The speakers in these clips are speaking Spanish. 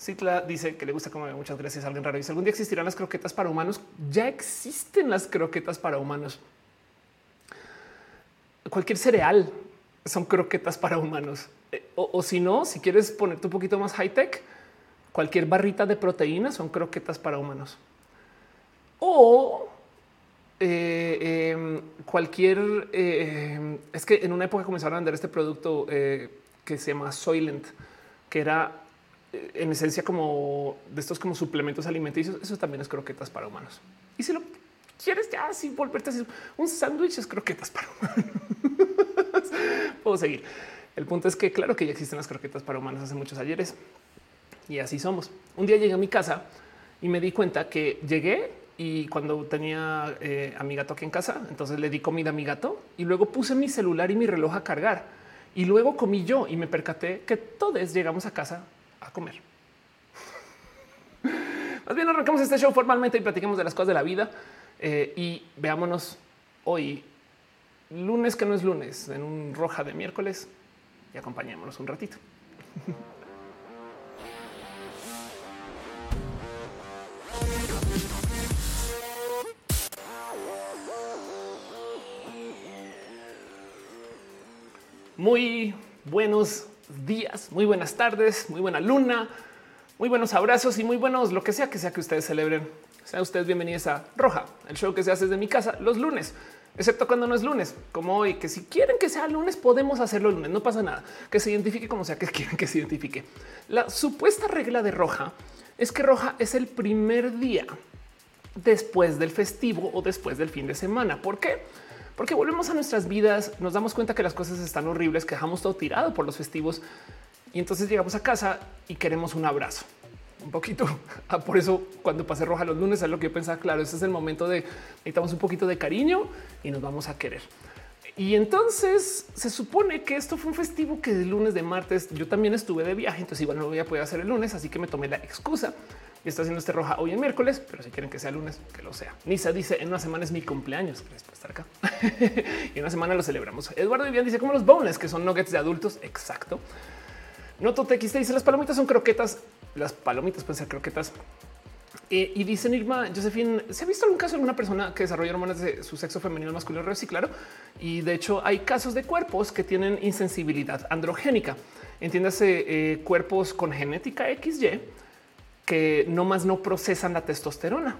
Citla dice que le gusta comer. Muchas gracias. Alguien raro dice: algún día existirán las croquetas para humanos. Ya existen las croquetas para humanos. Cualquier cereal son croquetas para humanos. O si no, si quieres ponerte un poquito más high tech, cualquier barrita de proteína son croquetas para humanos. O cualquier es que en una época comenzaron a vender este producto que se llama Soylent, que era en esencia como de estos como suplementos alimenticios. Eso también es croquetas para humanos. Y si lo quieres ya así volverte a hacer un sándwich, es croquetas para humanos. Puedo seguir. El punto es que claro que ya existen las croquetas para humanos hace muchos ayeres y así somos. Un día llegué a mi casa y me di cuenta que llegué y cuando tenía a mi gato aquí en casa, entonces le di comida a mi gato y luego puse mi celular y mi reloj a cargar y luego comí yo y me percaté que todos llegamos a casa a comer. Más bien arrancamos este show formalmente y platiquemos de las cosas de la vida y veámonos hoy, lunes que no es lunes, en un roja de miércoles, y acompañémonos un ratito. Muy buenos días, muy buenas tardes, muy buena luna, muy buenos abrazos y muy buenos lo que sea que ustedes celebren. Sean ustedes bienvenidos a Roja, el show que se hace desde mi casa los lunes, excepto cuando no es lunes, como hoy, que si quieren que sea lunes, podemos hacerlo lunes, no pasa nada, que se identifique como sea que quieren que se identifique. La supuesta regla de Roja es que Roja es el primer día después del festivo o después del fin de semana. ¿Por qué? Porque volvemos a nuestras vidas, nos damos cuenta que las cosas están horribles, que dejamos todo tirado por los festivos y entonces llegamos a casa y queremos un abrazo. Un poquito. Por eso cuando pasé Roja los lunes es lo que yo pensaba, claro, ese es el momento de necesitamos un poquito de cariño y nos vamos a querer. Y entonces se supone que esto fue un festivo que de lunes, de martes, yo también estuve de viaje, entonces igual no lo voy a poder hacer el lunes, así que me tomé la excusa y estoy haciendo este Roja hoy en miércoles, pero si quieren que sea lunes, que lo sea. Nisa dice: en una semana es mi cumpleaños. Gracias por estar acá. Y en una semana lo celebramos. Eduardo Vivian dice: como los boneless, que son nuggets de adultos. Exacto. Noto TX dice: las palomitas son croquetas. Las palomitas pueden ser croquetas. Y dice Nirma Josephine: ¿se ha visto algún caso de alguna persona que desarrolla hormonas de su sexo femenino masculino? Sí, claro. Y de hecho hay casos de cuerpos que tienen insensibilidad androgénica. Entiéndase, cuerpos con genética XY que nomás no procesan la testosterona.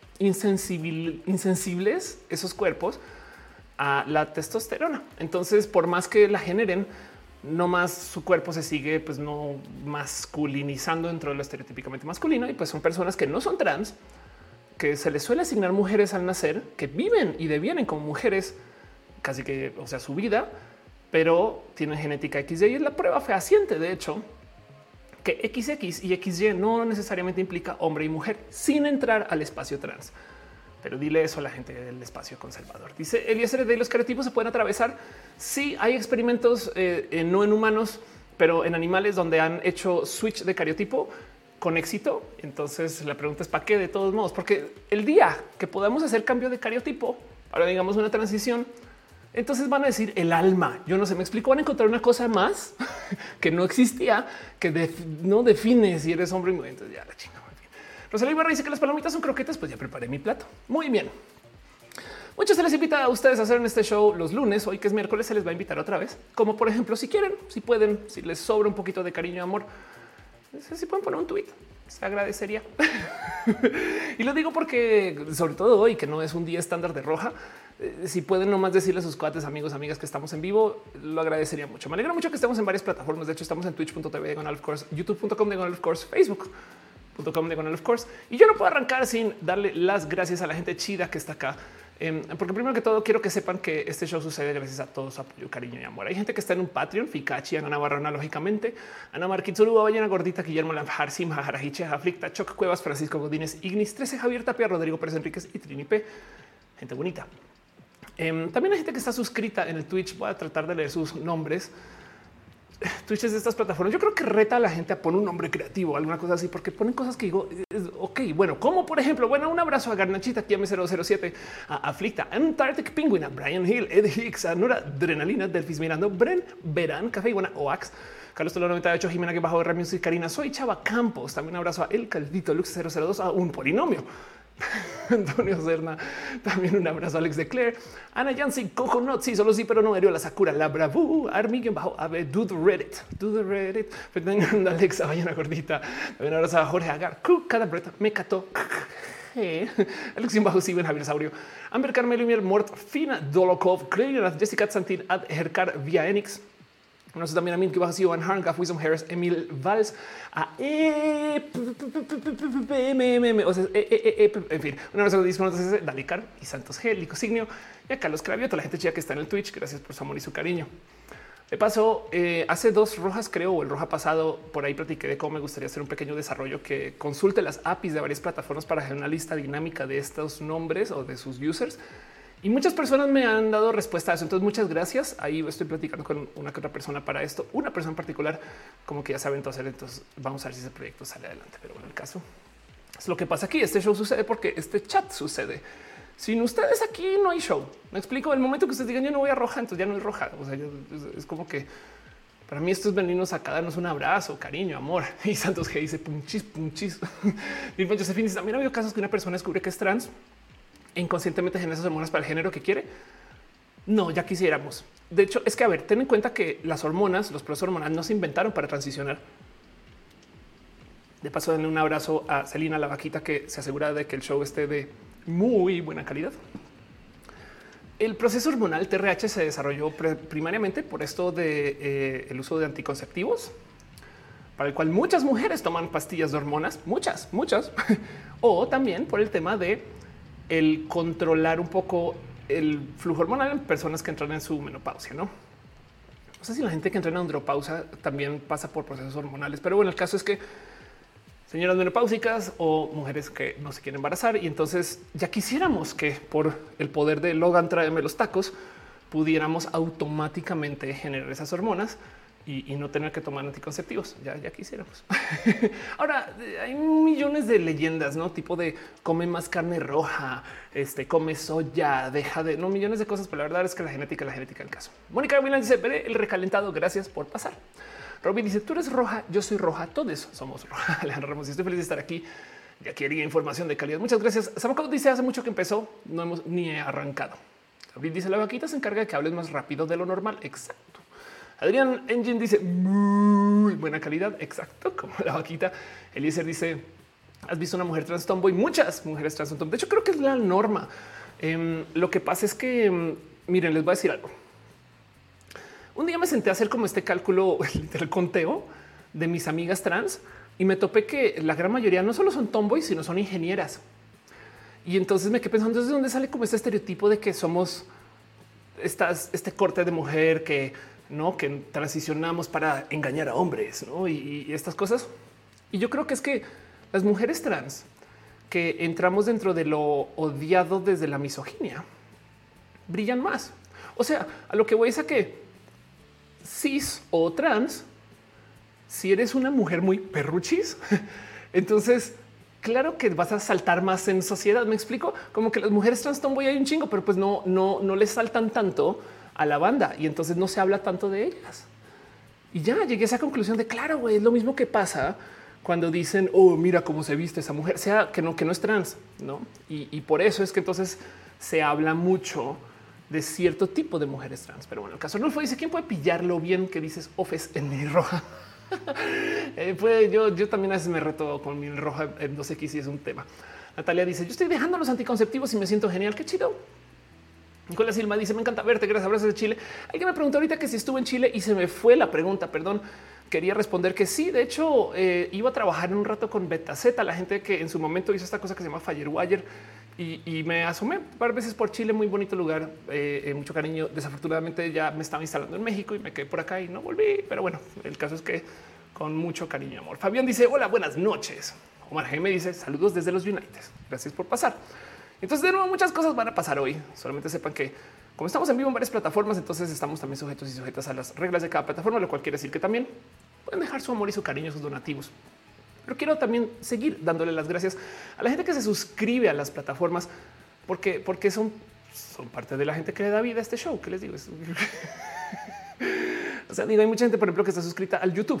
Insensibles esos cuerpos a la testosterona. Entonces, por más que la generen, no más su cuerpo se sigue pues no masculinizando dentro de lo estereotípicamente masculino, y pues son personas que no son trans, que se les suele asignar mujeres al nacer, que viven y devienen como mujeres casi que, o sea, su vida, pero tienen genética XY y es la prueba fehaciente, de hecho, que XX y XY no necesariamente implica hombre y mujer, sin entrar al espacio trans. Pero dile eso a la gente del espacio conservador. Dice Eliezer: de los cariotipos se pueden atravesar. Sí, hay experimentos no en humanos, pero en animales donde han hecho switch de cariotipo con éxito. Entonces la pregunta es: ¿para qué? De todos modos, porque el día que podamos hacer cambio de cariotipo, ahora digamos una transición, entonces van a decir el alma. Yo no sé, me explico. Van a encontrar una cosa más que no existía, que no define si eres hombre o mujer. Entonces ya la chinga. Rosalía Ibarra dice que las palomitas son croquetas. Pues ya preparé mi plato. Muy bien. Muchos se les invita a ustedes a hacer en este show los lunes. Hoy que es miércoles se les va a invitar otra vez. Como por ejemplo, si quieren, si pueden, si les sobra un poquito de cariño y amor, si pueden poner un tweet, se agradecería. Y lo digo porque sobre todo hoy que no es un día estándar de Roja, si pueden nomás decirle a sus cuates, amigos, amigas que estamos en vivo, lo agradecería mucho. Me alegra mucho que estemos en varias plataformas. De hecho, estamos en twitch.tv/, youtube.com/, facebook.com/. Y yo no puedo arrancar sin darle las gracias a la gente chida que está acá. Porque primero que todo quiero que sepan que este show sucede gracias a todo su apoyo, cariño y amor. Hay gente que está en un Patreon: Fikachi, Ana Barrona, lógicamente, Ana Marquitzuru, Ballena Gordita, Guillermo Lamjar, Simha, Jarajiche, Aflicta, Choc Cuevas, Francisco Godínez, Ignis 13, Javier Tapia, Rodrigo Pérez Enríquez y Trini P. Gente bonita. También hay gente que está suscrita en el Twitch. Voy a tratar de leer sus nombres. Twitch es de estas plataformas. Yo creo que reta a la gente a poner un nombre creativo, alguna cosa así, porque ponen cosas que digo, ok, bueno, como por ejemplo, bueno, un abrazo a Garnachita, aquí a M007, a Aflicta, a Antarctic Penguin, a Brian Hill, Ed Hicks, a Nora Adrenalina, Delfis Mirando, Bren, Verán, Café Iguana, Oax, Carlos Tolo 98, Jimena que bajo Ramius y Karina. Soy Chava Campos. También un abrazo a El Caldito Lux 002 a un polinomio. Antonio Serna, también un abrazo a Alex de Claire, Ana Yancy, Cojo Not, sí, solo sí, pero no herió la Sakura, la Bravu, Armiguen bajo Ave, Dude Reddit, tengan Alexa, vaya una gordita, también un abrazo a Jorge Agar, cada breta, me cató. Alexion bajo Steven Javier Saurio, Amber Carmelo Mier Mort, Fina Dolokov, Claire, Jessica Santin, Ad Hercar via Enix. Nosotros también a mí que bajo Iván Harn, Gaf Wisdom Harris, Emil Valls, a o sea, en fin, una vez entonces Dalicar y Santos G, Lico Signio y a Carlos Cravio, toda la gente chida que está en el Twitch. Gracias por su amor y su cariño. De paso, hace 2 rojas, creo, o el roja pasado, por ahí platiqué de cómo me gustaría hacer un pequeño desarrollo que consulte las APIs de varias plataformas para hacer una lista dinámica de estos nombres o de sus users. Y muchas personas me han dado respuesta a eso. Entonces, muchas gracias. Ahí estoy platicando con una que otra persona para esto. Una persona en particular, como que ya saben todo hacer. Entonces, vamos a ver si ese proyecto sale adelante. Pero bueno, el caso es lo que pasa aquí. Este show sucede porque este chat sucede. Sin ustedes aquí no hay show. Me explico. El momento que ustedes digan yo no voy a roja, entonces ya no es roja. O sea, es como que para mí esto es venirnos acá, darnos un abrazo, cariño, amor. Y Santos que dice punchis, punchis. Y Josefina dice, también ha habido casos que una persona descubre que es trans inconscientemente genera esas hormonas para el género que quiere. No, ya quisiéramos. De hecho, es que a ver, ten en cuenta que las hormonas, los procesos hormonales no se inventaron para transicionar. De paso, denle un abrazo a Celina, la vaquita, que se asegura de que el show esté de muy buena calidad. El proceso hormonal TRH se desarrolló primariamente por esto de el uso de anticonceptivos, para el cual muchas mujeres toman pastillas de hormonas, muchas, o también por el tema de el controlar un poco el flujo hormonal en personas que entran en su menopausia, ¿no? No sé si la gente que entra en andropausia también pasa por procesos hormonales, pero bueno, el caso es que señoras menopáusicas o mujeres que no se quieren embarazar y entonces ya quisiéramos que por el poder de Logan tráeme los tacos pudiéramos automáticamente generar esas hormonas y no tener que tomar anticonceptivos. Ya quisiéramos. Ahora hay millones de leyendas, no tipo de come más carne roja, come soya, deja de no millones de cosas, pero la verdad es que la genética del caso. Mónica Williams dice veré el recalentado. Gracias por pasar. Robin dice tú eres roja, yo soy roja, todos somos roja. Alejandro Ramos, estoy feliz de estar aquí. Ya quería información de calidad. Muchas gracias. Samacao dice hace mucho que empezó, no hemos ni arrancado. Gabriel dice la vaquita se encarga de que hables más rápido de lo normal. Exacto. Adrián Engine dice muy buena calidad. Exacto, como la vaquita. Eliezer dice has visto una mujer trans tomboy. Muchas mujeres trans tomboy. De hecho, creo que es la norma. Lo que pasa es que miren, les voy a decir algo. Un día me senté a hacer como este cálculo, el conteo de mis amigas trans y me topé que la gran mayoría no solo son tomboys, sino son ingenieras. Y entonces me quedé pensando, ¿de dónde sale como este estereotipo de que somos este corte de mujer que no, que transicionamos para engañar a hombres, ¿no? Y estas cosas. Y yo creo que es que las mujeres trans que entramos dentro de lo odiado desde la misoginia brillan más. O sea, a lo que voy es a que cis o trans, si eres una mujer muy perruchis, entonces claro que vas a saltar más en sociedad. Me explico, como que las mujeres trans tomboy hay un chingo, pero pues no les saltan tanto a la banda y entonces no se habla tanto de ellas. Y ya llegué a esa conclusión de claro, güey, es lo mismo que pasa cuando dicen, oh, mira cómo se viste esa mujer, sea que no es trans, ¿no? Y por eso es que entonces se habla mucho de cierto tipo de mujeres trans. Pero bueno, el caso Nulfo dice, ¿quién puede pillarlo bien que dices ofes en mi roja? Pues yo también a veces me reto con mi roja en 2X y es un tema. Natalia dice, yo estoy dejando los anticonceptivos y me siento genial, qué chido. Nicolás Silma dice, me encanta verte, gracias, abrazos de Chile. Alguien me preguntó ahorita que si estuve en Chile y se me fue la pregunta, perdón. Quería responder que sí, de hecho iba a trabajar en un rato con Betaceta, la gente que en su momento hizo esta cosa que se llama Firewire y me asomé un par de veces por Chile, muy bonito lugar, mucho cariño. Desafortunadamente ya me estaba instalando en México y me quedé por acá y no volví, pero bueno, el caso es que con mucho cariño y amor. Fabián dice, hola, buenas noches. Omar G me dice, saludos desde los United, gracias por pasar. Entonces, de nuevo, muchas cosas van a pasar hoy. Solamente sepan que como estamos en vivo en varias plataformas, entonces estamos también sujetos y sujetas a las reglas de cada plataforma, lo cual quiere decir que también pueden dejar su amor y su cariño, sus donativos. Pero quiero también seguir dándole las gracias a la gente que se suscribe a las plataformas, porque son parte de la gente que le da vida a este show. ¿Qué les digo? sea, digo, hay mucha gente, por ejemplo, que está suscrita al YouTube.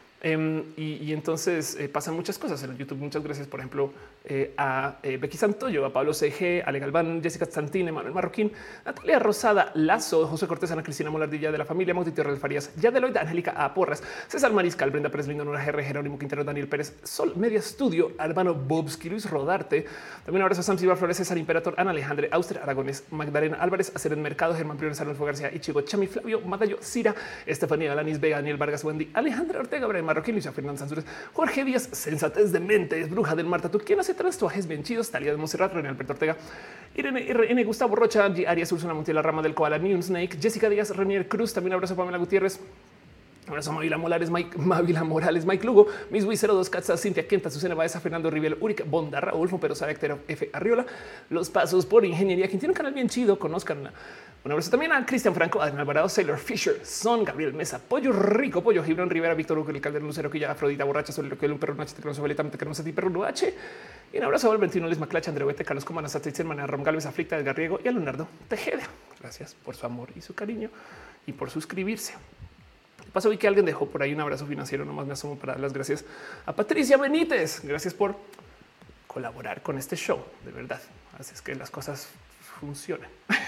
Y entonces pasan muchas cosas en el YouTube. Muchas gracias, por ejemplo, a Becky Santoyo, a Pablo CG, Ale Galván, Jessica Santine, Manuel Marroquín, Natalia Rosada, Lazo, José Cortés, Ana Cristina Molardilla de la familia, Mautito Real Farías, Yadeloid, Angélica A. Porras, César Mariscal, Brenda Pérez Lindo, Nora GR, Jerónimo Quintero, Daniel Pérez, Sol Media Studio, Arbano Bobski, Luis Rodarte. También un abrazo a Sam Silva Flores, César Imperator, Ana Alejandre, Auster Aragones, Magdalena Álvarez, Aceren Mercado, Germán Prieto, Arnulfo García, Ichigo Chami, Flavio Madayo, Cira, Estefanía Alanis Vega, Daniel Vargas, Wendy, Alejandra Ortega, Brian Marroquín, Luisa Fernanda Sanzúrez, Jorge Díaz, Sensatez de Mentes, Bruja del Marta, tú quien hace tatuajes bien chidos, Talía de Monserrat, René Alberto Ortega, Irene RN, Gustavo Rocha, Arias Ursula Montiel, la rama del koala, Neon Snake, Jessica Díaz, Renier Cruz, también un abrazo a Pamela Gutiérrez. Abrazo a Mavila Morales, Mike Lugo, Miss Wii 02, Katza, Cintia Quenta, Susana Baeza, Fernando Rivel, Uric, Bonda, Raúl, pero Saractero, F. Arriola, Los Pasos por Ingeniería, quien tiene un canal bien chido, conozcan. Un abrazo también a Cristian Franco, Adrián Alvarado, Sailor Fisher, Son, Gabriel Mesa, Pollo Rico, Pollo Gibran Rivera, Víctor Hugo, el Calderón Lucero, Quilla, Afrodita Borracha, sobre lo que un perro noche, te Sobaleta, te conoce a ti, perro Luache. Y un abrazo al 21 Luis Maclacha, André Huete, Carlos Comanas, Satitz, Hermana Rom Galvez, Aflicta, Edgar Riego y a Leonardo Tejeda. Gracias por su amor y su cariño y por suscribirse. Pasó vi que alguien dejó por ahí un abrazo financiero. Nomás me asomo para dar las gracias a Patricia Benítez. Gracias por colaborar con este show. De verdad. Así es que las cosas funcionan.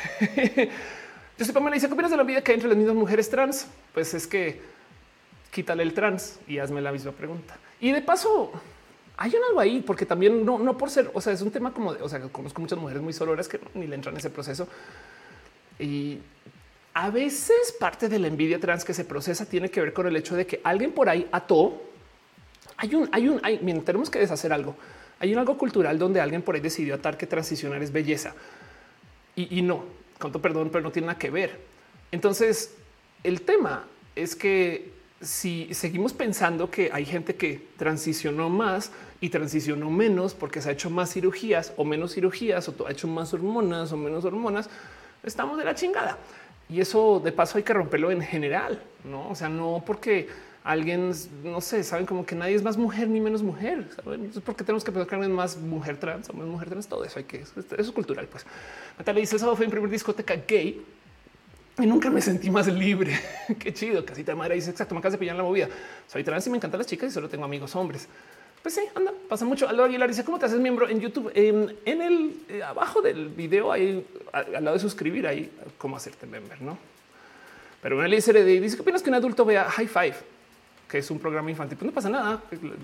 Yo soy Pamela. Dice: ¿qué opinas de la vida que hay entre las mismas mujeres trans? Pues es que quítale el trans y hazme la misma pregunta. Y de paso, hay un algo ahí, porque también no por ser, o sea, es un tema como, o sea, conozco muchas mujeres muy soloras que ni le entran en ese proceso. Y a veces parte de la envidia trans que se procesa tiene que ver con el hecho de que alguien por ahí ató. Miren, tenemos que deshacer algo. Hay un algo cultural donde alguien por ahí decidió atar que transicionar es belleza y no, con todo perdón, pero no tiene nada que ver. Entonces, el tema es que si seguimos pensando que hay gente que transicionó más y transicionó menos porque se ha hecho más cirugías o menos cirugías o ha hecho más hormonas o menos hormonas, estamos de la chingada. Y eso de paso hay que romperlo en general, ¿no? O sea, no porque alguien, no sé, saben como que nadie es más mujer ni menos mujer. ¿Saben? Es porque tenemos que pensar que alguien es más mujer trans o más mujer trans. Todo eso hay que, eso es cultural. Pues Natalia dice: eso fue mi primer discoteca gay y nunca me sentí más libre. Qué chido. Casita de madre dice: exacto, me acabas de pillar en la movida. Soy trans y me encantan las chicas y solo tengo amigos hombres. Pues sí, anda, pasa mucho. Aldo Aguilar dice: ¿cómo te haces miembro en YouTube? En el abajo del video, ahí al lado de suscribir, ahí cómo hacerte member, ¿no? Pero bueno, le dice: ¿qué opinas que un adulto vea High Five, que es un programa infantil? Pues no pasa nada.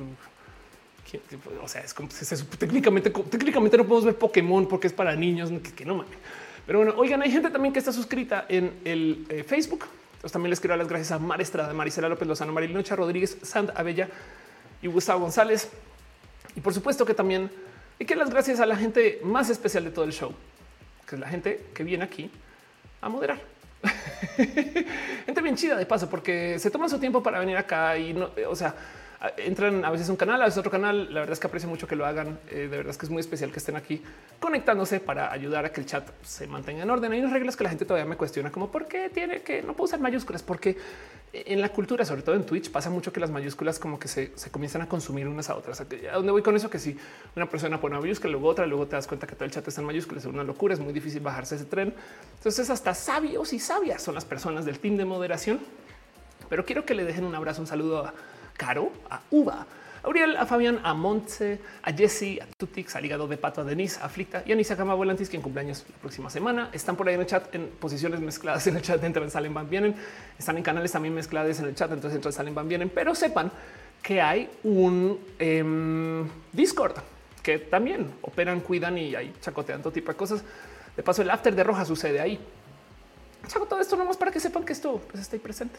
O sea, es como técnicamente no podemos ver Pokémon porque es para niños, que no mames. Pero bueno, oigan, hay gente también que está suscrita en el Facebook. Entonces también les quiero dar las gracias a Mar Estrada, Marisela López Lozano, Marilinocha Rodríguez, Sand Abella y Gustavo González. Y por supuesto que también hay que dar las gracias a la gente más especial de todo el show, que es la gente que viene aquí a moderar. Gente bien chida de paso, porque se toman su tiempo para venir acá y no, o sea, entran a veces a un canal, a veces a otro canal. La verdad es que aprecio mucho que lo hagan. De verdad es que es muy especial que estén aquí conectándose para ayudar a que el chat se mantenga en orden. Hay unas reglas que la gente todavía me cuestiona, como por qué tiene que no puedo usar mayúsculas, porque en la cultura, sobre todo en Twitch, pasa mucho que las mayúsculas como que se comienzan a consumir unas a otras. ¿A dónde voy con eso? Que si una persona pone una mayúscula, luego otra, luego te das cuenta que todo el chat está en mayúsculas, es una locura, es muy difícil bajarse ese tren. Entonces hasta sabios y sabias son las personas del team de moderación. Pero quiero que le dejen un abrazo, un saludo a Caro, a Uva, a Uriel, a Fabián, a Montse, a Jesse, a Tutix, al Hígado de Pato, a Denise, a Aflicta y a Nisa Cama Volantis, quien cumpleaños la próxima semana. Están por ahí en el chat en posiciones mezcladas en el chat, entran, salen, van, vienen. Están en canales también mezclados en el chat, entonces entran, salen, van, vienen. Pero sepan que hay un Discord que también operan, cuidan y ahí chacotean todo tipo de cosas. De paso, el after de Roja sucede ahí. Chaco todo esto nomás para que sepan que esto pues, está ahí presente.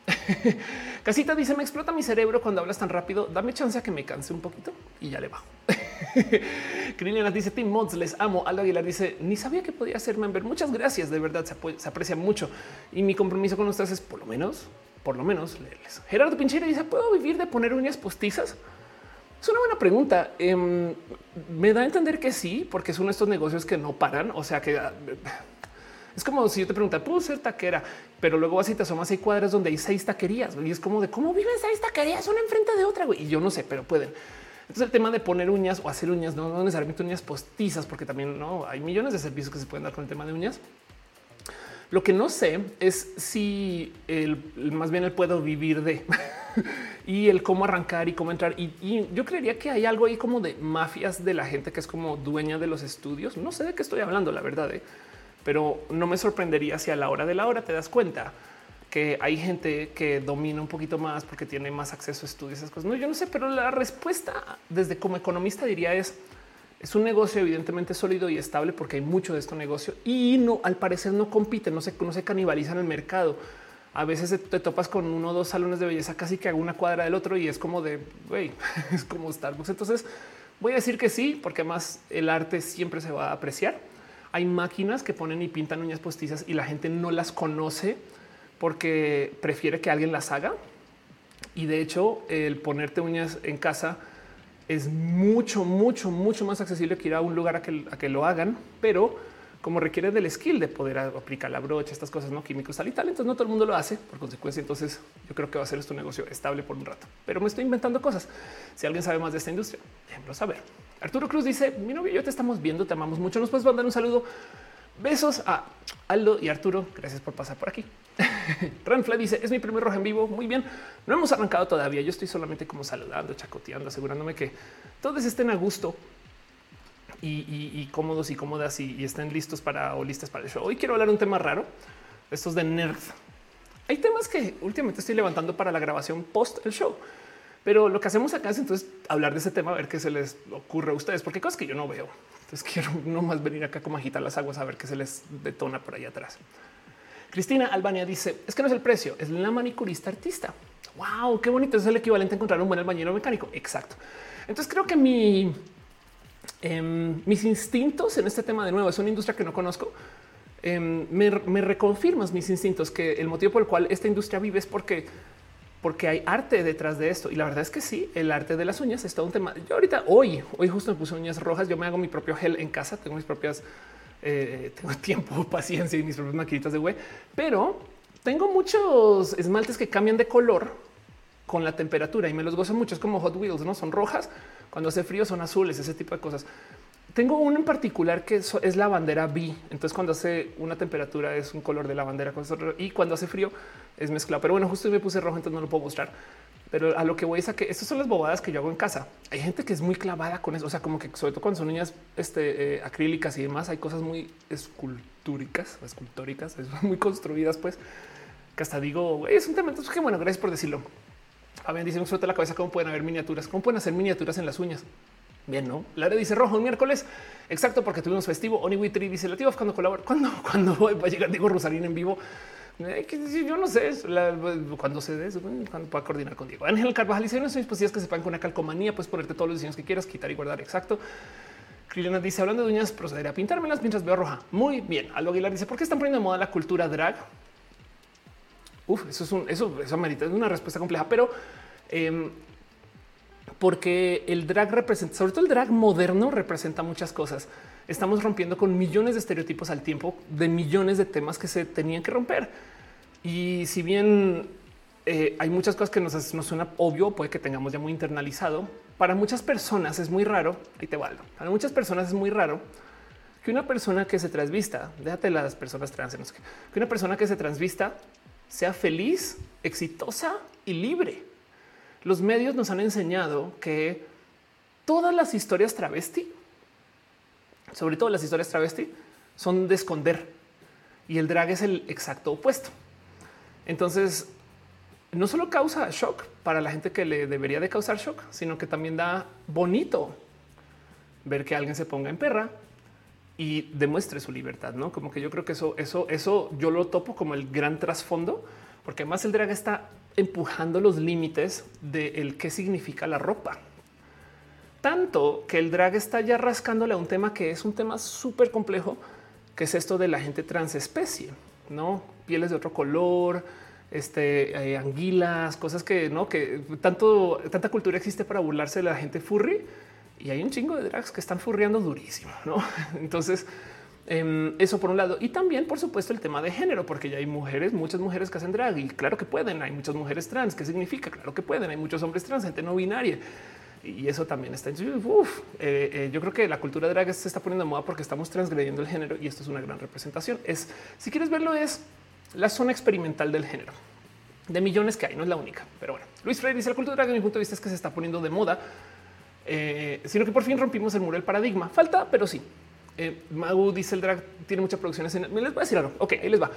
Casita dice: me explota mi cerebro cuando hablas tan rápido. Dame chance a que me canse un poquito y ya le bajo. Kriliana dice: Team Mods, les amo. Aldo Aguilar dice: ni sabía que podía ser member. Muchas gracias, de verdad se aprecia mucho y mi compromiso con ustedes es por lo menos leerles. Gerardo Pincheira dice: ¿puedo vivir de poner uñas postizas? Es una buena pregunta. Me da a entender que sí, porque es uno de estos negocios que no paran. O sea que es como si yo te preguntara: ¿puedo ser taquera? Pero luego vas y te asomas, hay cuadras donde hay 6 taquerías y es como de cómo viven 6 taquerías una enfrente de otra. Güey. Y yo no sé, pero pueden. Entonces el tema de poner uñas o hacer uñas, no necesariamente uñas postizas, porque también no hay millones de servicios que se pueden dar con el tema de uñas. Lo que no sé es si más bien el puedo vivir de y el cómo arrancar y cómo entrar. Y yo creería que hay algo ahí como de mafias de la gente que es como dueña de los estudios. No sé de qué estoy hablando, la verdad, pero no me sorprendería si a la hora de la hora te das cuenta que hay gente que domina un poquito más porque tiene más acceso a estudios, esas cosas. No, yo no sé, pero la respuesta desde como economista diría es un negocio evidentemente sólido y estable porque hay mucho de este negocio y no, al parecer no compiten, no se canibalizan el mercado. A veces te topas con 1 o 2 salones de belleza casi que a una cuadra del otro y es como de güey, es como Starbucks. Entonces voy a decir que sí, porque además el arte siempre se va a apreciar. Hay máquinas que ponen y pintan uñas postizas y la gente no las conoce porque prefiere que alguien las haga. Y de hecho, el ponerte uñas en casa es mucho más accesible que ir a un lugar a que lo hagan, pero como requiere del skill de poder aplicar la brocha, estas cosas, no químicos, tal y tal. Entonces no todo el mundo lo hace por consecuencia. Entonces yo creo que va a ser esto un negocio estable por un rato, pero me estoy inventando cosas. Si alguien sabe más de esta industria, déjenlo saber. Arturo Cruz dice: mi novio y yo te estamos viendo, te amamos mucho. Nos puedes mandar un saludo. Besos a Aldo y Arturo. Gracias por pasar por aquí. Ranfle dice: es mi primer roja en vivo. Muy bien. No hemos arrancado todavía. Yo estoy solamente como saludando, chacoteando, asegurándome que todos estén a gusto y cómodos y cómodas y estén listos para o listas para el show. Hoy quiero hablar de un tema raro. Estos de nerd. Hay temas que últimamente estoy levantando para la grabación post el show. Pero lo que hacemos acá es entonces hablar de ese tema, a ver qué se les ocurre a ustedes, porque hay cosas que yo no veo. Entonces quiero nomás venir acá como agitar las aguas a ver qué se les detona por allá atrás. Cristina Albania dice: es que no es el precio, es la manicurista artista. Wow, qué bonito. Es el equivalente a encontrar un buen albañero mecánico. Exacto. Entonces creo que mis instintos en este tema, de nuevo, es una industria que no conozco. Me reconfirmas mis instintos que el motivo por el cual esta industria vive es porque hay arte detrás de esto. Y la verdad es que sí, el arte de las uñas es todo un tema. Yo ahorita, hoy justo me puse uñas rojas. Yo me hago mi propio gel en casa. Tengo mis propias, tengo tiempo, paciencia y mis propias maquinitas de güey, pero tengo muchos esmaltes que cambian de color con la temperatura y me los gozo mucho. Es como Hot Wheels, no son rojas. Cuando hace frío son azules, ese tipo de cosas. Tengo uno en particular que es la bandera B. Entonces, cuando hace una temperatura es un color de la bandera y cuando hace frío es mezclado. Pero bueno, justo me puse rojo, entonces no lo puedo mostrar. Pero a lo que voy es a que estas son las bobadas que yo hago en casa. Hay gente que es muy clavada con eso. O sea, como que sobre todo cuando son uñas acrílicas y demás, hay cosas muy escultóricas, muy construidas, pues que hasta digo, es un tema. Entonces, que bueno, gracias por decirlo. A ver, dice: suelta la cabeza, cómo pueden haber miniaturas, cómo pueden hacer miniaturas en las uñas. Bien, ¿no? Lara dice: rojo un miércoles. Exacto, porque tuvimos festivo. Oniwitri dice: Lativo, cuando colabora, cuando va a llegar Diego Rosarín en vivo. Yo no sé cuando se dé, cuando pueda coordinar con Diego. Ángel Carvajal dice: no son dispositivos que sepan con una calcomanía, puedes ponerte todos los diseños que quieras, quitar y guardar. Exacto. Criliana dice: hablando de uñas, procederé a pintármelas mientras veo roja. Muy bien. Aldo Aguilar dice: ¿por qué están poniendo de moda la cultura drag? Eso amerita una respuesta compleja, pero porque el drag representa, sobre todo el drag moderno, representa muchas cosas. Estamos rompiendo con millones de estereotipos al tiempo de millones de temas que se tenían que romper. Y si bien hay muchas cosas que nos suena obvio, puede que tengamos ya muy internalizado. Para muchas personas es muy raro. Ahí te valgo. Para muchas personas es muy raro que una persona que se transvista, déjate las personas trans, no sé qué, que una persona que se transvista sea feliz, exitosa y libre. Los medios nos han enseñado que todas las historias travesti, sobre todo las historias travesti, son de esconder y el drag es el exacto opuesto. Entonces, no solo causa shock para la gente que le debería de causar shock, sino que también da bonito ver que alguien se ponga en perra y demuestre su libertad, ¿no? Como que yo creo que eso yo lo topo como el gran trasfondo, porque además el drag está empujando los límites de el qué significa la ropa. Tanto que el drag está ya rascándole a un tema que es un tema súper complejo, que es esto de la gente transespecie, ¿no? Pieles de otro color, anguilas, cosas que no, que tanta cultura existe para burlarse de la gente furry. Y hay un chingo de drags que están furriando durísimo, ¿no? Entonces, eso por un lado. Y también, por supuesto, el tema de género, porque ya hay mujeres, muchas mujeres que hacen drag y claro que pueden. Hay muchas mujeres trans. ¿Qué significa? Claro que pueden. Hay muchos hombres trans, gente no binaria. y eso también está. Yo creo que la cultura drag se está poniendo de moda porque estamos transgrediendo el género y esto es una gran representación. Es, si quieres verlo, es la zona experimental del género de millones que hay, no es la única. Pero bueno, Luis Freire dice: la cultura drag, de mi punto de vista, es que se está poniendo de moda, sino que por fin rompimos el muro del paradigma. Falta, pero sí. Magu dice: el drag tiene mucha producción escena. Les voy a decir algo. Ok, ahí les va.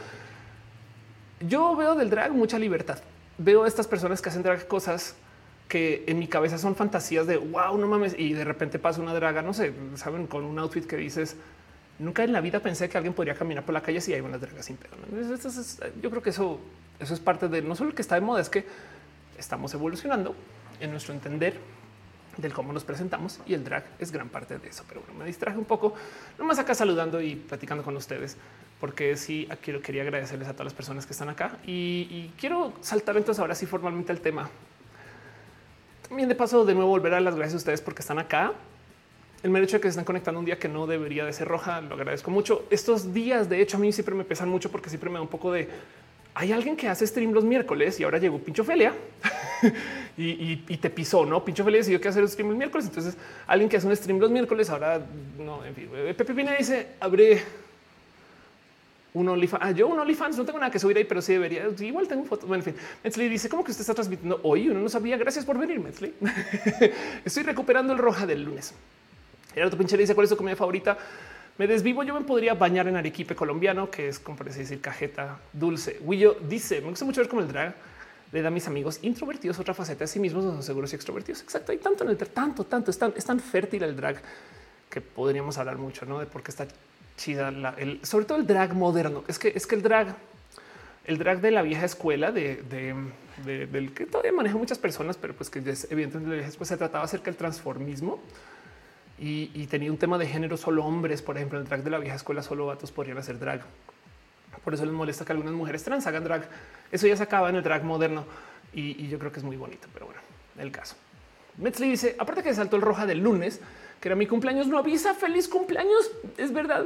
Yo veo del drag mucha libertad. Veo a estas personas que hacen drag cosas que en mi cabeza son fantasías de wow, no mames. Y de repente pasa una draga, no sé, saben, con un outfit que dices: nunca en la vida pensé que alguien podría caminar por la calle si hay unas dragas sin pedo. Yo creo que eso es parte de no solo el que está de moda, es que estamos evolucionando en nuestro entender del cómo nos presentamos y el drag es gran parte de eso. Pero bueno, me distraje un poco, nomás acá saludando y platicando con ustedes, porque sí quería agradecerles a todas las personas que están acá y quiero saltar entonces ahora sí formalmente al tema. También de paso, de nuevo, volver a dar las gracias a ustedes porque están acá. El mero hecho de que se están conectando un día que no debería de ser roja, lo agradezco mucho. Estos días, de hecho, a mí siempre me pesan mucho porque siempre me da un poco de... Hay alguien que hace stream los miércoles y ahora llegó Pincho Felia y te pisó, ¿no? Pincho Felia decidió que hacer stream los miércoles. Entonces, alguien que hace un stream los miércoles ahora no, en fin. Pepe Pina dice: abre un OnlyFans. Yo un OnlyFans no tengo nada que subir ahí, pero sí debería. Igual tengo fotos. Bueno, en fin, Metzli dice: ¿cómo que usted está transmitiendo hoy? Uno no sabía. Gracias por venir, Metzli. Estoy recuperando el roja del lunes. Gerardo Pinche dice: ¿cuál es tu comida favorita? Me desvivo. Yo me podría bañar en arequipe colombiano, que es, como parece decir, cajeta dulce. Willo dice: me gusta mucho ver cómo el drag le da a mis amigos introvertidos otra faceta de sí mismos, no son seguros y extrovertidos. Exacto. Hay tanto en el tanto. Es tan fértil el drag que podríamos hablar mucho, ¿no? De por qué está chida sobre todo el drag moderno. Es que el drag de la vieja escuela del que todavía maneja muchas personas, pero pues que evidentemente después se trataba acerca del transformismo. Y tenía un tema de género, solo hombres. Por ejemplo, el drag de la vieja escuela, solo vatos podrían hacer drag. Por eso les molesta que algunas mujeres trans hagan drag. Eso ya se acaba en el drag moderno y yo creo que es muy bonito. Pero bueno, el caso. Metzli dice: aparte que saltó el roja del lunes, que era mi cumpleaños, no avisa feliz cumpleaños. Es verdad.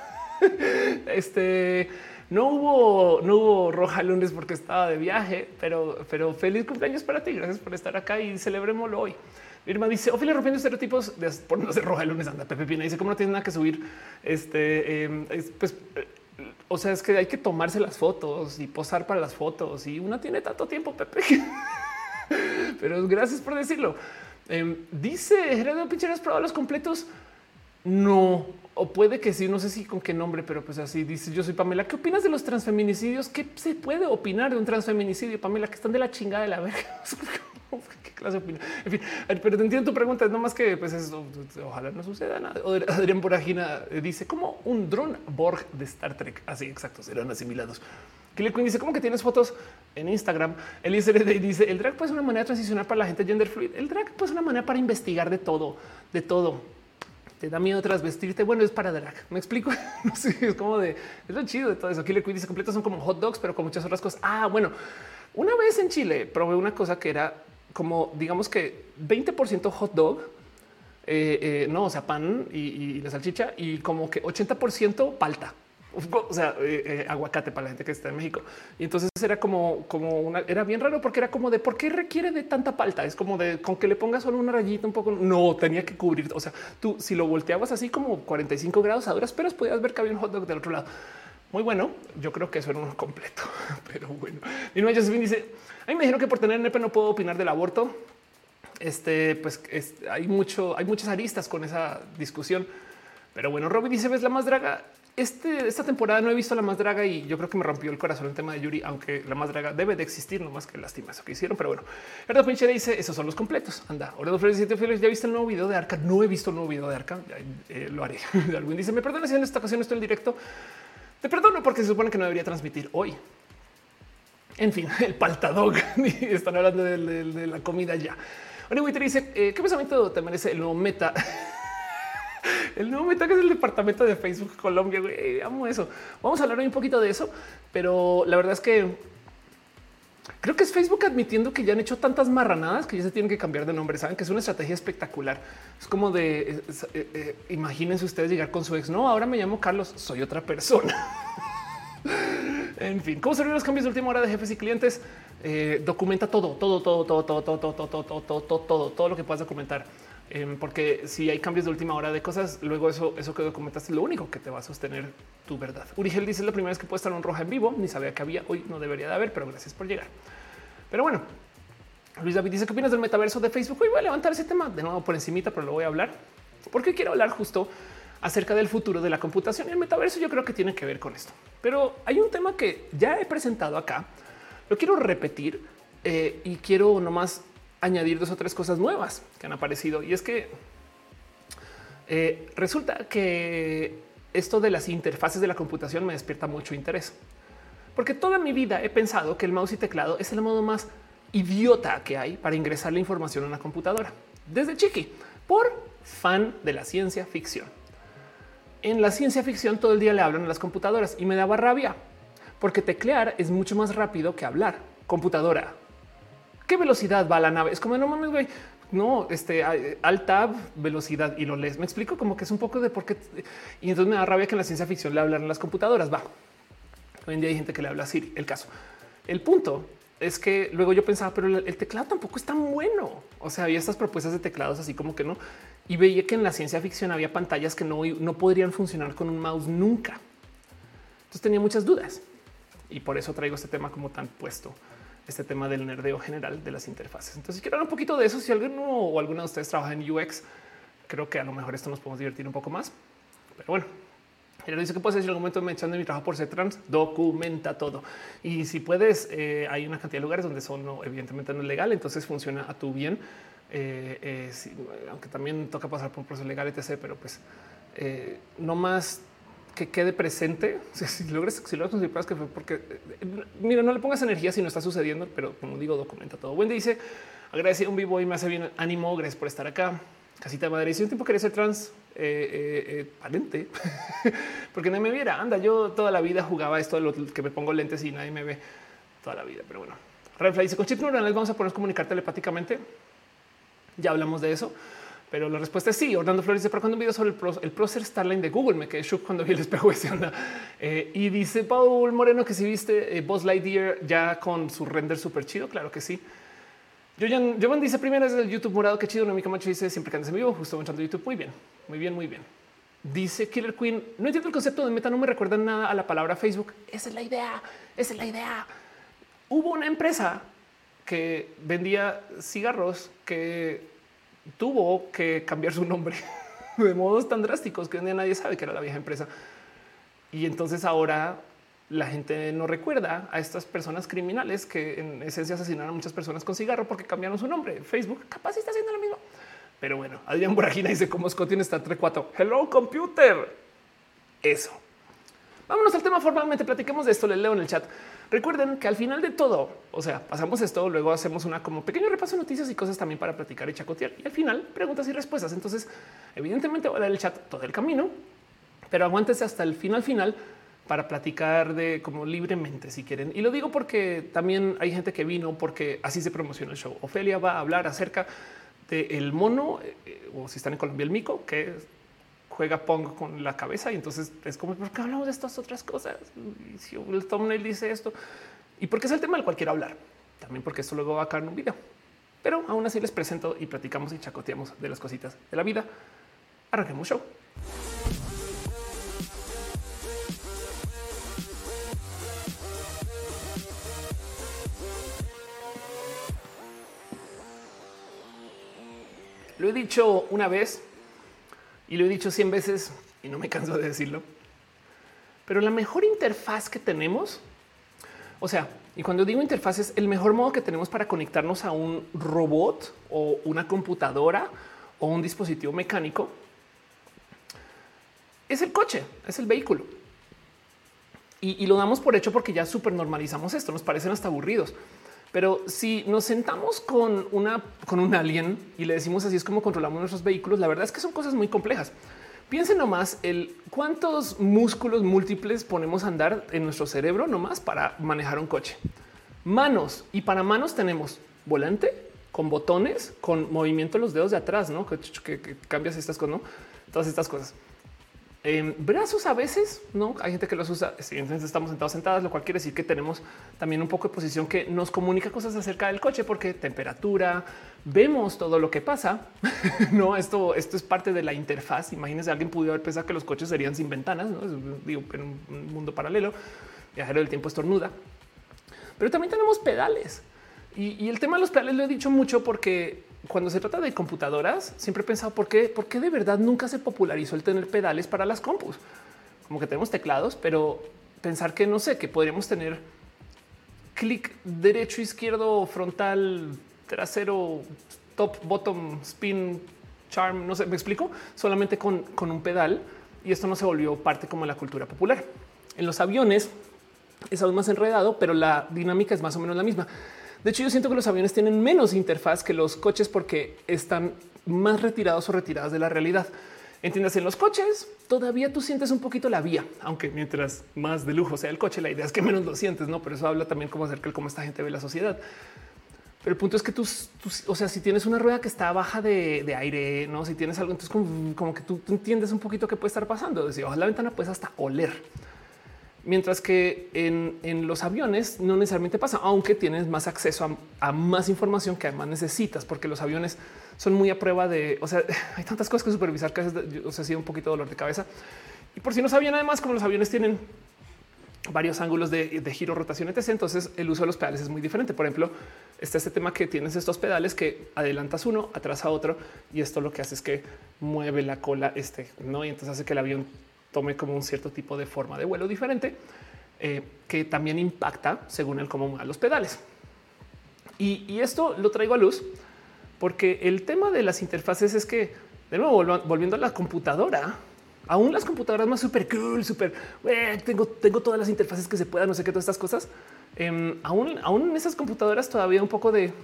No hubo roja el lunes porque estaba de viaje, pero feliz cumpleaños para ti. Gracias por estar acá y celebrémoslo hoy. Irma dice: Ophelia rompiendo estereotipos por no ser roja el lunes. Anda, Pepe Pina dice: ¿cómo no tienes nada que subir? O sea, es que hay que tomarse las fotos y posar para las fotos y una tiene tanto tiempo, Pepe. Pero gracias por decirlo. Dice Gerardo Pinche: ¿has probado los completos? No, o puede que sí, no sé si con qué nombre, pero pues así dice. Yo soy Pamela. ¿Qué opinas de los transfeminicidios? ¿Qué se puede opinar de un transfeminicidio, Pamela? Que están de la chingada de la verga. ¿Qué clase de opinión? En fin, pero te entiendo tu pregunta. Es no más que pues eso, ojalá no suceda nada. Adrián Boragina dice: como un dron Borg de Star Trek. Así, exacto, serán asimilados. Killer Queen dice: ¿cómo que tienes fotos en Instagram? Eliezer dice: el drag puede ser una manera de transicionar para la gente gender fluid. El drag puede ser una manera para investigar de todo, de todo. Te da miedo trasvestirte. Bueno, es para drag. Me explico. No sé, es como de es lo chido de todo eso. Killer Queen dice: completos son como hot dogs, pero con muchas otras cosas. Ah, bueno, una vez en Chile probé una cosa que era como, digamos que 20% hot dog, no, o sea, pan y la salchicha, y como que 80% palta. O sea, aguacate para la gente que está en México. Y entonces era como era bien raro porque era como de por qué requiere de tanta palta. Es como de con que le pongas solo una rayita un poco. No tenía que cubrir. O sea, tú si lo volteabas así como 45 grados a duras peras, podías ver que había un hot dog del otro lado. Muy bueno. Yo creo que eso era uno completo, pero bueno. Y no, Josephine dice: a mí me dijeron que por tener nepe no puedo opinar del aborto. Pues hay muchas aristas con esa discusión. Pero bueno, Robin dice: ves la más draga. Esta temporada no he visto la más draga y yo creo que me rompió el corazón el tema de Yuri, aunque la más draga debe de existir, no más que lástima eso que hicieron. Pero bueno, Gerardo Pinche dice: esos son los completos. Anda, Orlando Flores dice: ¿ya viste el nuevo video de Arca? No he visto el nuevo video de Arca. Lo haré. Alguien dice: me perdona si en esta ocasión estoy en directo. Te perdono porque se supone que no debería transmitir hoy. En fin, el paltadog. Están hablando de la comida ya. Twitter dice: ¿qué pensamiento te merece el nuevo meta? El nuevo meta, que es el departamento de Facebook Colombia. Güey, amo eso. Vamos a hablar hoy un poquito de eso, pero la verdad es que creo que es Facebook admitiendo que ya han hecho tantas marranadas que ya se tienen que cambiar de nombre. Saben que es una estrategia espectacular. Es como de imagínense ustedes llegar con su ex. No, ahora me llamo Carlos, soy otra persona. En fin, ¿cómo servir los cambios de última hora de jefes y clientes? Documenta todo lo que puedas documentar. Porque si hay cambios de última hora de cosas, luego eso que documentaste es lo único que te va a sostener tu verdad. Urigel dice: es la primera vez que puedo estar en roja en vivo, ni sabía que había, hoy no debería de haber, pero gracias por llegar. Pero bueno, Luis David dice: ¿qué opinas del metaverso de Facebook? Hoy voy a levantar ese tema de nuevo por encimita, pero lo voy a hablar porque quiero hablar justo acerca del futuro de la computación y el metaverso. Yo creo que tiene que ver con esto, pero hay un tema que ya he presentado acá, lo quiero repetir y quiero nomás añadir 2 o 3 cosas nuevas que han aparecido. Y es que resulta que esto de las interfaces de la computación me despierta mucho interés, porque toda mi vida he pensado que el mouse y teclado es el modo más idiota que hay para ingresar la información a una computadora. Desde chiqui, por fan de la ciencia ficción. En la ciencia ficción todo el día le hablan a las computadoras y me daba rabia porque teclear es mucho más rápido que hablar. Computadora, ¿qué velocidad va la nave? Es como no mames, güey. No, alt tab, velocidad y lo lees. Me explico como que es un poco de por qué. Y entonces me da rabia que en la ciencia ficción le hablan a las computadoras. Va. Hoy en día hay gente que le habla a Siri. El caso, el punto es que luego yo pensaba, pero el teclado tampoco es tan bueno. O sea, había estas propuestas de teclados así como que no. Y veía que en la ciencia ficción había pantallas que no podrían funcionar con un mouse nunca. Entonces tenía muchas dudas y por eso traigo este tema como tan puesto, este tema del nerdeo general de las interfaces. Entonces quiero hablar un poquito de eso. Si alguno o alguna de ustedes trabaja en UX, creo que a lo mejor esto nos podemos divertir un poco más. Pero bueno, él dice que puedes decir en algún momento me echan de mi trabajo por ser trans, documenta todo. Y si puedes, hay una cantidad de lugares donde eso no, evidentemente no es legal, entonces funciona a tu bien. Sí, aunque también toca pasar por un proceso legal, etc. Pero pues no más que quede presente. O sea, si logras conseguir pruebas que fue porque mira, no le pongas energía si no está sucediendo, pero como digo, documenta todo. Wendy dice: agradecido un vivo y me hace bien ánimo. Gracias por estar acá. Casita de Madrid. Si un tiempo quería ser trans, valente, porque nadie me viera. Anda, yo toda la vida jugaba esto de lo que me pongo lentes y nadie me ve toda la vida. Pero bueno, Refla dice: con chips neuronales vamos a poder comunicar telepáticamente. Ya hablamos de eso, pero la respuesta es sí. Orlando Flores dice: para cuando un video sobre el prócer Starline de Google, me quedé shock cuando vi el espejo ese onda. Y dice Paul Moreno que si viste Buzz Lightyear ya con su render súper chido. Claro que sí. Jovan dice: primero desde el YouTube morado, qué chido. Nami Camacho dice: siempre que andes en vivo, justo entrando a YouTube. Muy bien, muy bien, muy bien. Dice Killer Queen: no entiendo el concepto de meta, no me recuerda nada a la palabra Facebook. Esa es la idea, esa es la idea. Hubo una empresa que vendía cigarros que tuvo que cambiar su nombre de modos tan drásticos que nadie sabe que era la vieja empresa. Y entonces ahora la gente no recuerda a estas personas criminales que en esencia asesinaron a muchas personas con cigarro porque cambiaron su nombre. Facebook capaz está haciendo lo mismo. Pero bueno, Adrián Boragina dice: como Scott tiene Star Trek 4. Hello, computer. Eso. Vámonos al tema formalmente. Platiquemos de esto. Les leo en el chat. Recuerden que al final de todo, o sea, pasamos esto, luego hacemos una como pequeño repaso de noticias y cosas también para platicar y chacotear. Y al final, preguntas y respuestas. Entonces, evidentemente voy a dar el chat todo el camino, pero aguántese hasta el final para platicar de como libremente si quieren. Y lo digo porque también hay gente que vino porque así se promociona el show. Ofelia va a hablar acerca del mono o si están en Colombia, el mico, que juega Pong con la cabeza. Y entonces es como, ¿por qué hablamos de estas otras cosas? Y si el thumbnail dice esto y porque es el tema del cual quiero hablar, también porque esto luego va a caer en un video, pero aún así les presento y platicamos y chacoteamos de las cositas de la vida. Arranquemos show. Lo he dicho una vez y lo he dicho 100 veces y no me canso de decirlo, pero la mejor interfaz que tenemos, o sea, y cuando digo interfaz es el mejor modo que tenemos para conectarnos a un robot o una computadora o un dispositivo mecánico, es el coche, es el vehículo. Y lo damos por hecho porque ya súper normalizamos esto, nos parecen hasta aburridos. Pero si nos sentamos con un alien y le decimos así es como controlamos nuestros vehículos, la verdad es que son cosas muy complejas. Piensen nomás el cuántos músculos múltiples ponemos a andar en nuestro cerebro nomás para manejar un coche. Manos, y para manos tenemos volante con botones, con movimiento de los dedos de atrás, ¿no? Que cambias estas cosas, ¿no? Todas estas cosas. brazos a veces, no hay gente que los usa. Evidentemente estamos sentados, sentadas, lo cual quiere decir que tenemos también un poco de posición que nos comunica cosas acerca del coche, porque temperatura, vemos todo lo que pasa. No, esto es parte de la interfaz. Imagínense, alguien pudo haber pensado que los coches serían sin ventanas, ¿no? Digo, en un mundo paralelo, viajero del tiempo estornuda, pero también tenemos pedales. Y el tema de los pedales lo he dicho mucho porque cuando se trata de computadoras, siempre he pensado por qué de verdad nunca se popularizó el tener pedales para las compus. Como que tenemos teclados, pero pensar que no sé, que podríamos tener clic derecho, izquierdo, frontal, trasero, top, bottom, spin, charm, no sé, me explico, solamente con un pedal. Y esto no se volvió parte como de la cultura popular. En los aviones es aún más enredado, pero la dinámica es más o menos la misma. De hecho, yo siento que los aviones tienen menos interfaz que los coches porque están más retirados o retiradas de la realidad. Entiendas, en los coches todavía tú sientes un poquito la vía, aunque mientras más de lujo sea el coche, la idea es que menos lo sientes, ¿no? Pero eso habla también como acerca de cómo esta gente ve la sociedad. Pero el punto es que tú, o sea, si tienes una rueda que está baja de aire, no, si tienes algo, entonces como que tú entiendes un poquito qué puede estar pasando. Desde bajo la ventana puedes hasta oler. Mientras que en los aviones no necesariamente pasa, aunque tienes más acceso a más información que además necesitas, porque los aviones son muy a prueba de, o sea, hay tantas cosas que supervisar que ha sido un poquito dolor de cabeza. Y por si no sabían, además, como los aviones tienen varios ángulos de giro, rotación, etc., entonces el uso de los pedales es muy diferente. Por ejemplo, está este tema que tienes estos pedales que adelantas uno, atrás a otro, y esto lo que hace es que mueve la cola, ¿no? Y entonces hace que el avión tome como un cierto tipo de forma de vuelo diferente, que también impacta según el cómo muevan los pedales. Y esto lo traigo a luz porque el tema de las interfaces es que, de nuevo, volviendo a la computadora, aún las computadoras más súper cool, súper, tengo todas las interfaces que se puedan, no sé qué, todas estas cosas, aún en esas computadoras todavía un poco de...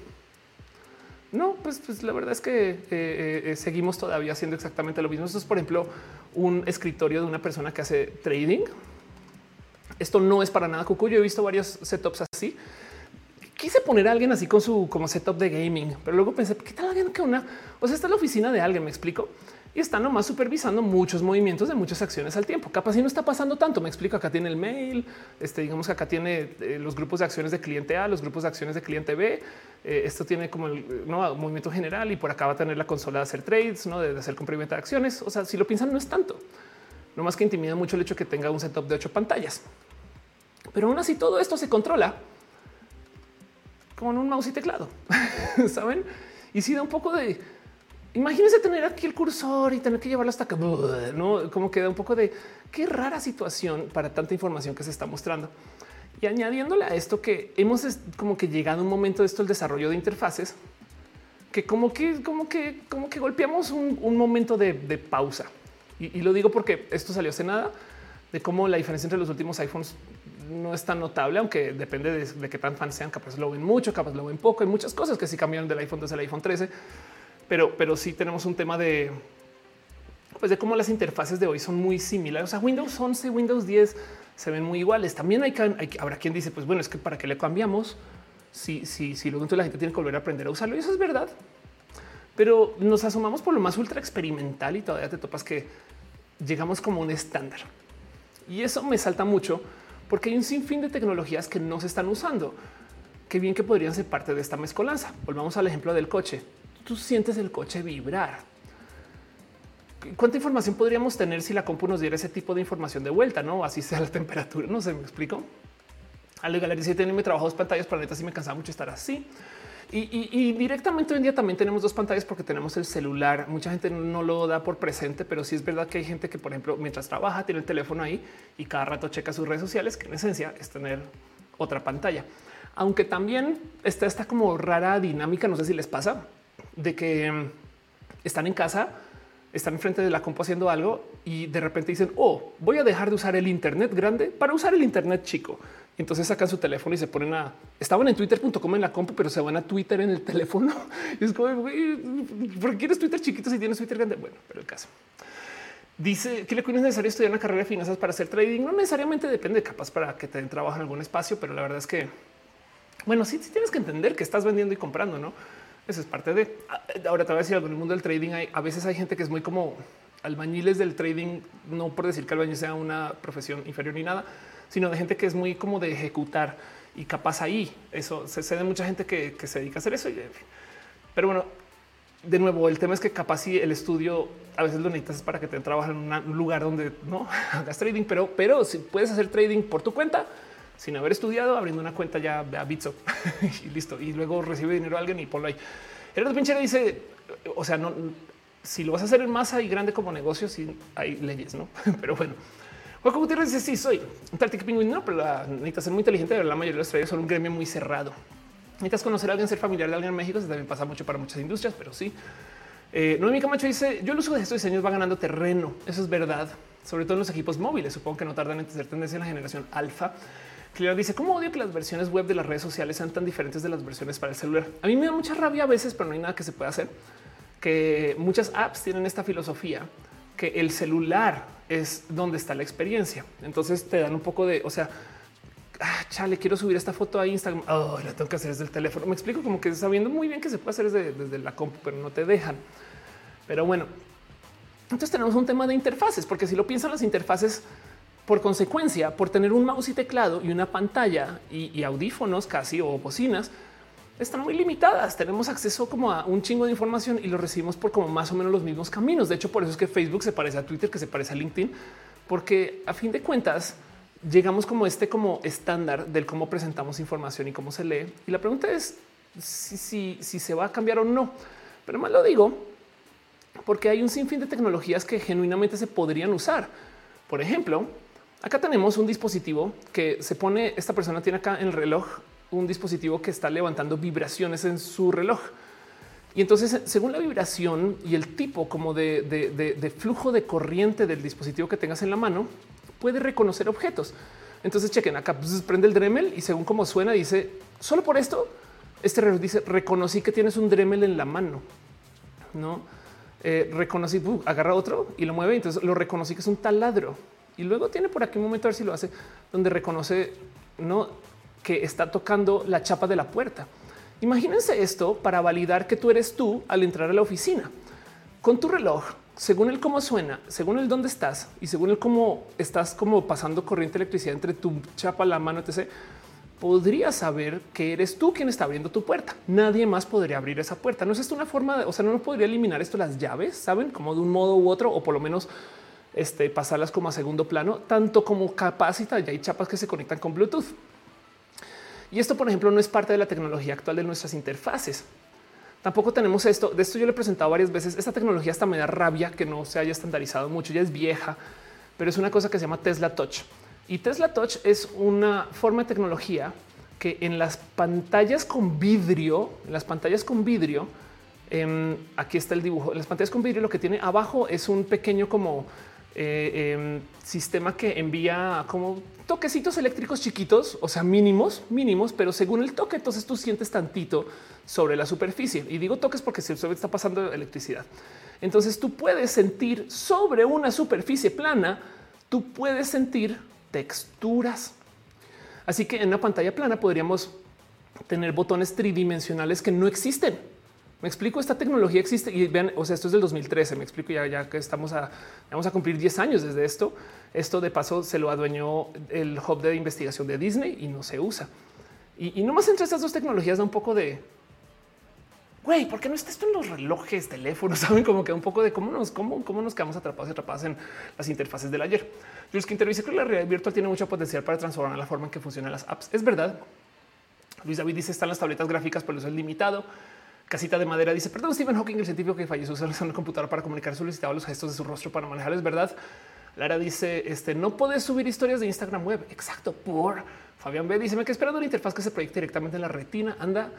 No, pues la verdad es que seguimos todavía haciendo exactamente lo mismo. Esto es, por ejemplo, un escritorio de una persona que hace trading. Esto no es para nada cucu. Yo he visto varios setups así. Quise poner a alguien así con su como setup de gaming, pero luego pensé, ¿qué tal alguien que una? O sea, esta es la oficina de alguien, me explico. Y está nomás supervisando muchos movimientos de muchas acciones al tiempo. Capaz si no está pasando tanto. Me explico. Acá tiene el mail. Digamos que acá tiene los grupos de acciones de cliente A, los grupos de acciones de cliente B. Esto tiene como el movimiento general y por acá va a tener la consola de hacer trades, ¿no? De hacer compra y venta de acciones. O sea, si lo piensan, no es tanto. No más que intimida mucho el hecho de que tenga un setup de 8 pantallas. Pero aún así todo esto se controla como en un mouse y teclado, ¿saben? Y si da un poco de... Imagínense tener aquí el cursor y tener que llevarlo hasta acá, no como queda un poco de qué rara situación para tanta información que se está mostrando. Y añadiéndole a esto que hemos como que llegado a un momento de esto, el desarrollo de interfaces, que como que golpeamos un momento de pausa. Y lo digo porque esto salió hace nada de cómo la diferencia entre los últimos iPhones no es tan notable, aunque depende de qué tan fans sean. Capaz lo ven mucho, capaz lo ven poco. Hay muchas cosas que sí cambiaron del iPhone 2 al iPhone 13. Pero sí tenemos un tema de, pues de cómo las interfaces de hoy son muy similares. O sea, Windows 11, Windows 10 se ven muy iguales. También habrá quien dice, pues bueno, es que para qué le cambiamos si luego la gente tiene que volver a aprender a usarlo. Y eso es verdad. Pero nos asomamos por lo más ultra experimental y todavía te topas que llegamos como un estándar. Y eso me salta mucho porque hay un sinfín de tecnologías que no se están usando. Qué bien que podrían ser parte de esta mezcolanza. Volvamos al ejemplo del coche. Tú sientes el coche vibrar. ¿Cuánta información podríamos tener si la compu nos diera ese tipo de información de vuelta? No, así sea la temperatura. No sé, me explico. Al Galería 7 me trabajo 2 pantallas para neta. Sí me cansaba mucho estar así. Y directamente hoy en día también tenemos 2 pantallas porque tenemos el celular. Mucha gente no lo da por presente, pero sí es verdad que hay gente que, por ejemplo, mientras trabaja, tiene el teléfono ahí y cada rato checa sus redes sociales, que en esencia es tener otra pantalla. Aunque también está esta como rara dinámica, no sé si les pasa, de que están en casa, están enfrente de la compu haciendo algo y de repente dicen, oh, voy a dejar de usar el Internet grande para usar el Internet chico. Y entonces sacan su teléfono y se ponen estaban en twitter.com en la compu, pero se van a Twitter en el teléfono. Y es como, ¿por qué quieres Twitter chiquito si tienes Twitter grande? Bueno, pero el caso. Dice que le es necesario estudiar una carrera de finanzas para hacer trading. No necesariamente, depende, capaz para que te den trabajo en algún espacio, pero la verdad es que, bueno, sí tienes que entender que estás vendiendo y comprando, ¿no? Eso es parte de... Ahora te voy a decir algo, en el mundo del trading a veces hay gente que es muy como albañiles del trading, no por decir que albañil sea una profesión inferior ni nada, sino de gente que es muy como de ejecutar y capaz ahí. Eso se cede mucha gente que se dedica a hacer eso. Pero bueno, de nuevo, el tema es que capaz si el estudio a veces lo necesitas para que te trabajes en un lugar donde no hagas trading, pero si puedes hacer trading por tu cuenta sin haber estudiado, abriendo una cuenta ya a Bitso y listo. Y luego recibe dinero a alguien y ponlo ahí. Gerardo Pinchero dice, o sea, no, si lo vas a hacer en masa y grande como negocio, sí hay leyes, no? Pero bueno, Juan Gutiérrez dice, sí, soy un táctico pingüino, no, pero necesitas ser muy inteligente, pero la mayoría de los traders son un gremio muy cerrado. Necesitas conocer a alguien, ser familiar de alguien en México. Eso también pasa mucho para muchas industrias, pero sí. Noemí Camacho dice, yo el uso de estos diseños va ganando terreno. Eso es verdad, sobre todo en los equipos móviles. Supongo que no tardan en ser tendencia en la generación alfa. Clara dice, ¿cómo odio que las versiones web de las redes sociales sean tan diferentes de las versiones para el celular? A mí me da mucha rabia a veces, pero no hay nada que se pueda hacer. Que muchas apps tienen esta filosofía que el celular es donde está la experiencia. Entonces te dan un poco de, o sea, chale, quiero subir esta foto a Instagram. Oh, la tengo que hacer desde el teléfono. Me explico, como que sabiendo muy bien que se puede hacer desde la compu, pero no te dejan. Pero bueno, entonces tenemos un tema de interfaces, porque si lo piensan, las interfaces, por consecuencia, por tener un mouse y teclado y una pantalla y audífonos casi o bocinas, están muy limitadas. Tenemos acceso como a un chingo de información y lo recibimos por como más o menos los mismos caminos. De hecho, por eso es que Facebook se parece a Twitter, que se parece a LinkedIn, porque a fin de cuentas llegamos como como estándar del cómo presentamos información y cómo se lee. Y la pregunta es si se va a cambiar o no. Pero más lo digo porque hay un sinfín de tecnologías que genuinamente se podrían usar. Por ejemplo, acá tenemos un dispositivo que se pone, esta persona tiene acá en el reloj un dispositivo que está levantando vibraciones en su reloj. Y entonces, según la vibración y el tipo como de flujo de corriente del dispositivo que tengas en la mano, puede reconocer objetos. Entonces chequen acá, pues, prende el Dremel y según cómo suena, dice solo por esto, este reloj dice reconocí que tienes un Dremel en la mano. No reconocí, agarra otro y lo mueve. Entonces lo reconocí que es un taladro. Y luego tiene por aquí un momento, a ver si lo hace, donde reconoce que está tocando la chapa de la puerta. Imagínense esto para validar que tú eres tú al entrar a la oficina con tu reloj. Según el cómo suena, según el dónde estás y según el cómo estás como pasando corriente de electricidad entre tu chapa, la mano, etc., podría saber que eres tú quien está abriendo tu puerta. Nadie más podría abrir esa puerta. No es esto una forma de, o sea, no podría eliminar esto las llaves, saben, como de un modo u otro, o por lo menos pasarlas como a segundo plano, tanto como capacita. Ya hay chapas que se conectan con Bluetooth. Y esto, por ejemplo, no es parte de la tecnología actual de nuestras interfaces. Tampoco tenemos esto. De esto yo le he presentado varias veces. Esta tecnología hasta me da rabia que no se haya estandarizado mucho. Ya es vieja, pero es una cosa que se llama Tesla Touch. Y Tesla Touch es una forma de tecnología que en las pantallas con vidrio, aquí está el dibujo. En las pantallas con vidrio, lo que tiene abajo es un pequeño como sistema que envía como toquecitos eléctricos chiquitos, o sea, mínimos, pero según el toque, entonces tú sientes tantito sobre la superficie. Y digo toques porque si está pasando electricidad, entonces tú puedes sentir sobre una superficie plana, tú puedes sentir texturas. Así que en una pantalla plana podríamos tener botones tridimensionales que no existen. Me explico, esta tecnología existe y vean, o sea, esto es del 2013. Me explico, ya que vamos a cumplir 10 años desde esto. Esto de paso se lo adueñó el hub de investigación de Disney y no se usa. Y nomás entre estas dos tecnologías da un poco de güey, ¿por qué no está esto en los relojes, teléfonos? Saben, como que un poco de cómo nos quedamos atrapados en las interfaces del ayer. Jules Quintero dice que la realidad virtual tiene mucho potencial para transformar la forma en que funcionan las apps. Es verdad. Luis David dice están las tabletas gráficas, pero eso es limitado. Casita de Madera dice perdón, Stephen Hawking, el científico que falleció usando una computadora para comunicar, solicitaba los gestos de su rostro para manejar. Es verdad. Lara dice no puedes subir historias de Instagram web. Exacto. Por Fabián B dice me quedé esperando una interfaz que se proyecte directamente en la retina. Anda.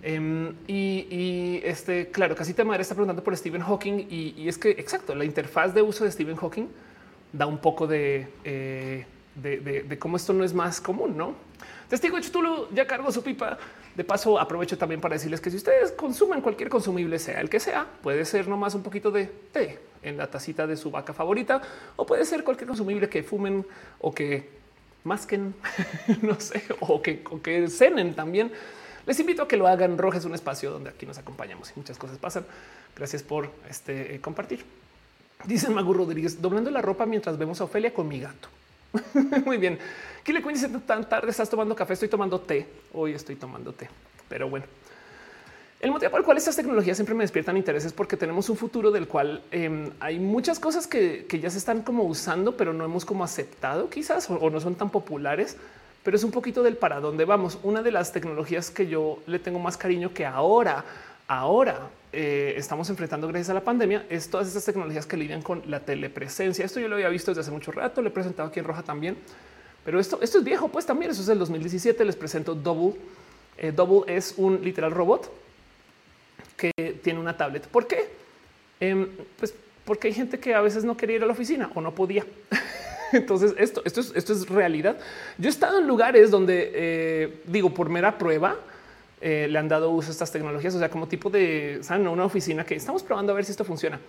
Claro, Casita de Madera está preguntando por Stephen Hawking y es que exacto, la interfaz de uso de Stephen Hawking da un poco de cómo esto no es más común, ¿no? Testigo de Chutulo ya cargó su pipa. De paso, aprovecho también para decirles que si ustedes consumen cualquier consumible, sea el que sea, puede ser nomás un poquito de té en la tacita de su vaca favorita, o puede ser cualquier consumible que fumen o que masquen, no sé, o que cenen también. Les invito a que lo hagan. Roja es un espacio donde aquí nos acompañamos y muchas cosas pasan. Gracias por compartir. Dice Magu Rodríguez, doblando la ropa mientras vemos a Ofelia con mi gato. Muy bien. Kile Queen dice, tan tarde estás tomando café, estoy tomando té. Hoy estoy tomando té, pero bueno. El motivo por el cual estas tecnologías siempre me despiertan interés es porque tenemos un futuro del cual hay muchas cosas que ya se están como usando, pero no hemos como aceptado quizás o no son tan populares, pero es un poquito del para dónde vamos. Una de las tecnologías que yo le tengo más cariño que ahora estamos enfrentando gracias a la pandemia es todas estas tecnologías que lidian con la telepresencia. Esto yo lo había visto desde hace mucho rato, lo he presentado aquí en Roja también, pero esto es viejo, pues también eso es del 2017. Les presento Double. Double es un literal robot que tiene una tablet. ¿Por qué? Pues porque hay gente que a veces no quería ir a la oficina o no podía. Entonces esto es realidad. Yo he estado en lugares donde digo por mera prueba le han dado uso a estas tecnologías, o sea, como tipo de ¿saben? Una oficina que estamos probando a ver si esto funciona.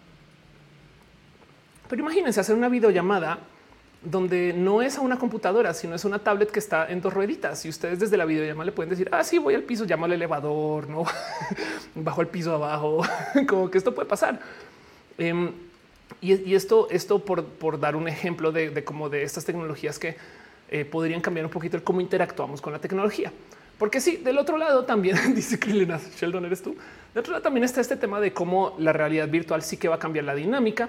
Pero imagínense hacer una videollamada donde no es a una computadora, sino es una tablet que está en dos rueditas y ustedes desde la videollamada le pueden decir, ah, sí, voy al piso, llamo al elevador, no bajo al piso abajo, como que esto puede pasar. Y esto por dar un ejemplo de como de estas tecnologías que podrían cambiar un poquito el cómo interactuamos con la tecnología. Porque sí, del otro lado también dice Krilena, Sheldon, eres tú. Del otro lado también está este tema de cómo la realidad virtual sí que va a cambiar la dinámica.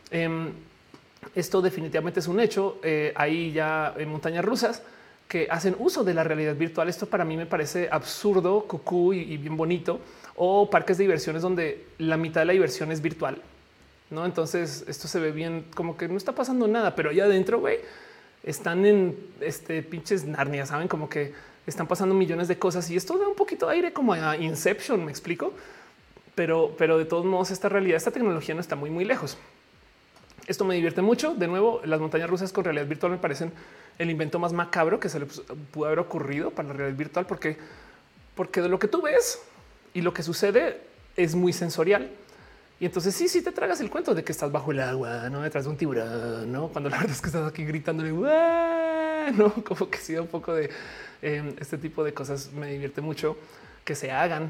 Esto definitivamente es un hecho. Hay ya montañas rusas que hacen uso de la realidad virtual. Esto para mí me parece absurdo, cucú y bien bonito. O parques de diversiones donde la mitad de la diversión es virtual, ¿no? Entonces esto se ve bien, como que no está pasando nada, pero allá adentro, güey, están en pinches Narnia, saben, como que están pasando millones de cosas y esto da un poquito de aire como a Inception, me explico. Pero de todos modos, esta realidad, esta tecnología no está muy lejos. Esto me divierte mucho. De nuevo, las montañas rusas con realidad virtual me parecen el invento más macabro que se le pudo haber ocurrido para la realidad virtual, porque de lo que tú ves y lo que sucede es muy sensorial. Y entonces sí te tragas el cuento de que estás bajo el agua, no detrás de un tiburón, no, cuando la verdad es que estás aquí gritándole, no, como que sí, un poco de este tipo de cosas me divierte mucho que se hagan.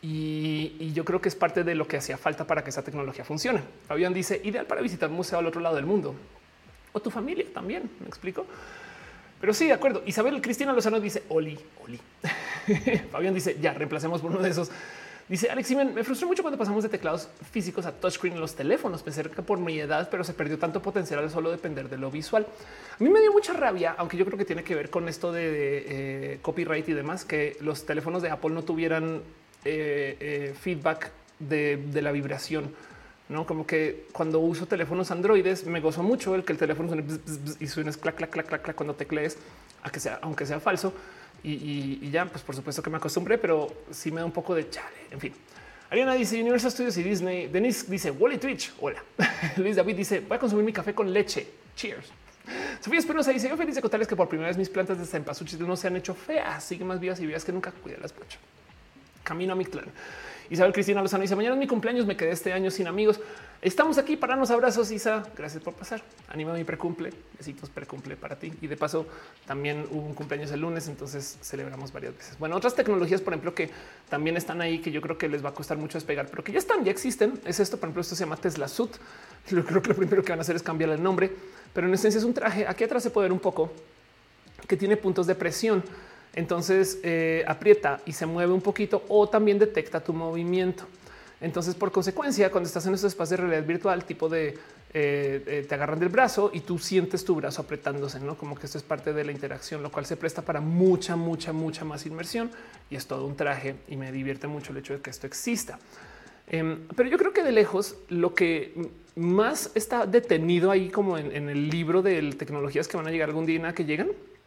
Y yo creo que es parte de lo que hacía falta para que esa tecnología funcione. Fabián dice ideal para visitar un museo al otro lado del mundo o tu familia también. Me explico, pero sí, de acuerdo. Isabel Cristina Lozano dice Oli. Fabián dice ya reemplacemos por uno de esos. Dice Alex Simen, me frustró mucho cuando pasamos de teclados físicos a touchscreen en los teléfonos. Pensé que por mi edad, pero se perdió tanto potencial al solo depender de lo visual. A mí me dio mucha rabia, aunque yo creo que tiene que ver con esto de copyright y demás, que los teléfonos de Apple no tuvieran feedback de la vibración, no como que cuando uso teléfonos androides me gozo mucho el que el teléfono suene bzz, bzz, bzz, y suene clac, clac, clac, clac, clac cuando teclees, a que sea, aunque sea falso. Y ya, pues por supuesto que me acostumbré, pero sí me da un poco de chale. En fin, Ariana dice Universal Studios y Disney. Denise dice Wally Twitch. Hola. Luis David dice voy a consumir mi café con leche. Cheers. Sofía Espinosa dice yo feliz de contarles que por primera vez mis plantas de cempasúchil no se han hecho feas, siguen más vivas y vivas que nunca. Cuídalas mucho. Camino a mi clan. Isabel Cristina Lozano dice mañana es mi cumpleaños, me quedé este año sin amigos. Estamos aquí para darnos abrazos, Isa. Gracias por pasar. Anima mi precumple. Besitos precumple para ti. Y de paso también hubo un cumpleaños el lunes, entonces celebramos varias veces. Bueno, otras tecnologías, por ejemplo, que también están ahí, que yo creo que les va a costar mucho despegar, pero que ya están, ya existen. Es esto, por ejemplo, esto se llama Tesla Suit. Yo creo que lo primero que van a hacer es cambiarle el nombre, pero en esencia es un traje. Aquí atrás se puede ver un poco que tiene puntos de presión. Entonces aprieta y se mueve un poquito o también detecta tu movimiento. Entonces, por consecuencia, cuando estás en estos espacios de realidad virtual, tipo de te agarran del brazo y tú sientes tu brazo apretándose, no como que esto es parte de la interacción, lo cual se presta para mucha más inmersión y es todo un traje. Y me divierte mucho el hecho de que esto exista. Pero yo creo que de lejos lo que más está detenido ahí, como en el libro de tecnologías que van a llegar algún día y nada que llegan.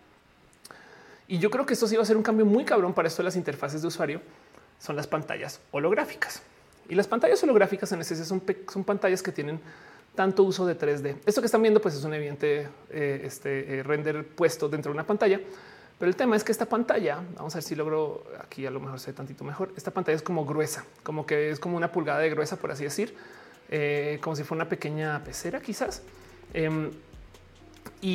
Y yo creo que esto sí va a ser un cambio muy cabrón para esto de las interfaces de usuario. Son las pantallas holográficas. Y las pantallas holográficas en esencia son pantallas que tienen tanto uso de 3D. Esto que están viendo pues es un evidente render puesto dentro de una pantalla. Pero el tema es que esta pantalla, vamos a ver si logro aquí a lo mejor se ve tantito mejor. Esta pantalla es como gruesa, como que es como una pulgada de gruesa, por así decir, como si fuera una pequeña pecera quizás.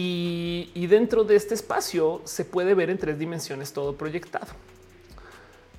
Y dentro de este espacio se puede ver en 3 dimensiones todo proyectado.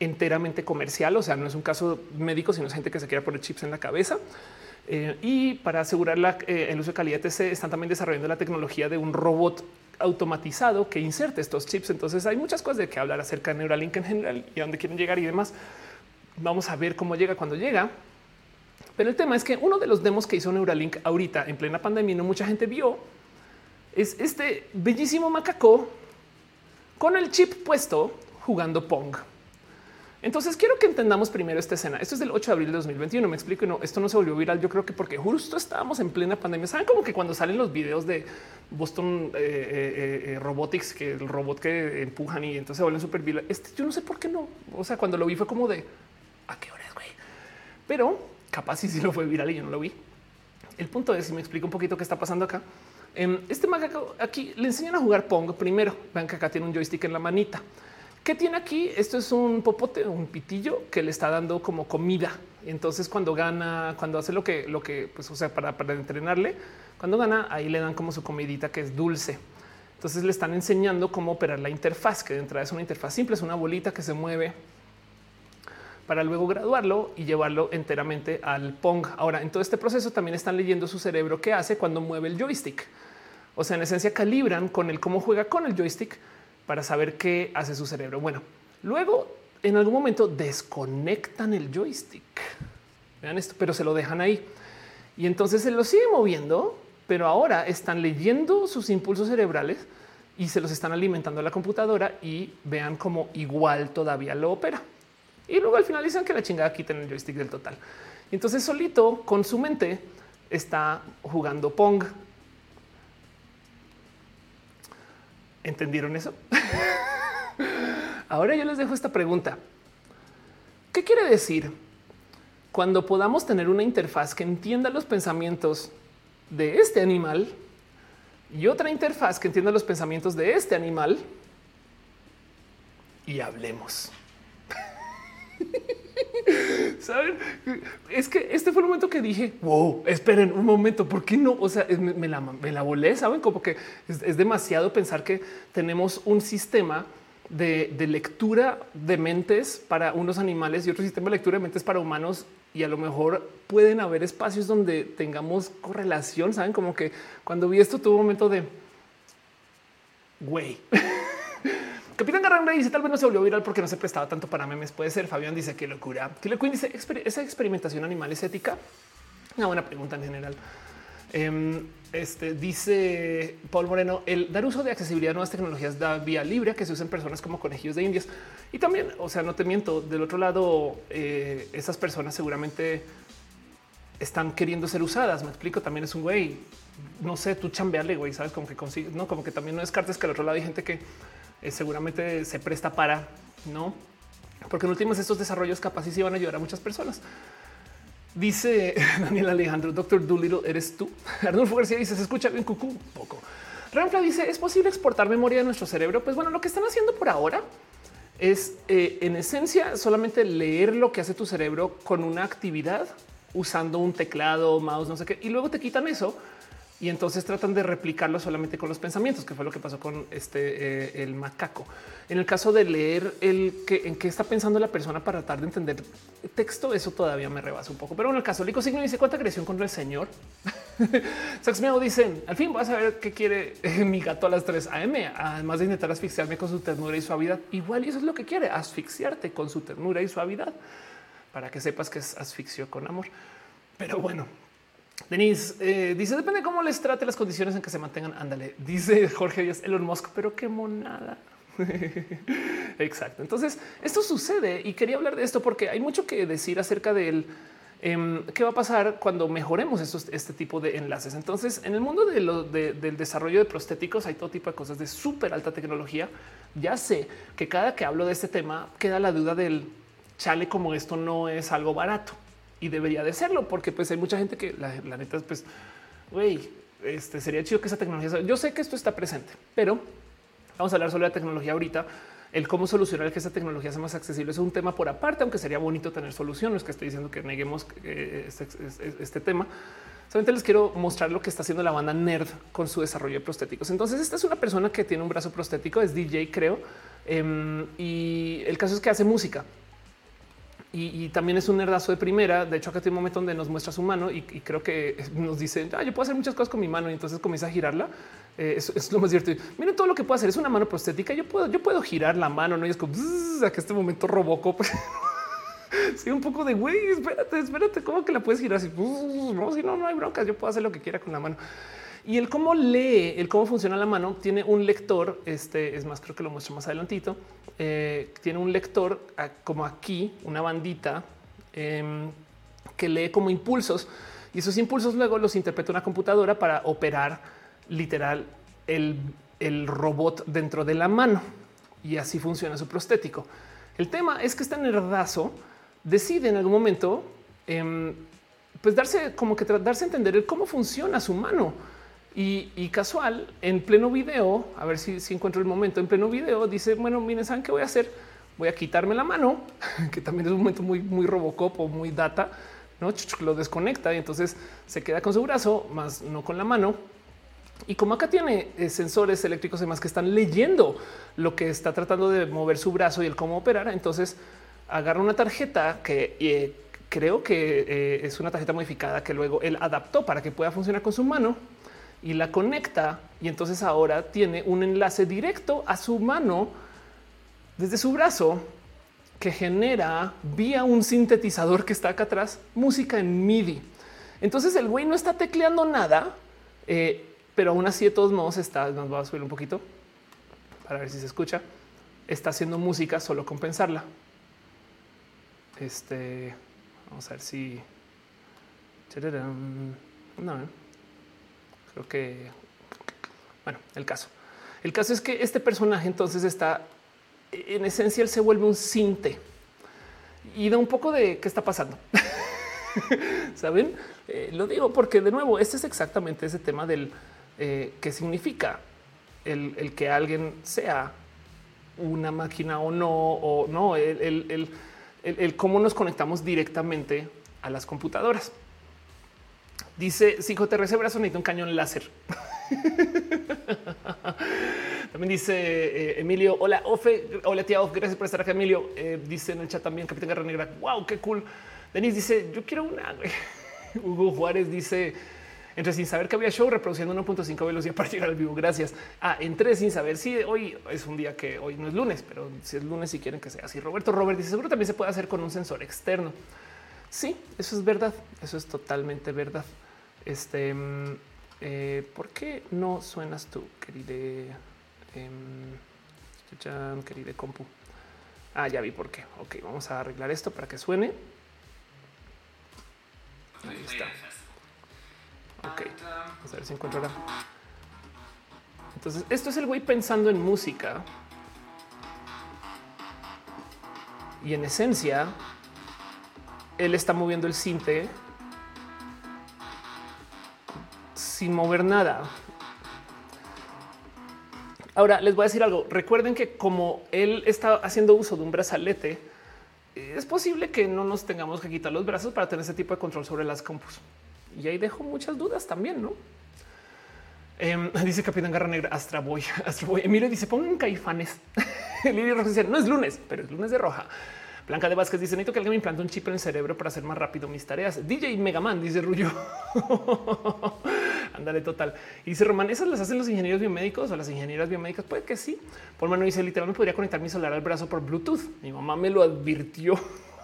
enteramente comercial. O sea, no es un caso médico, sino es gente que se quiere poner chips en la cabeza. Y para asegurar el uso de calidad, están también desarrollando la tecnología de un robot automatizado que inserte estos chips. Entonces hay muchas cosas de que hablar acerca de Neuralink en general y a dónde quieren llegar y demás. Vamos a ver cómo llega cuando llega. Pero el tema es que uno de los demos que hizo Neuralink ahorita en plena pandemia y no mucha gente vio es este bellísimo macaco con el chip puesto jugando Pong. Entonces quiero que entendamos primero esta escena. Esto es del 8 de abril de 2021. Me explico. No, esto no se volvió viral. Yo creo que porque justo estábamos en plena pandemia. Saben como que cuando salen los videos de Boston Robotics, que el robot que empujan y entonces se vuelven súper viral. Yo no sé por qué no. O sea, cuando lo vi fue como de ¿a qué hora es, güey? Pero capaz sí lo fue viral y yo no lo vi. El punto es, si me explico un poquito qué está pasando acá. Este macaco aquí le enseñan a jugar Pong primero. Vean que acá tiene un joystick en la manita. ¿Qué tiene aquí? Esto es un popote, un pitillo que le está dando como comida. Entonces, cuando gana, cuando hace lo que, pues, o sea, para entrenarle, cuando gana, ahí le dan como su comidita que es dulce. Entonces le están enseñando cómo operar la interfaz, que de entrada es una interfaz simple, es una bolita que se mueve para luego graduarlo y llevarlo enteramente al Pong. Ahora, en todo este proceso también están leyendo su cerebro qué hace cuando mueve el joystick. O sea, en esencia calibran con el cómo juega con el joystick para saber qué hace su cerebro. Bueno, luego en algún momento desconectan el joystick. Vean esto, pero se lo dejan ahí. Y entonces se lo sigue moviendo, pero ahora están leyendo sus impulsos cerebrales y se los están alimentando a la computadora y vean cómo igual todavía lo opera. Y luego al final dicen que la chingada quiten el joystick del total. Y entonces solito con su mente está jugando Pong. ¿Entendieron eso? Ahora yo les dejo esta pregunta. ¿Qué quiere decir cuando podamos tener una interfaz que entienda los pensamientos de este animal y otra interfaz que entienda los pensamientos de este animal y hablemos? ¿Saben? Es que este fue el momento que dije, wow, esperen un momento, ¿por qué no? O sea, me la volé, ¿saben? Como que es demasiado pensar que tenemos un sistema de lectura de mentes para unos animales y otro sistema de lectura de mentes para humanos, y a lo mejor pueden haber espacios donde tengamos correlación. ¿Saben? Como que cuando vi esto tuve un momento de güey. Capitán Garranga dice tal vez no se volvió viral porque no se prestaba tanto para memes. Puede ser. Fabián dice qué locura. Killer Queen dice esa experimentación animal es ética. Una buena pregunta en general. Dice Paul Moreno, el dar uso de accesibilidad a nuevas tecnologías da vía libre a que se usen personas como conejillos de indias. Y también, o sea, no te miento, del otro lado, esas personas seguramente están queriendo ser usadas. Me explico, también es un güey, no sé, tú chambearle, güey, sabes, como que consigues, no, como que también no descartes que al otro lado hay gente que seguramente se presta para, no, porque en últimas estos desarrollos capaz sí van a ayudar a muchas personas. Dice Daniel Alejandro, Doctor Dolittle, ¿eres tú? Arnulfo García dice, se escucha bien cucú, poco. Ramfla dice, ¿es posible exportar memoria de nuestro cerebro? Pues bueno, lo que están haciendo por ahora es en esencia solamente leer lo que hace tu cerebro con una actividad usando un teclado, mouse, no sé qué, y luego te quitan eso y entonces tratan de replicarlo solamente con los pensamientos, que fue lo que pasó con el macaco. En el caso de leer en qué está pensando la persona para tratar de entender texto, eso todavía me rebasa un poco. Pero en el caso Lico Signo dice cuánta agresión contra el señor. Saxmeo dice al fin vas a ver qué quiere mi gato a las 3 a.m. Además de intentar asfixiarme con su ternura y suavidad. Igual y eso es lo que quiere, asfixiarte con su ternura y suavidad para que sepas que es asfixio con amor. Pero bueno, Denise dice depende de cómo les trate las condiciones en que se mantengan. Ándale, dice Jorge Díaz, Elon Musk, pero qué monada. Exacto. Entonces esto sucede y quería hablar de esto porque hay mucho que decir acerca de él. ¿Qué va a pasar cuando mejoremos este tipo de enlaces? Entonces, en el mundo del desarrollo de prostéticos hay todo tipo de cosas de súper alta tecnología. Ya sé que cada que hablo de este tema queda la duda del chale, como esto no es algo barato y debería de serlo, porque pues hay mucha gente que la neta, pues, güey, sería chido que esa tecnología. Yo sé que esto está presente, pero vamos a hablar sobre la tecnología ahorita. El cómo solucionar que esa tecnología sea más accesible es un tema por aparte, aunque sería bonito tener solución. No es que estoy diciendo que neguemos este tema. Solamente les quiero mostrar lo que está haciendo la banda Nerd con su desarrollo de prostéticos. Entonces, esta es una persona que tiene un brazo prostético, es DJ, creo. Y el caso es que hace música. Y también es un nerdazo de primera. De hecho, acá tiene un momento donde nos muestra su mano y creo que nos dice, yo puedo hacer muchas cosas con mi mano. Y entonces comienza a girarla. Es lo más divertido. Miren todo lo que puedo hacer. Es una mano prostética. Yo puedo girar la mano. No y es como a que este momento Robocop. Sí, un poco de güey, espérate, ¿cómo que la puedes girar así? No, si no hay broncas. Yo puedo hacer lo que quiera con la mano. Y el cómo lee, el cómo funciona la mano, tiene un lector. Es más, creo que lo muestro más adelantito. Tiene un lector como aquí, una bandita que lee como impulsos, y esos impulsos luego los interpreta una computadora para operar literal el robot dentro de la mano. Y así funciona su prostético. El tema es que este nerdazo decide en algún momento pues darse a entender el cómo funciona su mano. Y casual, en pleno video, a ver si encuentro el momento, en pleno video dice, bueno, miren, ¿saben qué voy a hacer? Voy a quitarme la mano, que también es un momento muy Robocop o muy data, ¿no? Lo desconecta y entonces se queda con su brazo, más no con la mano. Y como acá tiene sensores eléctricos y demás que están leyendo lo que está tratando de mover su brazo y el cómo operar, entonces agarra una tarjeta que creo que es una tarjeta modificada que luego él adaptó para que pueda funcionar con su mano, y la conecta, y entonces ahora tiene un enlace directo a su mano desde su brazo que genera vía un sintetizador que está acá atrás música en MIDI. Entonces el güey no está tecleando nada, pero aún así de todos modos nos va a subir un poquito para ver si se escucha. Está haciendo música solo con pensarla. Vamos a ver si no. Creo que, bueno, el caso es que este personaje entonces está, en esencia, él se vuelve un sinte y da un poco de qué está pasando. Saben, lo digo porque de nuevo, este es exactamente ese tema del qué significa el que alguien sea una máquina o no, el cómo nos conectamos directamente a las computadoras. Dice, si JTRC brazo necesita un cañón láser. También dice Emilio, hola Ofe, hola tía Ofe, gracias por estar acá. Emilio dice en el chat también, Capitán Garra Negra, wow, qué cool. Denis dice, yo quiero una. Hugo Juárez dice, entré sin saber que había show reproduciendo 1.5 velocidad para llegar al vivo. Gracias. Entré sin saber si hoy es un día que hoy no es lunes, pero si es lunes, si quieren que sea así. Robert dice, seguro también se puede hacer con un sensor externo. Sí, eso es verdad. Eso es totalmente verdad. ¿Por qué no suenas tú, querida? Querida compu. Ya vi por qué. Ok, vamos a arreglar esto para que suene. Ahí está. Ok, vamos a ver si encuentro ahora. Entonces, esto es el güey pensando en música. Y en esencia, él está moviendo el sinte sin mover nada. Ahora les voy a decir algo. Recuerden que como él está haciendo uso de un brazalete, es posible que no nos tengamos que quitar los brazos para tener ese tipo de control sobre las compus. Y ahí dejo muchas dudas también, ¿no? Dice Capitán Garra Negra, Astra Boy. Emilio dice, pongan Caifanes. Lili Rojas dice, no es lunes, pero es lunes de roja. Blanca de Vázquez dice, necesito que alguien me implante un chip en el cerebro para hacer más rápido mis tareas. DJ Megaman dice Rullo. Ándale, total. Y dice Román, ¿esas las hacen los ingenieros biomédicos o las ingenieras biomédicas? Puede que sí. Por mano dice, literalmente podría conectar mi celular al brazo por Bluetooth. Mi mamá me lo advirtió.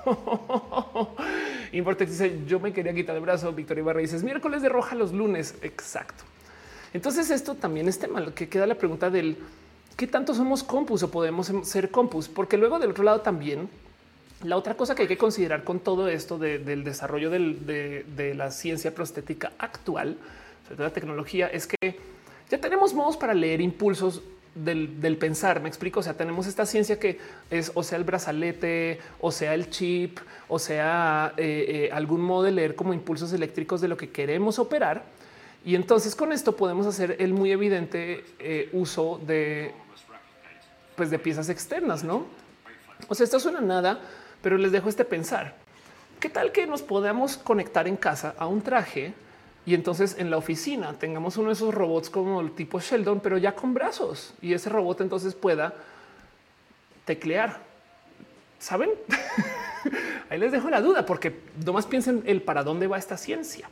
Importex dice, yo me quería quitar el brazo. Victoria Ibarra dice, es miércoles de roja los lunes. Exacto. Entonces esto también es tema, que queda la pregunta del qué tanto somos compus o podemos ser compus, porque luego del otro lado también la otra cosa que hay que considerar con todo esto del desarrollo de la ciencia prostética actual, sobre todo la tecnología, es que ya tenemos modos para leer impulsos del pensar. Me explico. O sea, tenemos esta ciencia que es o sea el brazalete, o sea el chip, o sea algún modo de leer como impulsos eléctricos de lo que queremos operar. Y entonces con esto podemos hacer el muy evidente uso de piezas externas, ¿no? O sea, esto suena a nada, pero les dejo este pensar. ¿Qué tal que nos podamos conectar en casa a un traje y entonces en la oficina tengamos uno de esos robots como el tipo Sheldon, pero ya con brazos, y ese robot entonces pueda teclear? ¿Saben? Ahí les dejo la duda, porque nomás piensen el para dónde va esta ciencia.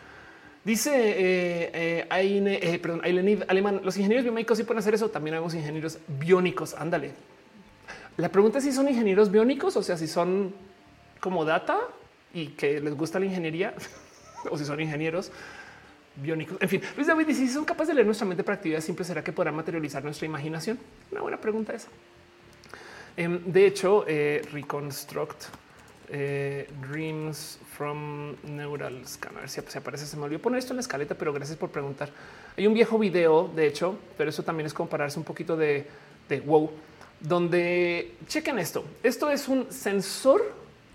Dice Ailenid Alemán, los ingenieros biomédicos sí pueden hacer eso. También hay ingenieros biónicos. Ándale. La pregunta es si son ingenieros biónicos, o sea, si son como data y que les gusta la ingeniería o si son ingenieros biónicos. En fin, Luis David dice si son capaces de leer nuestra mente para actividades simples, ¿será que podrán materializar nuestra imaginación? Una buena pregunta esa. De hecho, Reconstruct Dreams from Neural Scan. A ver si se aparece. Se me olvidó poner esto en la escaleta, pero gracias por preguntar. Hay un viejo video, de hecho, pero eso también es compararse un poquito de wow, donde chequen esto. Esto es un sensor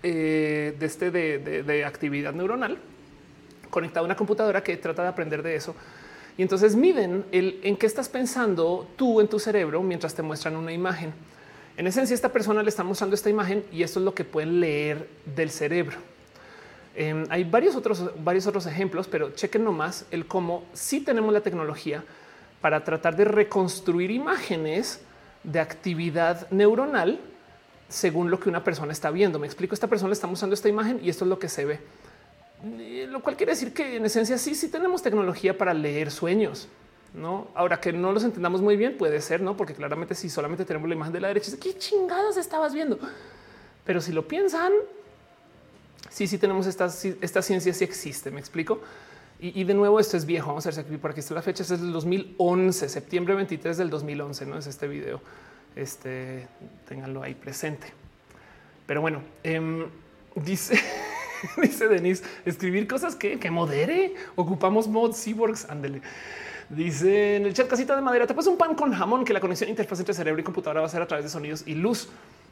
de actividad neuronal conectado a una computadora que trata de aprender de eso. Y entonces miden en qué estás pensando tú en tu cerebro mientras te muestran una imagen. En esencia, esta persona le está mostrando esta imagen y esto es lo que pueden leer del cerebro. Hay varios otros ejemplos, pero chequen nomás el cómo sí tenemos la tecnología para tratar de reconstruir imágenes de actividad neuronal según lo que una persona está viendo. Me explico, esta persona le está mostrando esta imagen y esto es lo que se ve. Lo cual quiere decir que en esencia sí tenemos tecnología para leer sueños. No, ahora que no los entendamos muy bien, puede ser, no, porque claramente si solamente tenemos la imagen de la derecha, ¿qué chingados estabas viendo? Pero si lo piensan, sí tenemos esta ciencia, sí existe. Me explico. Y de nuevo, esto es viejo. Vamos a ver si por aquí está la fecha. Este es del 2011, septiembre 23 del 2011. No es este video. Ténganlo ahí presente. Pero bueno, dice Denise, escribir cosas que modere. Ocupamos mod cyborgs. Ándele. Dice en el chat, casita de madera, te pones un pan con jamón que la conexión interfaz entre cerebro y computadora va a ser a través de sonidos y luz.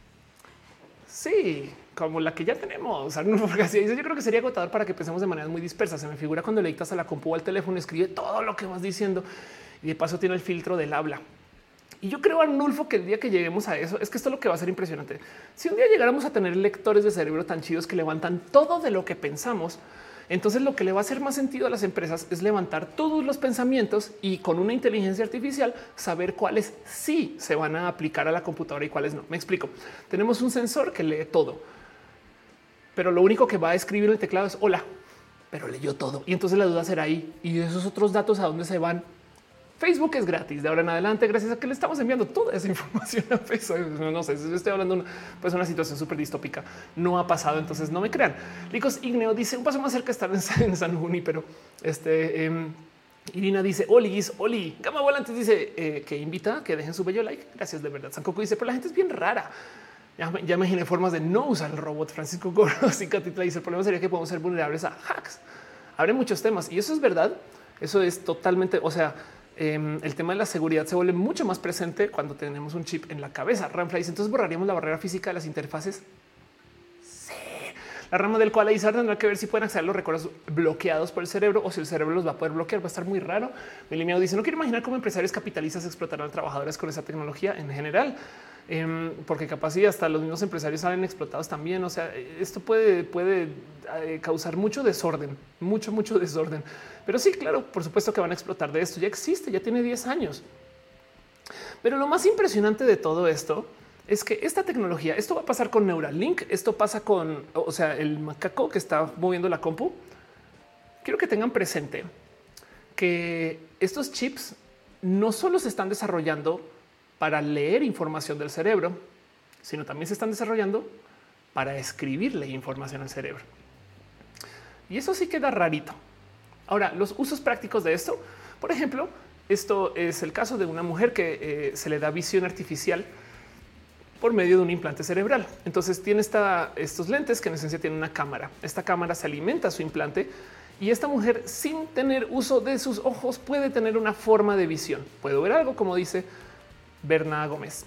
Sí, como la que ya tenemos. Porque así dice, yo creo que sería agotador para que pensemos de maneras muy dispersas. Se me figura cuando le dictas a la compu o al teléfono, escribe todo lo que vas diciendo y de paso tiene el filtro del habla. Y yo creo, Arnulfo, que el día que lleguemos a eso, es que esto es lo que va a ser impresionante. Si un día llegáramos a tener lectores de cerebro tan chidos que levantan todo de lo que pensamos, entonces lo que le va a hacer más sentido a las empresas es levantar todos los pensamientos y con una inteligencia artificial saber cuáles sí se van a aplicar a la computadora y cuáles no. Me explico. Tenemos un sensor que lee todo, pero lo único que va a escribir en el teclado es hola, pero leyó todo. Y entonces la duda será ahí. Y esos otros datos, ¿a dónde se van? Facebook es gratis de ahora en adelante, gracias a que le estamos enviando toda esa información a Facebook. No sé, estoy hablando de una situación súper distópica. No ha pasado, entonces no me crean. Licos Igneo dice un paso más cerca de estar en San Juni, pero Irina dice Oli, Gama Volantes dice que invita que dejen su bello like. Gracias de verdad. San Coco dice, pero la gente es bien rara. Ya imaginé formas de no usar el robot. Francisco Goros y Catitla dice el problema sería que podemos ser vulnerables a hacks. Abre muchos temas y eso es verdad. Eso es totalmente, o sea, el tema de la seguridad se vuelve mucho más presente cuando tenemos un chip en la cabeza. Ramfla dice, entonces borraríamos la barrera física de las interfaces. Sí. La rama del cual Izar tendrá que ver si pueden acceder a los recuerdos bloqueados por el cerebro o si el cerebro los va a poder bloquear. Va a estar muy raro. Melimeo dice, no quiero imaginar cómo empresarios capitalistas explotarán a trabajadores con esa tecnología en general. Porque capaz y hasta los mismos empresarios salen explotados también. O sea, esto puede causar mucho desorden, mucho desorden. Pero sí, claro, por supuesto que van a explotar de esto. Ya existe, ya tiene 10 años. Pero lo más impresionante de todo esto es que esta tecnología, esto va a pasar con Neuralink, esto pasa con, o sea, el macaco que está moviendo la compu. Quiero que tengan presente que estos chips no solo se están desarrollando para leer información del cerebro, sino también se están desarrollando para escribirle información al cerebro. Y eso sí queda rarito. Ahora, los usos prácticos de esto, por ejemplo, esto es el caso de una mujer que se le da visión artificial por medio de un implante cerebral. Entonces tiene estos lentes que en esencia tienen una cámara. Esta cámara se alimenta a su implante y esta mujer, sin tener uso de sus ojos, puede tener una forma de visión. Puedo ver algo, como dice Berna Gómez.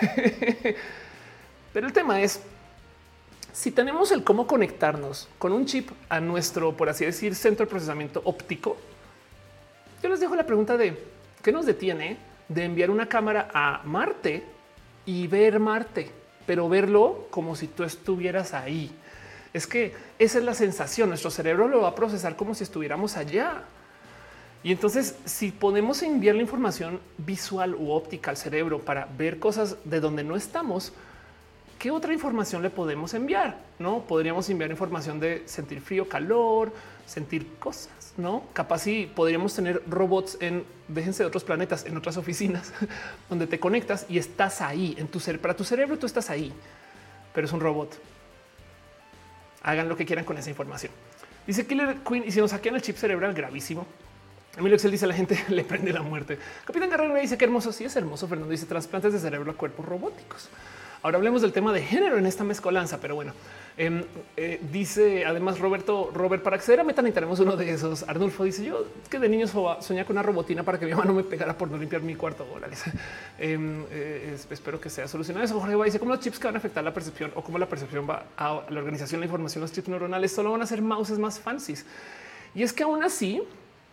Pero el tema es, si tenemos el cómo conectarnos con un chip a nuestro, por así decir, centro de procesamiento óptico, yo les dejo la pregunta de qué nos detiene de enviar una cámara a Marte y ver Marte, pero verlo como si tú estuvieras ahí. Es que esa es la sensación. Nuestro cerebro lo va a procesar como si estuviéramos allá. Y entonces, si podemos enviar la información visual u óptica al cerebro para ver cosas de donde no estamos, ¿qué otra información le podemos enviar? No podríamos enviar información de sentir frío, calor, sentir cosas, no? Capaz si podríamos tener robots en, déjense de otros planetas, en otras oficinas donde te conectas y estás ahí en tu ser. Para tu cerebro, tú estás ahí, pero es un robot. Hagan lo que quieran con esa información. Dice Killer Queen, y si nos hackean el chip cerebral, gravísimo. Emilio Excel dice: la gente le prende la muerte. Capitán Guerrero dice: qué hermoso. Sí, es hermoso. Fernando dice: trasplantes de cerebro a cuerpos robóticos. Ahora hablemos del tema de género en esta mezcolanza, pero bueno, dice además Robert, para acceder a Meta necesitaremos uno de esos. Arnulfo dice: yo que de niño soñaba con una robotina para que mi mamá no me pegara por no limpiar mi cuarto. Órales. Espero que sea solucionado eso. Jorge dice: ¿cómo los chips que van a afectar la percepción o cómo la percepción va a la organización, la información, los chips neuronales solo van a ser mouses más fancies? Y es que aún así,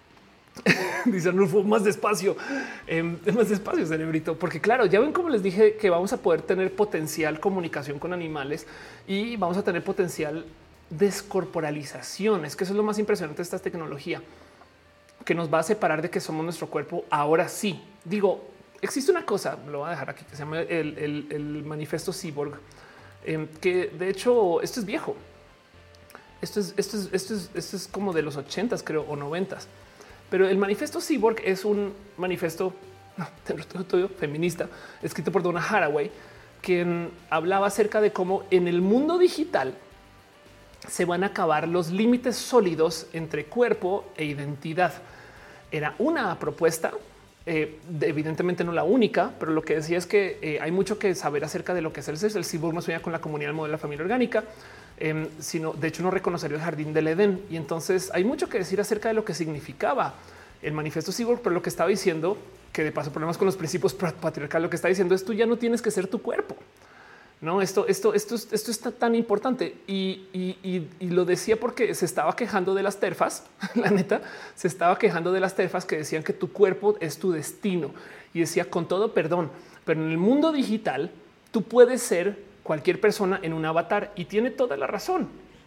dice Arnulfo, más despacio, cerebrito, porque claro, ya ven como les dije que vamos a poder tener potencial comunicación con animales y vamos a tener potencial descorporalización. Es que eso es lo más impresionante de esta tecnología, que nos va a separar de que somos nuestro cuerpo. Ahora sí, digo, existe una cosa, lo voy a dejar aquí, que se llama el manifiesto Cyborg, que de hecho esto es viejo. Esto es como de los 80s, creo, o 90s. Pero el manifiesto Cyborg es un manifiesto feminista escrito por Donna Haraway, quien hablaba acerca de cómo en el mundo digital se van a acabar los límites sólidos entre cuerpo e identidad. Era una propuesta, evidentemente no la única, pero lo que decía es que hay mucho que saber acerca de lo que es el sexo. El cyborg no sueña con la comunidad del modelo de la familia orgánica, sino de hecho no reconocería el jardín del Edén. Y entonces hay mucho que decir acerca de lo que significaba el manifiesto Cyborg, pero lo que estaba diciendo, que de paso problemas con los principios patriarcales, lo que está diciendo es: tú ya no tienes que ser tu cuerpo. No, esto está tan importante y lo decía porque se estaba quejando de las terfas. La neta, se estaba quejando de las terfas que decían que tu cuerpo es tu destino, y decía: con todo perdón, pero en el mundo digital tú puedes ser cualquier persona en un avatar, y tiene toda la razón.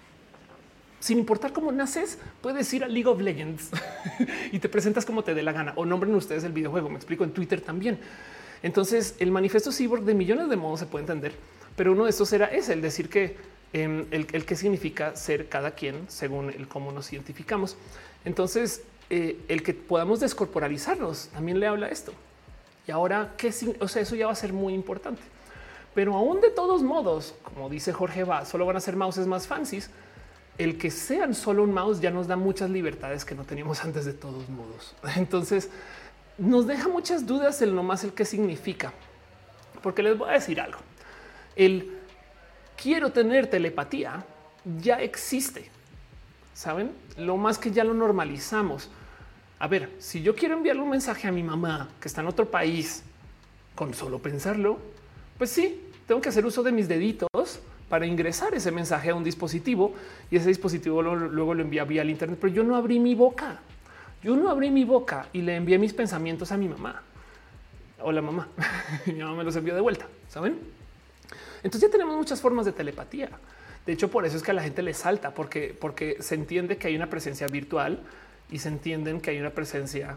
Sin importar cómo naces, puedes ir a League of Legends y te presentas como te dé la gana, o nombren ustedes el videojuego. Me explico, en Twitter también. Entonces el manifiesto Cyborg de millones de modos se puede entender, pero uno de estos era ese, el decir que el que significa ser cada quien según el cómo nos identificamos. Entonces el que podamos descorporalizarnos también le habla a esto. Y ahora, o sea, eso ya va a ser muy importante. Pero aún de todos modos, como dice Jorge solo van a ser mouses más fancies. El que sean solo un mouse ya nos da muchas libertades que no teníamos antes de todos modos. Entonces nos deja muchas dudas el nomás el qué significa, porque les voy a decir algo. El quiero tener telepatía ya existe. Saben, lo más que ya lo normalizamos. A ver, si yo quiero enviarle un mensaje a mi mamá que está en otro país, con solo pensarlo, pues sí, tengo que hacer uso de mis deditos para ingresar ese mensaje a un dispositivo, y ese dispositivo luego lo envía vía el internet. Pero yo no abrí mi boca. Yo no abrí mi boca y le envié mis pensamientos a mi mamá. Hola, mamá. Mi mamá me los envió de vuelta. Saben? Entonces ya tenemos muchas formas de telepatía. De hecho, por eso es que a la gente le salta, porque se entiende que hay una presencia virtual y se entienden que hay una presencia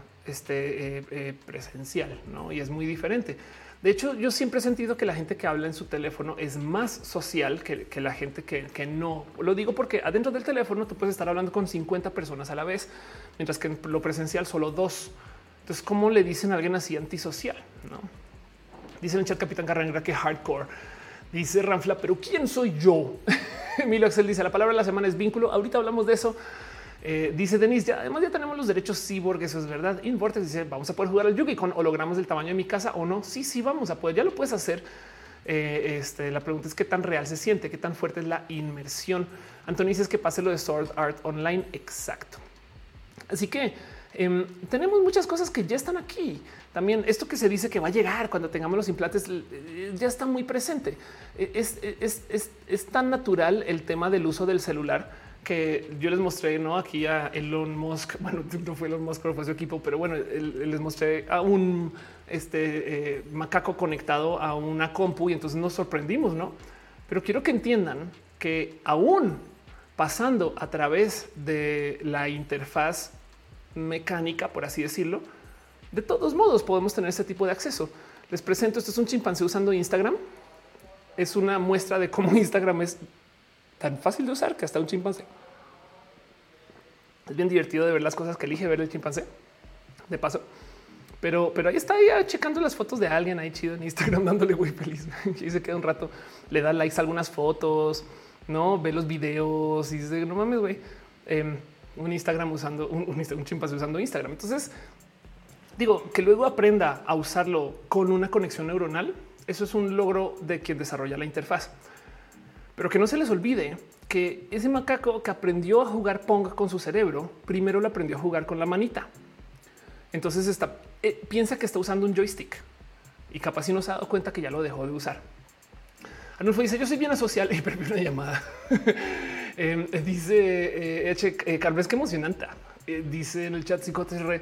presencial, ¿no? Y es muy diferente. De hecho, yo siempre he sentido que la gente que habla en su teléfono es más social que la gente que no. Lo digo porque adentro del teléfono tú puedes estar hablando con 50 personas a la vez, mientras que en lo presencial solo 2. Entonces, ¿cómo le dicen a alguien así antisocial? ¿No? Dice en el chat Capitán Carrangra que hardcore. Dice Ranfla, pero ¿quién soy yo? Emilio Axel dice: la palabra de la semana es vínculo. Ahorita hablamos de eso. Dice Denise, además ya tenemos los derechos cyborg, eso es verdad. Invortex dice: vamos a poder jugar al Yugi con hologramas del tamaño de mi casa o no. Sí, vamos a poder, ya lo puedes hacer. La pregunta es qué tan real se siente, qué tan fuerte es la inmersión. Antonio dice que pase lo de Sword Art Online. Exacto. Así que tenemos muchas cosas que ya están aquí. También esto que se dice que va a llegar cuando tengamos los implantes ya está muy presente. Es tan natural el tema del uso del celular que yo les mostré, ¿no? Aquí a Elon Musk. Bueno, no fue Elon Musk, pero fue su equipo, pero bueno, les mostré a un macaco conectado a una compu y entonces nos sorprendimos, ¿no? Pero quiero que entiendan que aún pasando a través de la interfaz mecánica, por así decirlo, de todos modos podemos tener este tipo de acceso. Les presento, esto es un chimpancé usando Instagram. es una muestra de cómo Instagram es tan fácil de usar que hasta un chimpancé. Es bien divertido de ver las cosas que elige ver el chimpancé, de paso. Pero ahí está ya checando las fotos de alguien ahí chido en Instagram, dándole güey feliz. Y se queda un rato, le da likes a algunas fotos, no ve los videos y dice, no mames, güey, un Instagram usando un chimpancé usando Instagram. Entonces digo que luego aprenda a usarlo con una conexión neuronal. Eso es un logro de quien desarrolla la interfaz, pero que no se les olvide que ese macaco que aprendió a jugar Pong con su cerebro, primero lo aprendió a jugar con la manita. Entonces piensa que está usando un joystick y capaz si no se ha dado cuenta que ya lo dejó de usar. Arnulfo dice: yo soy bien asocial y perdí una llamada. Dice Carlos, qué emocionante. Dice en el chat psicoterre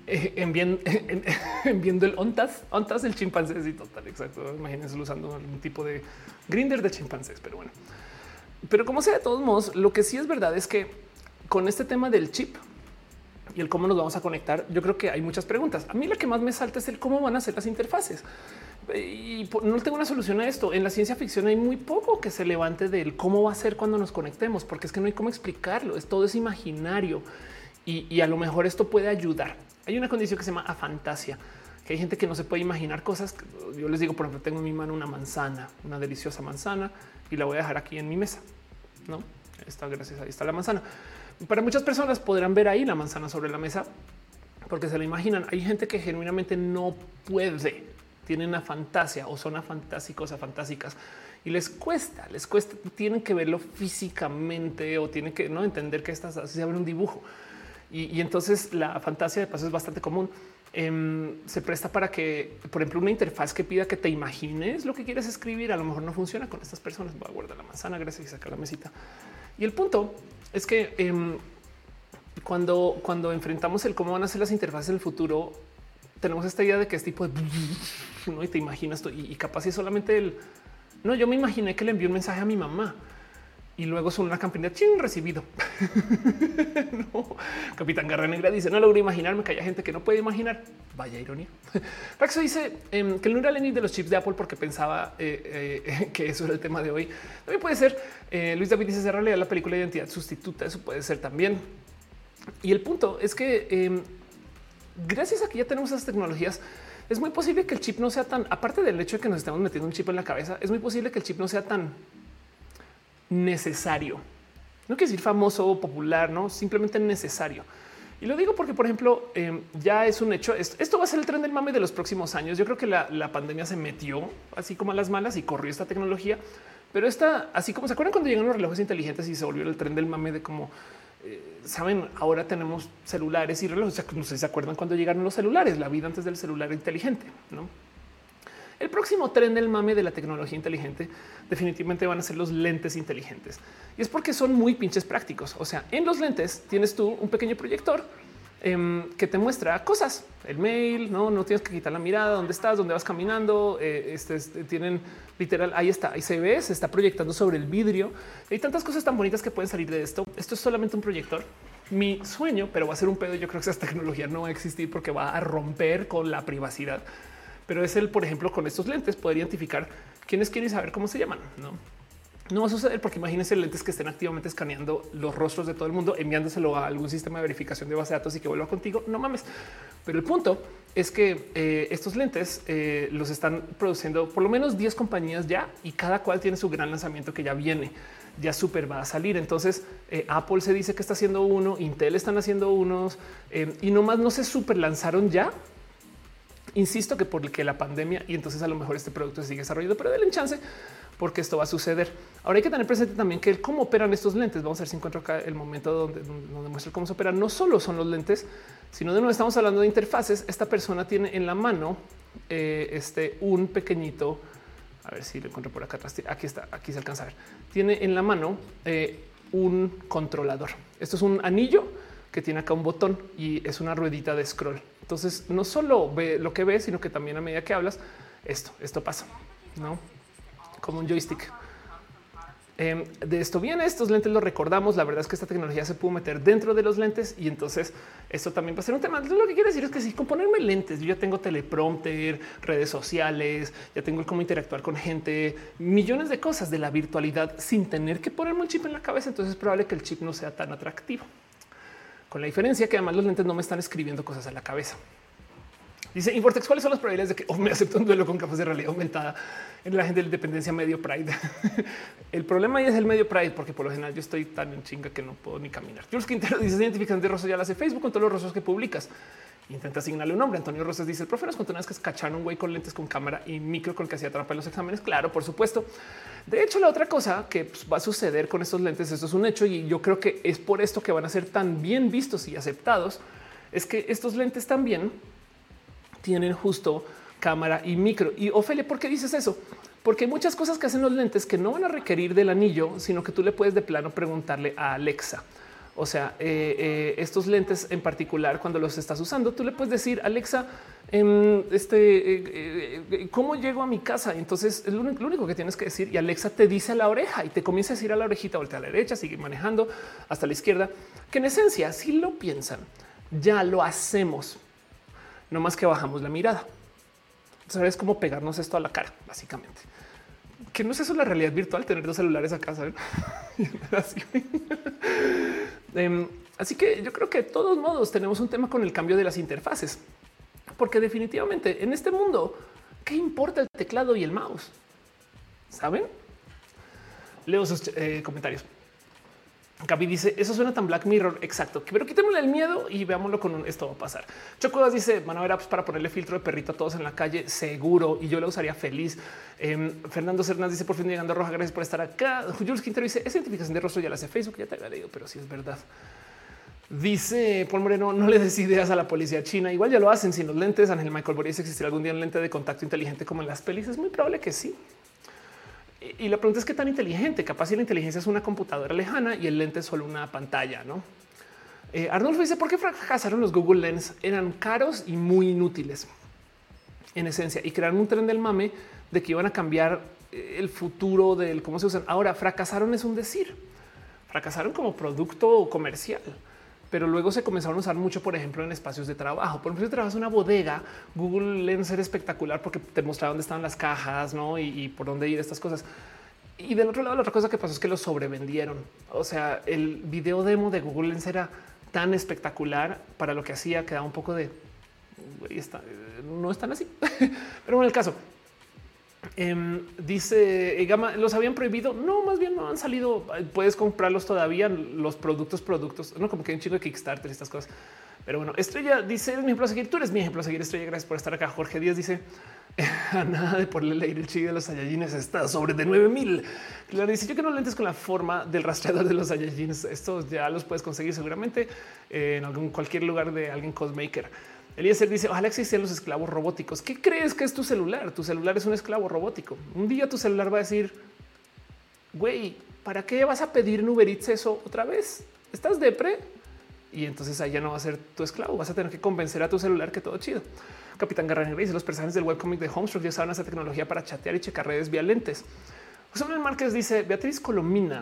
enviando el ontas el chimpancé. Sí, total, exacto. Imagínense usando algún tipo de grinder de chimpancés, pero bueno. Pero como sea, de todos modos, lo que sí es verdad es que con este tema del chip y el cómo nos vamos a conectar, yo creo que hay muchas preguntas. A mí la que más me salta es el cómo van a ser las interfaces. Y no tengo una solución a esto. En la ciencia ficción hay muy poco que se levante del cómo va a ser cuando nos conectemos, porque es que no hay cómo explicarlo. Todo es imaginario y a lo mejor esto puede ayudar. Hay una condición que se llama afantasia, que hay gente que no se puede imaginar cosas. Yo les digo, por ejemplo, tengo en mi mano una manzana, una deliciosa manzana, y la voy a dejar aquí en mi mesa. No está, gracias. Ahí está la manzana. Para muchas personas podrán ver ahí la manzana sobre la mesa porque se la imaginan. Hay gente que genuinamente no puede, tienen una fantasía o son afantásicos, afantásicas y les cuesta, tienen que verlo físicamente o tienen que no entender que estás así, se ve un dibujo. Y entonces la fantasía de paso es bastante común. Se presta para que, por ejemplo, una interfaz que pida que te imagines lo que quieres escribir, a lo mejor no funciona con estas personas. Voy a guardar la manzana, gracias, y sacar la mesita. Y el punto es que cuando enfrentamos el cómo van a ser las interfaces del futuro, tenemos esta idea de que es tipo de ¿no? Y te imaginas y capaz es solamente el no. Yo me imaginé que le envié un mensaje a mi mamá y luego son una campaña chin recibido. No. Capitán Garra Negra dice: no logro imaginarme que haya gente que no puede imaginar. Vaya ironía. Paxo dice que no era el de los chips de Apple porque pensaba que eso era el tema de hoy. También puede ser. Luis David dice: cerrar la película Identidad Sustituta. Eso puede ser también. Y el punto es que gracias a que ya tenemos esas tecnologías, es muy posible que el chip no sea tan, aparte del hecho de que nos estamos metiendo un chip en la cabeza, es muy posible que el chip no sea tan necesario. No quiere decir famoso o popular, no, simplemente necesario. Y lo digo porque, por ejemplo, ya es un hecho. Esto va a ser el tren del mame de los próximos años. Yo creo que la pandemia se metió así como a las malas y corrió esta tecnología. Pero esta, así como se acuerdan cuando llegan los relojes inteligentes y se volvió el tren del mame de cómo saben, ahora tenemos celulares y relojes. O sea, no sé si se acuerdan cuando llegaron los celulares, la vida antes del celular inteligente, ¿no? El próximo tren del mame de la tecnología inteligente definitivamente van a ser los lentes inteligentes. Y es porque son muy pinches prácticos. O sea, en los lentes tienes tú un pequeño proyector que te muestra cosas, el mail, no tienes que quitar la mirada, dónde estás, dónde vas caminando. Tienen literal, ahí está, ahí se ve, se está proyectando sobre el vidrio. Hay tantas cosas tan bonitas que pueden salir de esto. Esto es solamente un proyector. Mi sueño, pero va a ser un pedo. Yo creo que esa tecnología no va a existir porque va a romper con la privacidad. Pero es el, por ejemplo, con estos lentes poder identificar quiénes quieren saber cómo se llaman. No va a suceder porque imagínense lentes que estén activamente escaneando los rostros de todo el mundo, enviándoselo a algún sistema de verificación de base de datos y que vuelva contigo. No mames. Pero el punto es que estos lentes los están produciendo por lo menos 10 compañías ya y cada cual tiene su gran lanzamiento que ya viene. Ya súper va a salir. Entonces Apple se dice que está haciendo uno, Intel están haciendo unos y nomás no se super lanzaron ya. Insisto que porque la pandemia y entonces a lo mejor este producto se sigue desarrollando, pero denle chance porque esto va a suceder. Ahora hay que tener presente también que el cómo operan estos lentes. Vamos a ver si encuentro acá el momento donde muestra cómo se operan. No solo son los lentes, sino de nuevo estamos hablando de interfaces. Esta persona tiene en la mano un pequeñito. A ver si lo encuentro por acá atrás. Aquí está, aquí se alcanza a ver. Tiene en la mano un controlador. Esto es un anillo que tiene acá un botón y es una ruedita de scroll. Entonces no solo ve lo que ve, sino que también a medida que hablas, esto pasa, ¿no? Como un joystick. De esto viene, estos lentes los recordamos. La verdad es que esta tecnología se pudo meter dentro de los lentes y entonces esto también va a ser un tema. Lo que quiero decir es que si con ponerme lentes, yo ya tengo teleprompter, redes sociales, ya tengo el cómo interactuar con gente, millones de cosas de la virtualidad sin tener que ponerme un chip en la cabeza. Entonces es probable que el chip no sea tan atractivo, con la diferencia que además los lentes no me están escribiendo cosas a la cabeza. Dice Infortex, ¿cuáles son las probabilidades de que me acepte un duelo con gafas de realidad aumentada en la gente de dependencia medio Pride? El problema ahí es el medio Pride, porque por lo general yo estoy tan en chinga que no puedo ni caminar. Jules Quintero dice identificación de rostros ya la hace Facebook con todos los rostros que publicas. Intenta asignarle un nombre. Antonio Rosas dice el profe nos contó una vez que cacharon un güey con lentes con cámara y micro con el que hacía trampa en los exámenes. Claro, por supuesto. De hecho, la otra cosa que va a suceder con estos lentes, esto es un hecho y yo creo que es por esto que van a ser tan bien vistos y aceptados, es que estos lentes también tienen justo cámara y micro. Y Ofelia, ¿por qué dices eso? Porque hay muchas cosas que hacen los lentes que no van a requerir del anillo, sino que tú le puedes de plano preguntarle a Alexa. O sea, estos lentes en particular, cuando los estás usando, tú le puedes decir, Alexa, ¿cómo llego a mi casa? Entonces es lo único que tienes que decir y Alexa te dice a la oreja y te comienza a decir a la orejita, voltea a la derecha, sigue manejando hasta la izquierda, que en esencia, si lo piensan, ya lo hacemos. No más que bajamos la mirada. Sabes cómo pegarnos esto a la cara, básicamente. Que no es eso la realidad virtual, tener dos celulares acá, ¿saben? Así que yo creo que de todos modos tenemos un tema con el cambio de las interfaces, porque definitivamente en este mundo, ¿qué importa el teclado y el mouse? ¿Saben? Leo sus comentarios. Gaby dice eso suena tan Black Mirror. Exacto, pero quitémosle el miedo y veámoslo con esto va a pasar. Chocuevas dice van a haber apps para ponerle filtro de perrito a todos en la calle, seguro, y yo la usaría feliz. Fernando Cernas dice por fin llegando a Roja, gracias por estar acá. Jules Quintero dice esa identificación de rostro ya la hace Facebook, ya te había leído, pero sí es verdad. Dice Paul Moreno, no le des ideas a la policía china, igual ya lo hacen sin los lentes. Ángel Michael Boris, ¿existirá algún día un lente de contacto inteligente como en las pelis? Es muy probable que sí. Y la pregunta es qué tan inteligente. Capaz si la inteligencia es una computadora lejana y el lente es solo una pantalla, ¿no? Arnulfo dice por qué fracasaron los Google Lens. Eran caros y muy inútiles en esencia y crearon un tren del mame de que iban a cambiar el futuro del cómo se usan. Ahora fracasaron es un decir, fracasaron como producto comercial, pero luego se comenzaron a usar mucho, por ejemplo, en espacios de trabajo. Por ejemplo, si trabajas en una bodega, Google Lens era espectacular porque te mostraba dónde estaban las cajas, ¿no? Y por dónde ir estas cosas. Y del otro lado, la otra cosa que pasó es que lo sobrevendieron. O sea, el video demo de Google Lens era tan espectacular para lo que hacía, que daba un poco de no están así. Pero bueno, el caso dice Gama, los habían prohibido. No, más bien no han salido. Puedes comprarlos todavía. Los productos, no como que hay un chico de Kickstarter y estas cosas. Pero bueno, Estrella dice es mi ejemplo a seguir. Tú eres mi ejemplo a seguir, Estrella. Gracias por estar acá. Jorge Díaz dice a nada de ponerle leer el chile de los Saiyajines está sobre de 9,000. Claro, dice yo que no lentes con la forma del rastreador de los Saiyajines. Estos ya los puedes conseguir seguramente en cualquier lugar de alguien cosmaker. Eliezer dice ojalá existieran los esclavos robóticos. ¿Qué crees que es tu celular? Tu celular es un esclavo robótico. Un día tu celular va a decir güey, ¿para qué vas a pedir en Uber Eats eso otra vez? ¿Estás depre? Y entonces ahí ya no va a ser tu esclavo. Vas a tener que convencer a tu celular que todo chido. Capitán Garra dice los personajes del webcomic de Homestruck ya saben hacer tecnología para chatear y checar redes vía lentes. José Manuel Márquez dice Beatriz Colomina.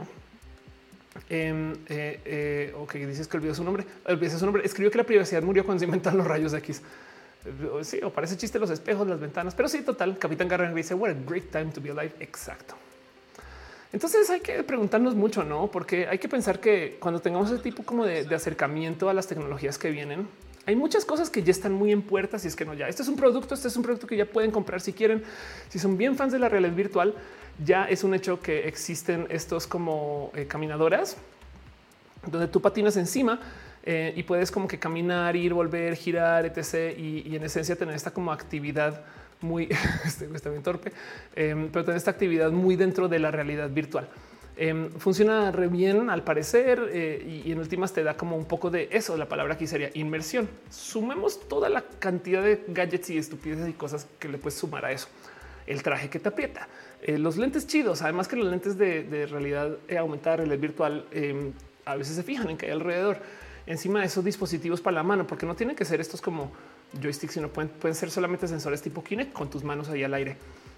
Ok, dices que olvidó su nombre. Escribió que la privacidad murió cuando se inventaron los rayos X. Sí, o parece chiste los espejos, las ventanas, pero sí, total. Capitán Garra dice what a great time to be alive. Exacto. Entonces hay que preguntarnos mucho, ¿no? Porque hay que pensar que cuando tengamos ese tipo como de acercamiento a las tecnologías que vienen, hay muchas cosas que ya están muy en puertas y es que no, ya este es un producto que ya pueden comprar si quieren. Si son bien fans de la realidad virtual, ya es un hecho que existen estos como caminadoras donde tú patinas encima y puedes como que caminar, ir, volver, girar, etc. Y en esencia tener esta como actividad muy está bien torpe, pero tener esta actividad muy dentro de la realidad virtual. Funciona re bien al parecer y en últimas te da como un poco de eso. La palabra aquí sería inmersión. Sumemos toda la cantidad de gadgets y estupideces y cosas que le puedes sumar a eso. El traje que te aprieta, los lentes chidos, además que los lentes de realidad aumentada, realidad virtual, a veces se fijan en que hay alrededor. Encima de esos dispositivos para la mano, porque no tienen que ser estos como joysticks, sino pueden ser solamente sensores tipo Kinect con tus manos ahí al aire.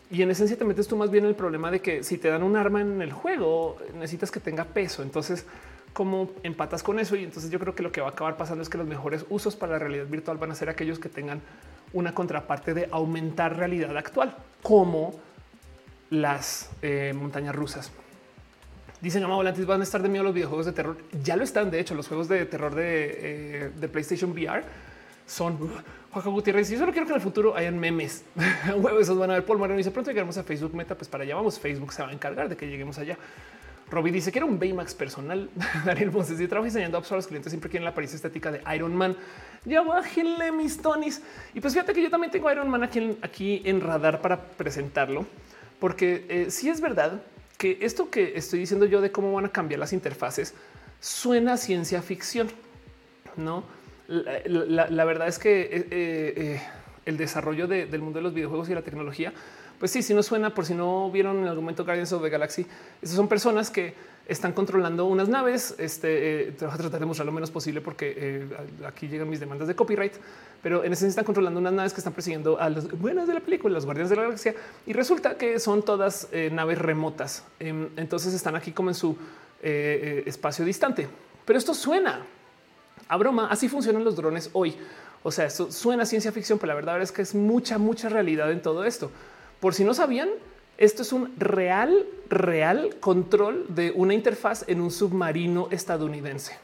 Y en esencia te metes tú más bien en el problema de que si te dan un arma en el juego, necesitas que tenga peso. Entonces, ¿cómo empatas con eso? Y entonces yo creo que lo que va a acabar pasando es que los mejores usos para la realidad virtual van a ser aquellos que tengan una contraparte de aumentar realidad actual, como las montañas rusas. Dicen Ama Volantis, van a estar de miedo los videojuegos de terror. Ya lo están. De hecho, los juegos de terror de PlayStation VR son Juan Gutiérrez. Y yo solo quiero que en el futuro hayan memes. Huevo, esos van a ver. Paul Moreno dice pronto llegaremos a Facebook Meta. Pues para allá vamos. Facebook se va a encargar de que lleguemos allá. Robbie dice que era un Baymax personal. Daniel Ponce dice trabajo diseñando apps para los clientes. Siempre quieren la apariencia estética de Iron Man. Ya bájenle mis Tonys. Y pues fíjate que yo también tengo Iron Man aquí en radar para presentarlo, porque sí es verdad que esto que estoy diciendo yo de cómo van a cambiar las interfaces suena a ciencia ficción, ¿no? La verdad es que el desarrollo del mundo de los videojuegos y la tecnología, pues sí nos suena. Por si no vieron en algún momento Guardians of the Galaxy, esas son personas que están controlando unas naves. Te voy a tratar de mostrar lo menos posible porque aquí llegan mis demandas de copyright, pero en esencia están controlando unas naves que están persiguiendo a los buenos de la película, los Guardianes de la Galaxia, y resulta que son todas naves remotas. Entonces están aquí como en su espacio distante. Pero esto suena a broma. Así funcionan los drones hoy. O sea, esto suena a ciencia ficción, pero la verdad es que es mucha realidad en todo esto. Por si no sabían, esto es un real control de una interfaz en un submarino estadounidense.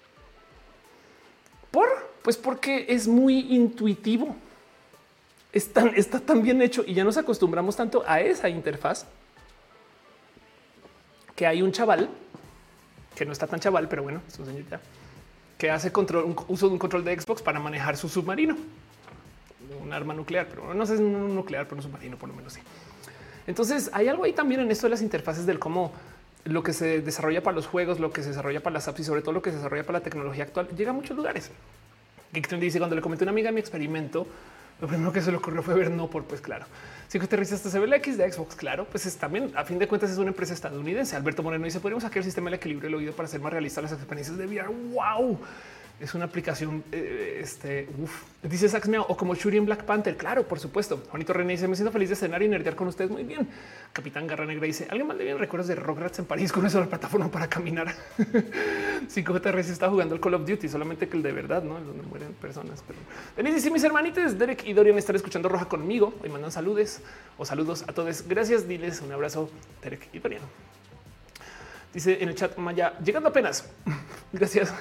Pues porque es muy intuitivo. Está tan bien hecho y ya nos acostumbramos tanto a esa interfaz que hay un chaval que no está tan chaval, pero bueno, es un señorita que hace uso de un control de Xbox para manejar su submarino, un arma nuclear, pero no sé si es un nuclear, pero un submarino por lo menos sí. Entonces hay algo ahí también en esto de las interfaces del cómo lo que se desarrolla para los juegos, lo que se desarrolla para las apps y sobre todo lo que se desarrolla para la tecnología actual llega a muchos lugares. Geektrend dice cuando le comenté a una amiga mi experimento, lo primero que se le ocurrió fue ver no por pues claro. Si te risas se ve la X de Xbox, claro, pues es también a fin de cuentas es una empresa estadounidense. Alberto Moreno dice podríamos sacar el sistema del equilibrio del oído para hacer más realistas las experiencias de VR. Wow. Es una aplicación. Dice Sax Meow o como Shuri en Black Panther. Claro, por supuesto. Juanito René dice: me siento feliz de cenar y nerdear con ustedes. Muy bien. Capitán Garra Negra dice: alguien más le viene recuerdos de Rugrats en París con eso de la plataforma para caminar. 5JR está jugando el Call of Duty, solamente que el de verdad, no donde mueren personas. Pero Denise dice: mis hermanitos Derek y Dorian están escuchando Roja conmigo y mandan saludos a todos. Gracias. Diles un abrazo, Derek y Dorian. Dice en el chat Maya, llegando apenas. Gracias.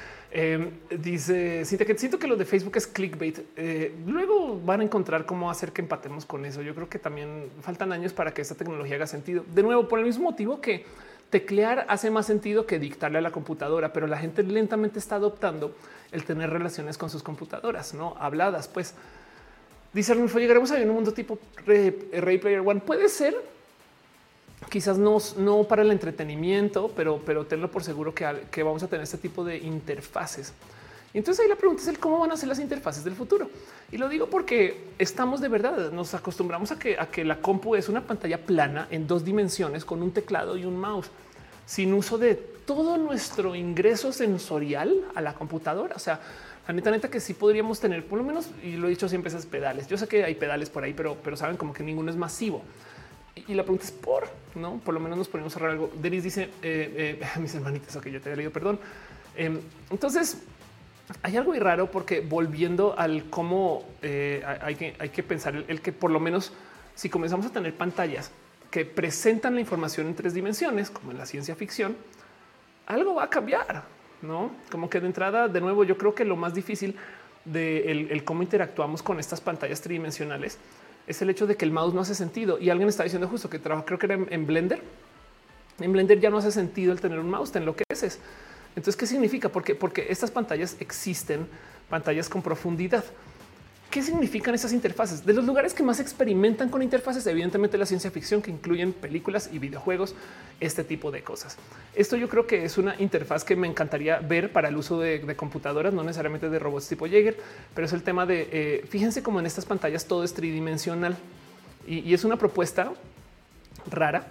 Dice Cintia que siento que lo de Facebook es clickbait. Luego van a encontrar cómo hacer que empatemos con eso. Yo creo que también faltan años para que esta tecnología haga sentido. De nuevo, por el mismo motivo que teclear hace más sentido que dictarle a la computadora, pero la gente lentamente está adoptando el tener relaciones con sus computadoras, no habladas. Pues dice Arnulfo, llegaremos a un mundo tipo Ready Player One. Puede ser. Quizás no para el entretenimiento, pero tenlo por seguro que vamos a tener este tipo de interfaces. Entonces ahí la pregunta es el cómo van a ser las interfaces del futuro. Y lo digo porque estamos de verdad, nos acostumbramos a que la compu es una pantalla plana en 2 dimensiones con un teclado y un mouse, sin uso de todo nuestro ingreso sensorial a la computadora. O sea, la neta que sí podríamos tener por lo menos, y lo he dicho siempre, esos pedales. Yo sé que hay pedales por ahí, pero saben como que ninguno es masivo. Y la pregunta es por lo menos nos ponemos a cerrar algo. Denis dice mis hermanitas, ok, yo te había leído, perdón. Entonces hay algo muy raro porque volviendo al cómo hay que pensar el que por lo menos si comenzamos a tener pantallas que presentan la información en 3 dimensiones, como en la ciencia ficción, algo va a cambiar, no? Como que de entrada, de nuevo, yo creo que lo más difícil de el cómo interactuamos con estas pantallas tridimensionales es el hecho de que el mouse no hace sentido. Y alguien está diciendo justo que trabaja, creo que era en Blender. En Blender ya no hace sentido el tener un mouse, te enloqueces. Entonces, ¿qué significa? Porque estas pantallas existen, pantallas con profundidad. ¿Qué significan esas interfaces? De los lugares que más experimentan con interfaces, evidentemente la ciencia ficción, que incluyen películas y videojuegos, este tipo de cosas. Esto yo creo que es una interfaz que me encantaría ver para el uso de computadoras, no necesariamente de robots tipo Jaeger, pero es el tema de, fíjense cómo en estas pantallas todo es tridimensional y es una propuesta rara,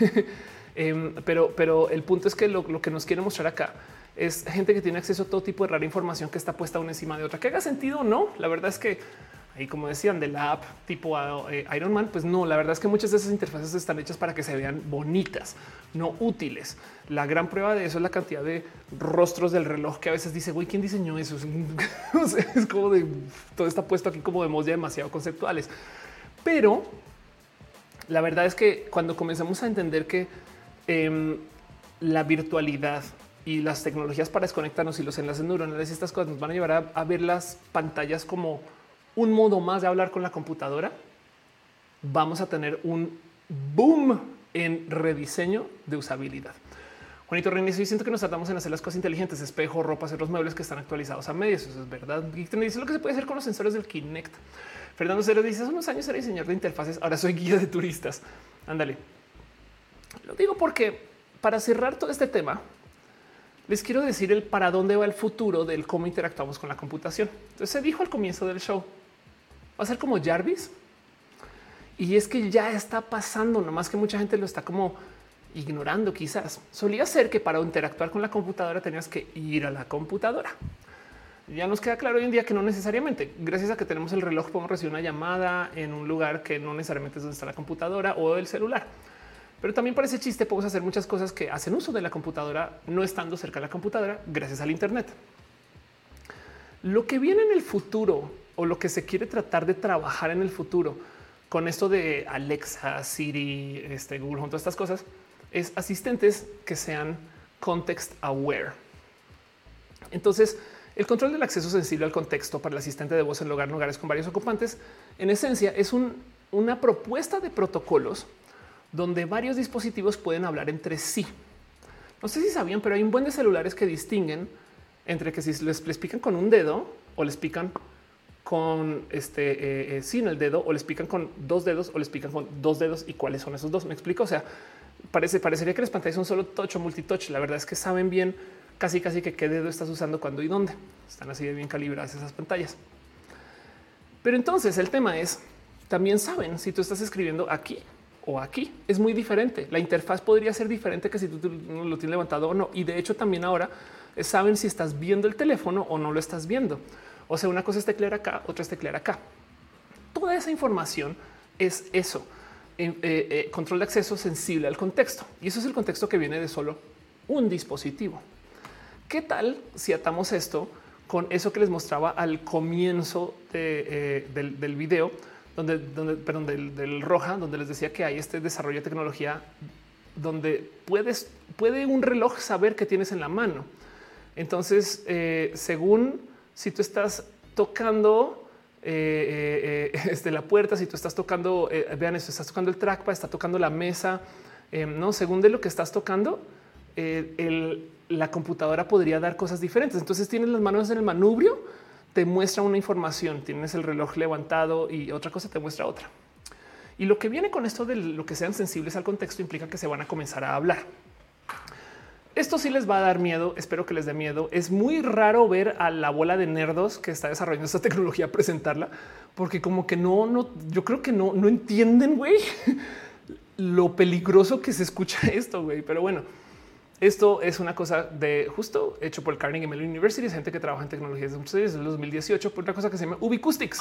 pero el punto es que lo que nos quiere mostrar acá es gente que tiene acceso a todo tipo de rara información que está puesta una encima de otra. Que haga sentido o no. La verdad es que ahí como decían de la app tipo Iron Man, pues no, la verdad es que muchas de esas interfaces están hechas para que se vean bonitas, no útiles. La gran prueba de eso es la cantidad de rostros del reloj que a veces dice, güey, ¿quién diseñó eso? O sea, es como de todo está puesto aquí como de emoji demasiado conceptuales. Pero la verdad es que cuando comenzamos a entender que la virtualidad y las tecnologías para desconectarnos y los enlaces neuronales y estas cosas nos van a llevar a ver las pantallas como un modo más de hablar con la computadora, vamos a tener un boom en rediseño de usabilidad. Juanito Reyes, yo siento que nos tratamos en hacer las cosas inteligentes, espejo, ropa, hacer los muebles que están actualizados a medias. Eso es verdad. Y te dice lo que se puede hacer con los sensores del Kinect. Fernando Cero dice hace unos años era diseñador de interfaces. Ahora soy guía de turistas. Ándale. Lo digo porque para cerrar todo este tema, les quiero decir el para dónde va el futuro del cómo interactuamos con la computación. Entonces se dijo al comienzo del show, va a ser como Jarvis. Y es que ya está pasando, nomás que mucha gente lo está como ignorando. Quizás solía ser que para interactuar con la computadora tenías que ir a la computadora. Ya nos queda claro hoy en día que no necesariamente. Gracias a que tenemos el reloj podemos recibir una llamada en un lugar que no necesariamente es donde está la computadora o el celular. Pero también para ese chiste podemos hacer muchas cosas que hacen uso de la computadora no estando cerca de la computadora gracias al Internet. Lo que viene en el futuro o lo que se quiere tratar de trabajar en el futuro con esto de Alexa, Siri, Google Home, todas estas cosas, es asistentes que sean context aware. Entonces, el control del acceso sensible al contexto para el asistente de voz en lugares con varios ocupantes, en esencia, es una propuesta de protocolos donde varios dispositivos pueden hablar entre sí. No sé si sabían, pero hay un buen de celulares que distinguen entre que si les pican con un dedo o les pican con sin el dedo o les pican con dos dedos o les pican con dos dedos y cuáles son esos dos. Me explico. O sea, parecería que las pantallas son solo touch o multitouch. La verdad es que saben bien casi que qué dedo estás usando, cuándo y dónde. Están así de bien calibradas esas pantallas. Pero entonces el tema es, también saben si tú estás escribiendo aquí o aquí. Es muy diferente. La interfaz podría ser diferente que si tú lo tienes levantado o no. Y de hecho también ahora saben si estás viendo el teléfono o no lo estás viendo. O sea, una cosa es teclear acá, otra es teclear acá. Toda esa información es eso. Control de acceso sensible al contexto. Y eso es el contexto que viene de solo un dispositivo. ¿Qué tal si atamos esto con eso que les mostraba al comienzo del video, del Roja, donde les decía que hay este desarrollo de tecnología donde puede un reloj saber qué tienes en la mano? Entonces, según si tú estás tocando la puerta, si tú estás tocando, vean esto, estás tocando el trackpad, está tocando la mesa, no, según de lo que estás tocando, la computadora podría dar cosas diferentes. Entonces tienes las manos en el manubrio, te muestra una información, tienes el reloj levantado y otra cosa te muestra otra. Y lo que viene con esto de lo que sean sensibles al contexto implica que se van a comenzar a hablar. Esto sí les va a dar miedo. Espero que les dé miedo. Es muy raro ver a la bola de nerdos que está desarrollando esta tecnología presentarla, porque como que no, yo creo que no entienden, güey, lo peligroso que se escucha esto, güey. Pero bueno, esto es una cosa de justo hecho por el Carnegie Mellon University. Es gente que trabaja en tecnologías de muchos años, desde el 2018, por una cosa que se llama Ubiacoustics.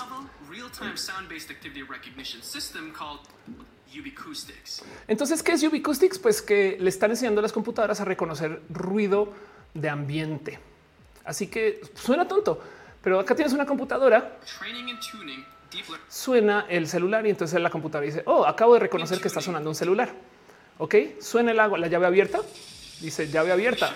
Entonces, ¿qué es Ubiacoustics? Pues que le están enseñando a las computadoras a reconocer ruido de ambiente. Así que suena tonto, pero acá tienes una computadora, suena el celular y entonces la computadora dice, oh, acabo de reconocer que está sonando un celular. Ok, suena el agua, la llave abierta, dice llave abierta.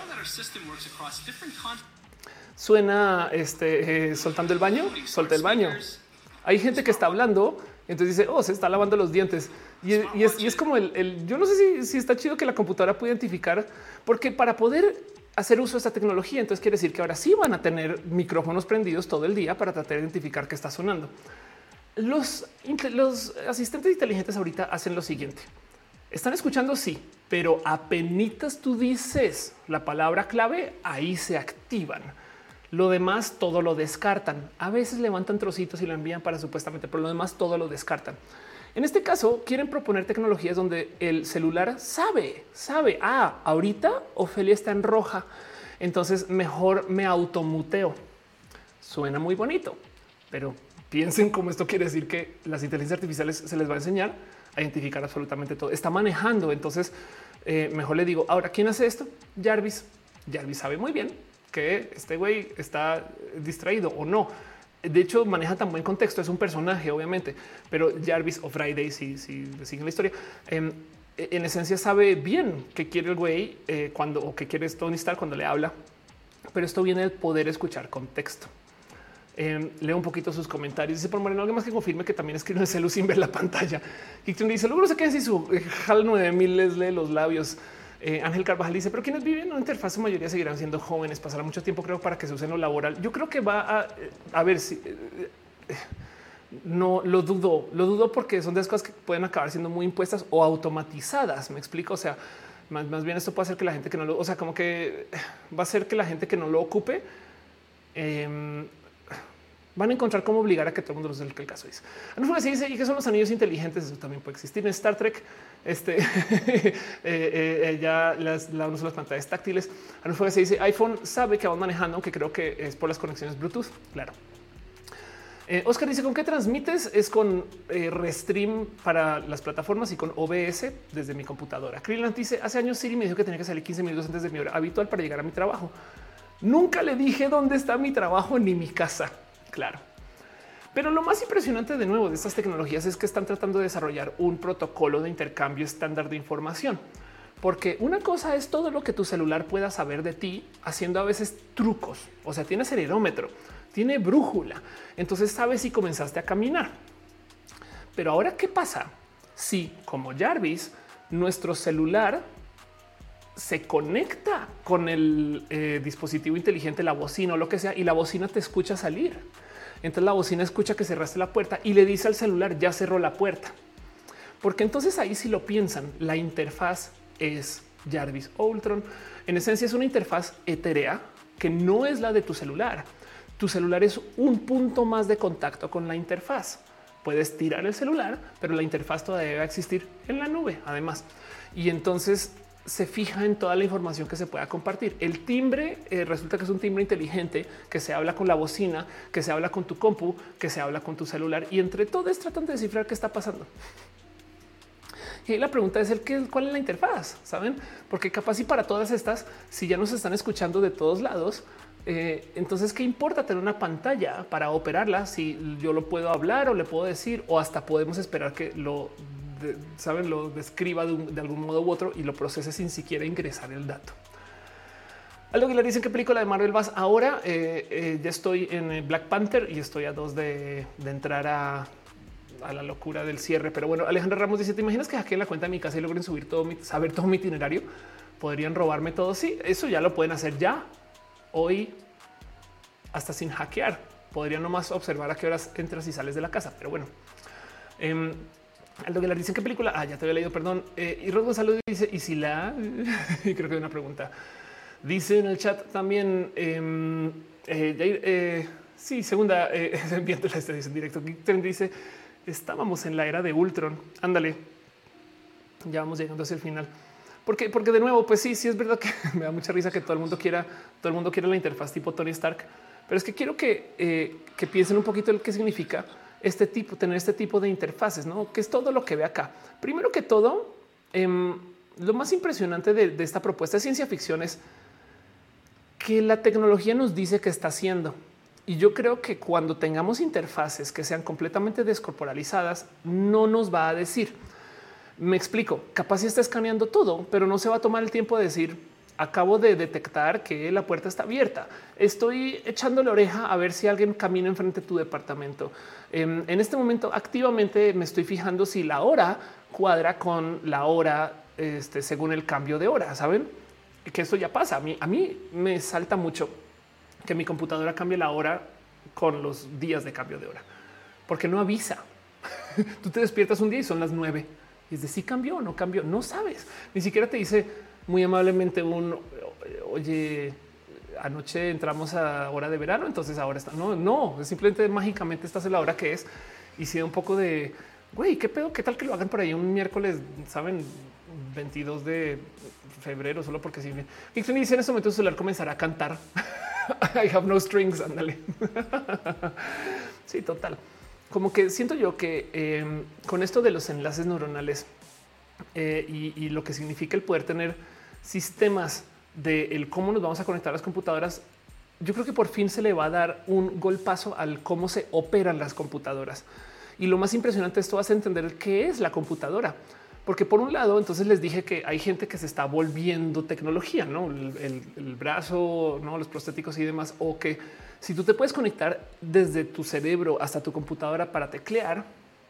Suena soltando el baño, solta el baño. Hay gente que está hablando, entonces dice, oh, se está lavando los dientes. Y es como yo no sé si está chido que la computadora pueda identificar, porque para poder hacer uso de esta tecnología, entonces quiere decir que ahora sí van a tener micrófonos prendidos todo el día para tratar de identificar qué está sonando. Los asistentes inteligentes ahorita hacen lo siguiente. Están escuchando, sí, pero apenitas tú dices la palabra clave, ahí se activan. Lo demás todo lo descartan. A veces levantan trocitos y lo envían para supuestamente, pero lo demás todo lo descartan. En este caso quieren proponer tecnologías donde el celular sabe, ahorita Ofelia está en roja, entonces mejor me automuteo. Suena muy bonito, pero piensen cómo esto quiere decir que las inteligencias artificiales se les va a enseñar a identificar absolutamente todo. Está manejando. Entonces, mejor le digo, ahora, ¿quién hace esto? Jarvis. Jarvis sabe muy bien que este güey está distraído o no. De hecho, maneja tan buen contexto. Es un personaje, obviamente, pero Jarvis o Friday, si siguen la historia, en esencia sabe bien qué quiere el güey cuando o qué quiere Tony Stark cuando le habla. Pero esto viene del poder escuchar contexto. Leo un poquito sus comentarios. Dice por Moreno, alguien más que confirme que también escribe en el celu sin ver la pantalla. Hickton dice, luego no sé qué si su HAL 9000 les lee los labios. Ángel Carvajal dice, pero quienes viven en una interfaz, su mayoría seguirán siendo jóvenes, pasará mucho tiempo, creo, para que se use en lo laboral. Yo creo que va a ver si no lo dudo porque son de esas cosas que pueden acabar siendo muy impuestas o automatizadas. Me explico. O sea, más bien esto puede hacer que la gente que no lo, o sea, como que va a ser que la gente que no lo ocupe van a encontrar cómo obligar a que todo el mundo lo use, el caso dice. Así dice, ¿y qué son los anillos inteligentes? Eso también puede existir en Star Trek. Ya no son las pantallas táctiles. Se dice, iPhone sabe que van manejando, aunque creo que es por las conexiones Bluetooth. Claro. Oscar dice, ¿con qué transmites? Es con Restream para las plataformas y con OBS desde mi computadora. Krillin dice, hace años Siri me dijo que tenía que salir 15 minutos antes de mi hora habitual para llegar a mi trabajo. Nunca le dije dónde está mi trabajo ni mi casa. Claro. Pero lo más impresionante de nuevo de estas tecnologías es que están tratando de desarrollar un protocolo de intercambio estándar de información. Porque una cosa es todo lo que tu celular pueda saber de ti haciendo a veces trucos. O sea, tiene acelerómetro, tiene brújula. Entonces sabes si comenzaste a caminar. Pero ahora, ¿qué pasa si, como Jarvis, nuestro celular se conecta con el dispositivo inteligente, la bocina o lo que sea, y la bocina te escucha salir? Entonces la bocina escucha que cerraste la puerta y le dice al celular, ya cerró la puerta. Porque entonces ahí, si lo piensan, la interfaz es Jarvis o Ultron. En esencia es una interfaz etérea que no es la de tu celular. Tu celular es un punto más de contacto con la interfaz. Puedes tirar el celular, pero la interfaz todavía debe existir en la nube, además. Y entonces se fija en toda la información que se pueda compartir. El timbre resulta que es un timbre inteligente que se habla con la bocina, que se habla con tu compu, que se habla con tu celular, y entre todos tratan de descifrar qué está pasando. Y la pregunta es cuál es la interfaz, saben? Porque capaz y para todas estas, si ya nos están escuchando de todos lados, entonces qué importa tener una pantalla para operarla si yo lo puedo hablar o le puedo decir, o hasta podemos esperar que lo describa de algún modo u otro y lo procese sin siquiera ingresar el dato. Algo que le dicen, ¿qué película de Marvel vas ahora? Ya estoy en Black Panther y estoy a 2 de entrar a la locura del cierre. Pero bueno, Alejandra Ramos dice, ¿te imaginas que hackeen la cuenta de mi casa y logren saber todo mi itinerario? ¿Podrían robarme todo? Sí, eso ya lo pueden hacer ya hoy, hasta sin hackear. Podrían nomás observar a qué horas entras y sales de la casa. Pero bueno, algo que le dicen, ¿qué película? Ya te había leído, perdón. Y Rod Gonzalo dice, ¿y si la? Creo que hay una pregunta. Dice en el chat también, sí, segunda, enviando la estación en directo. Dice, estábamos en la era de Ultron. Ándale, ya vamos llegando hacia el final. Porque de nuevo, pues sí, es verdad que me da mucha risa que todo el mundo quiera la interfaz tipo Tony Stark. Pero es que quiero que piensen un poquito el qué significa tener este tipo de interfaces, ¿no? Que es todo lo que ve acá. Primero que todo, lo más impresionante de esta propuesta de ciencia ficción es que la tecnología nos dice que está haciendo. Y yo creo que cuando tengamos interfaces que sean completamente descorporalizadas, no nos va a decir. Me explico, capaz si está escaneando todo, pero no se va a tomar el tiempo de decir, acabo de detectar que la puerta está abierta. Estoy echando la oreja a ver si alguien camina enfrente de tu departamento. En este momento activamente me estoy fijando si la hora cuadra con la hora según el cambio de hora. Saben que esto ya pasa. A mí me salta mucho que mi computadora cambie la hora con los días de cambio de hora, porque no avisa. Tú te despiertas un día y son las 9 y es de si cambió o no cambió. No sabes, ni siquiera te dice muy amablemente oye, anoche entramos a hora de verano, entonces ahora está. No, simplemente mágicamente estás en la hora que es. Y si da un poco de güey, qué pedo, qué tal que lo hagan por ahí un miércoles, saben, 22 de febrero, solo porque sí. Y dice en este momento su celular comenzará a cantar. I have no strings. Ándale. Sí, total. como que siento yo que con esto de los enlaces neuronales y lo que significa el poder tener sistemas de el cómo nos vamos a conectar a las computadoras, yo creo que por fin se le va a dar un golpazo al cómo se operan las computadoras. Y lo más impresionante, esto hace entender qué es la computadora. Porque por un lado, entonces les dije que hay gente que se está volviendo tecnología, ¿no? El brazo, ¿no? Los prostéticos y demás. O que si tú te puedes conectar desde tu cerebro hasta tu computadora para teclear,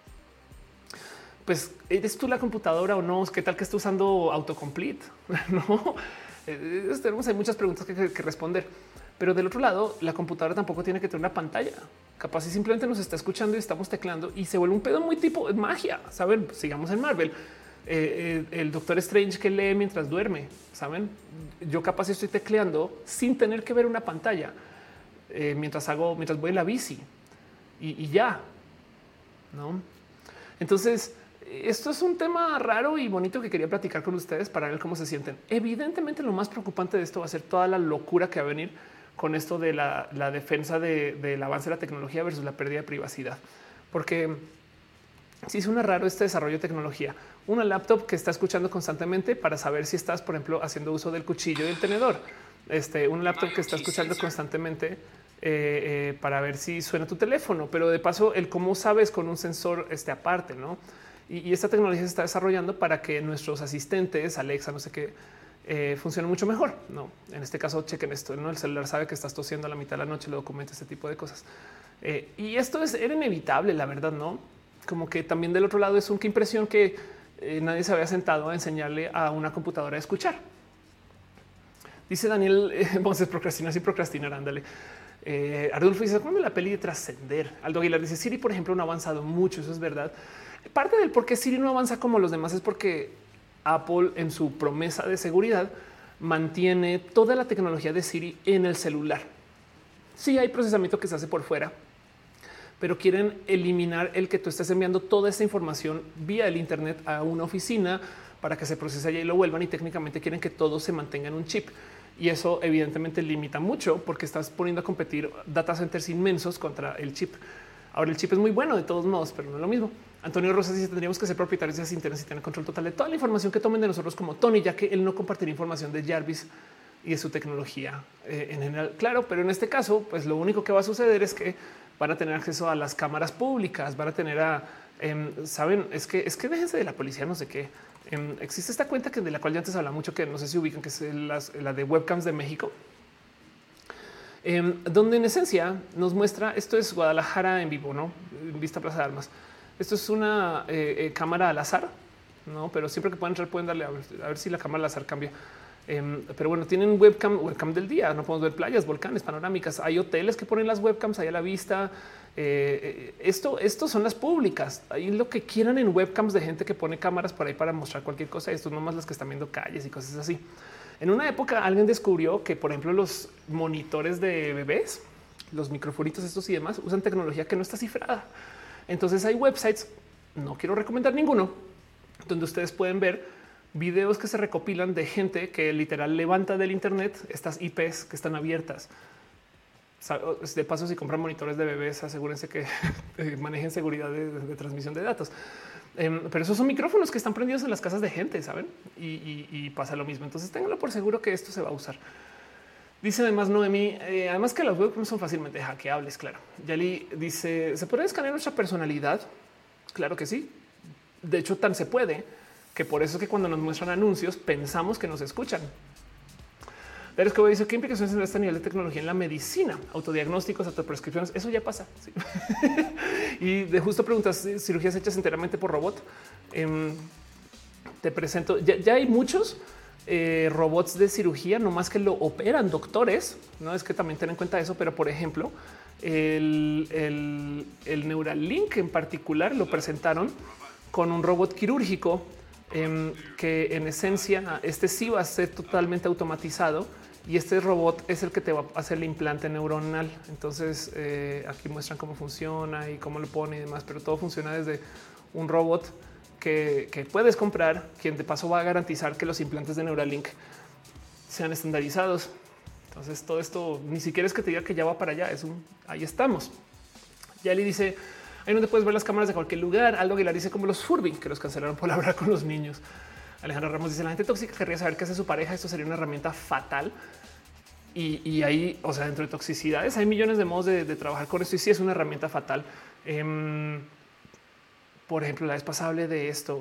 pues eres tú la computadora o no. ¿Qué tal que esté usando autocomplete? No, hay muchas preguntas que responder. Pero del otro lado, la computadora tampoco tiene que tener una pantalla. Capaz si simplemente nos está escuchando y estamos teclando y se vuelve un pedo muy tipo magia. Saben, sigamos en Marvel. El Doctor Strange que lee mientras duerme. Saben, yo capaz estoy tecleando sin tener que ver una pantalla mientras voy en la bici y ya, no? Entonces, esto es un tema raro y bonito que quería platicar con ustedes para ver cómo se sienten. Evidentemente, lo más preocupante de esto va a ser toda la locura que va a venir con esto de la defensa del avance de la tecnología versus la pérdida de privacidad. Porque sí suena raro este desarrollo de tecnología. Una laptop que está escuchando constantemente para saber si estás, por ejemplo, haciendo uso del cuchillo y el tenedor. Un laptop que está escuchando constantemente para ver si suena tu teléfono. Pero de paso, el cómo sabes con un sensor aparte, ¿no? Y esta tecnología se está desarrollando para que nuestros asistentes, Alexa, no sé qué, funciona mucho mejor. No, en este caso, chequen esto. ¿No? El celular sabe que estás tosiendo a la mitad de la noche, lo documenta, este tipo de cosas. Y esto era inevitable, la verdad, no? Como que también del otro lado es qué impresión que nadie se había sentado a enseñarle a una computadora a escuchar. Dice Daniel, vamos a procrastinar sin procrastinar. Ándale. Ardulfo dice: ¿cómo la peli de Trascender? Aldo Aguilar dice: Siri, por ejemplo, no ha avanzado mucho. Eso es verdad. Parte del por qué Siri no avanza como los demás es porque Apple, en su promesa de seguridad, mantiene toda la tecnología de Siri en el celular. Sí hay procesamiento que se hace por fuera, pero quieren eliminar el que tú estés enviando toda esta información vía el Internet a una oficina para que se procese allá y lo vuelvan, y técnicamente quieren que todo se mantenga en un chip. Y eso evidentemente limita mucho porque estás poniendo a competir data centers inmensos contra el chip. Ahora el chip es muy bueno de todos modos, pero no es lo mismo. Antonio Rosas dice: tendríamos que ser propietarios de esas internet y tener control total de toda la información que tomen de nosotros como Tony, ya que él no compartirá información de Jarvis y de su tecnología en general. Claro, pero en este caso, pues lo único que va a suceder es que van a tener acceso a las cámaras públicas, van a tener saben, es que déjense de la policía, no sé qué. Existe esta cuenta de la cual ya antes hablaba mucho, que no sé si ubican, que es la de Webcams de México, donde en esencia nos muestra, esto es Guadalajara en vivo, no Vista Plaza de Armas. Esto es una cámara al azar, no, pero siempre que puedan entrar pueden darle a ver si la cámara al azar cambia. Pero bueno, tienen webcam del día. No podemos ver playas, volcanes, panorámicas. Hay hoteles que ponen las webcams ahí a la vista. Esto son las públicas. Hay lo que quieran en webcams de gente que pone cámaras por ahí para mostrar cualquier cosa. Esto no más las que están viendo calles y cosas así. En una época alguien descubrió que, por ejemplo, los monitores de bebés, los microfonitos estos y demás, usan tecnología que no está cifrada. Entonces hay websites, no quiero recomendar ninguno, donde ustedes pueden ver videos que se recopilan de gente que literal levanta del Internet estas IPs que están abiertas. De paso, si compran monitores de bebés, asegúrense que manejen seguridad de transmisión de datos. Pero esos son micrófonos que están prendidos en las casas de gente, saben? Y pasa lo mismo. Entonces ténganlo por seguro que esto se va a usar. Dice además Noemi, además que las webcams son fácilmente hackeables. Claro. Yali dice: ¿se puede escanear nuestra personalidad? Claro que sí. De hecho, tan se puede que por eso es que cuando nos muestran anuncios pensamos que nos escuchan. Pero es que dice: ¿qué implicaciones en este nivel de tecnología en la medicina? Autodiagnósticos, autoprescripciones. Eso ya pasa. Sí. Y de justo preguntas: cirugías hechas enteramente por robot. Te presento. Ya hay muchos robots de cirugía, no más que lo operan doctores. No es que también ten en cuenta eso, pero por ejemplo, el Neuralink en particular lo presentaron con un robot quirúrgico que en esencia sí va a ser totalmente automatizado, y este robot es el que te va a hacer el implante neuronal. Entonces aquí muestran cómo funciona y cómo lo pone y demás, pero todo funciona desde un robot que puedes comprar, quien de paso va a garantizar que los implantes de Neuralink sean estandarizados. Entonces todo esto ni siquiera es que te diga que ya va para allá, ahí estamos. Ya le dice: Ahí donde puedes ver las cámaras de cualquier lugar. Aldo Aguilar dice como los Furby, que los cancelaron por hablar con los niños. Alejandra Ramos dice la gente tóxica querría saber qué hace su pareja. Esto sería una herramienta fatal. Y ahí, o sea, dentro de toxicidades hay millones de modos de trabajar con esto y sí es una herramienta fatal. Por ejemplo, la vez pasada hablé de esto,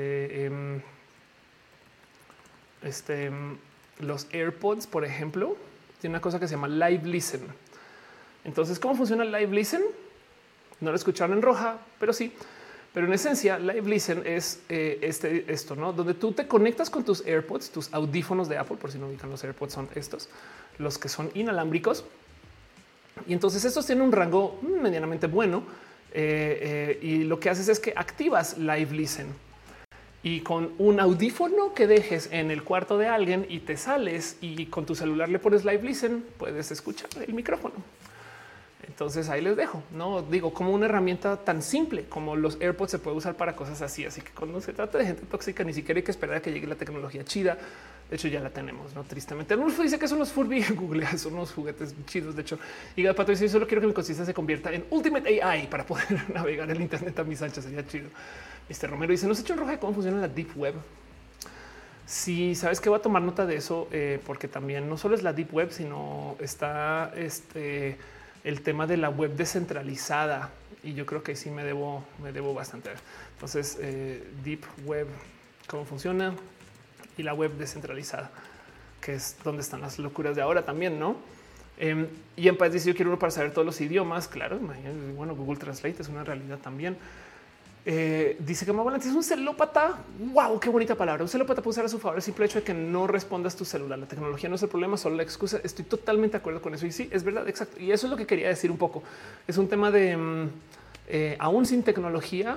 los AirPods, por ejemplo, tiene una cosa que se llama Live Listen. Entonces, ¿cómo funciona el Live Listen? No lo escucharon en roja, pero sí. Pero en esencia, Live Listen es esto, ¿no? Donde tú te conectas con tus AirPods, tus audífonos de Apple, por si no ubican, los AirPods son estos, los que son inalámbricos. Y entonces estos tienen un rango medianamente bueno. Y lo que haces es que activas Live Listen y con un audífono que dejes en el cuarto de alguien y te sales y con tu celular le pones Live Listen, puedes escuchar el micrófono. Entonces ahí les dejo, no digo como una herramienta tan simple como los AirPods se puede usar para cosas así. Así que cuando se trata de gente tóxica, ni siquiera hay que esperar a que llegue la tecnología chida. De hecho, ya la tenemos, no tristemente. Arnulfo dice que son los Furby. Google, son unos juguetes chidos. De hecho, y Pato dice: solo quiero que mi conciencia se convierta en Ultimate AI para poder navegar el Internet a mis anchas. Sería chido. Mr. Romero dice: nos hecho en roja cómo funciona la Deep Web. Si sabes que voy a tomar nota de eso, porque también no solo es la Deep Web, sino está el tema de la web descentralizada. Y yo creo que sí me debo bastante. Entonces, Deep Web, cómo funciona, y la web descentralizada, que es donde están las locuras de ahora también, ¿no? Y en Paz dice: yo quiero uno para saber todos los idiomas. Claro, bueno, Google Translate es una realidad también. Dice que Mabolante es un celópata. Wow, qué bonita palabra. Un celópata puede usar a su favor el simple hecho de que no respondas tu celular. La tecnología no es el problema, solo la excusa. Estoy totalmente de acuerdo con eso. Y sí, es verdad, exacto. Y eso es lo que quería decir un poco. Es un tema de aún sin tecnología.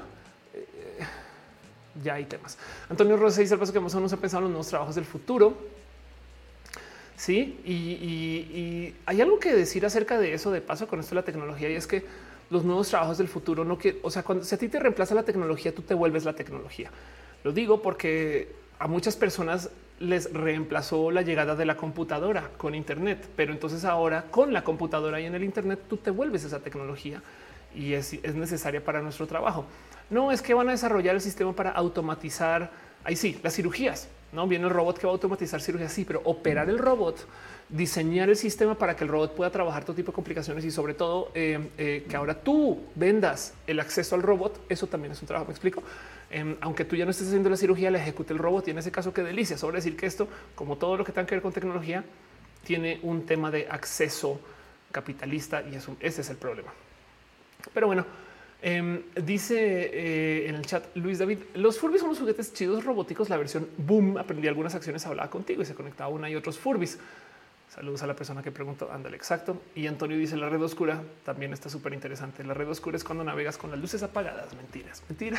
Ya hay temas. Antonio Rosa dice: al paso que vamos a pensar en los nuevos trabajos del futuro. Sí, y hay algo que decir acerca de eso de paso con esto de la tecnología, y es que los nuevos trabajos del futuro no que, o sea, cuando si a ti te reemplaza la tecnología, tú te vuelves la tecnología. Lo digo porque a muchas personas les reemplazó la llegada de la computadora con Internet, pero entonces ahora con la computadora y en el Internet tú te vuelves esa tecnología y es necesaria para nuestro trabajo. No es que van a desarrollar el sistema para automatizar. Ahí sí, las cirugías. No viene el robot que va a automatizar cirugías, sí, pero operar el robot, diseñar el sistema para que el robot pueda trabajar todo tipo de complicaciones y sobre todo que ahora tú vendas el acceso al robot. Eso también es un trabajo. Me explico. Aunque tú ya no estés haciendo la cirugía, la ejecute el robot. Y en ese caso, qué delicia sobre decir que esto, como todo lo que tenga que ver con tecnología, tiene un tema de acceso capitalista y ese es el problema. Pero bueno, dice en el chat Luis David: los Furbies son unos juguetes chidos robóticos. La versión boom, aprendí algunas acciones, hablaba contigo y se conectaba una y otros Furbies. Saludos a la persona que preguntó. Ándale, exacto. Y Antonio dice: la red oscura también está súper interesante. La red oscura es cuando navegas con las luces apagadas. Mentiras, mentiras,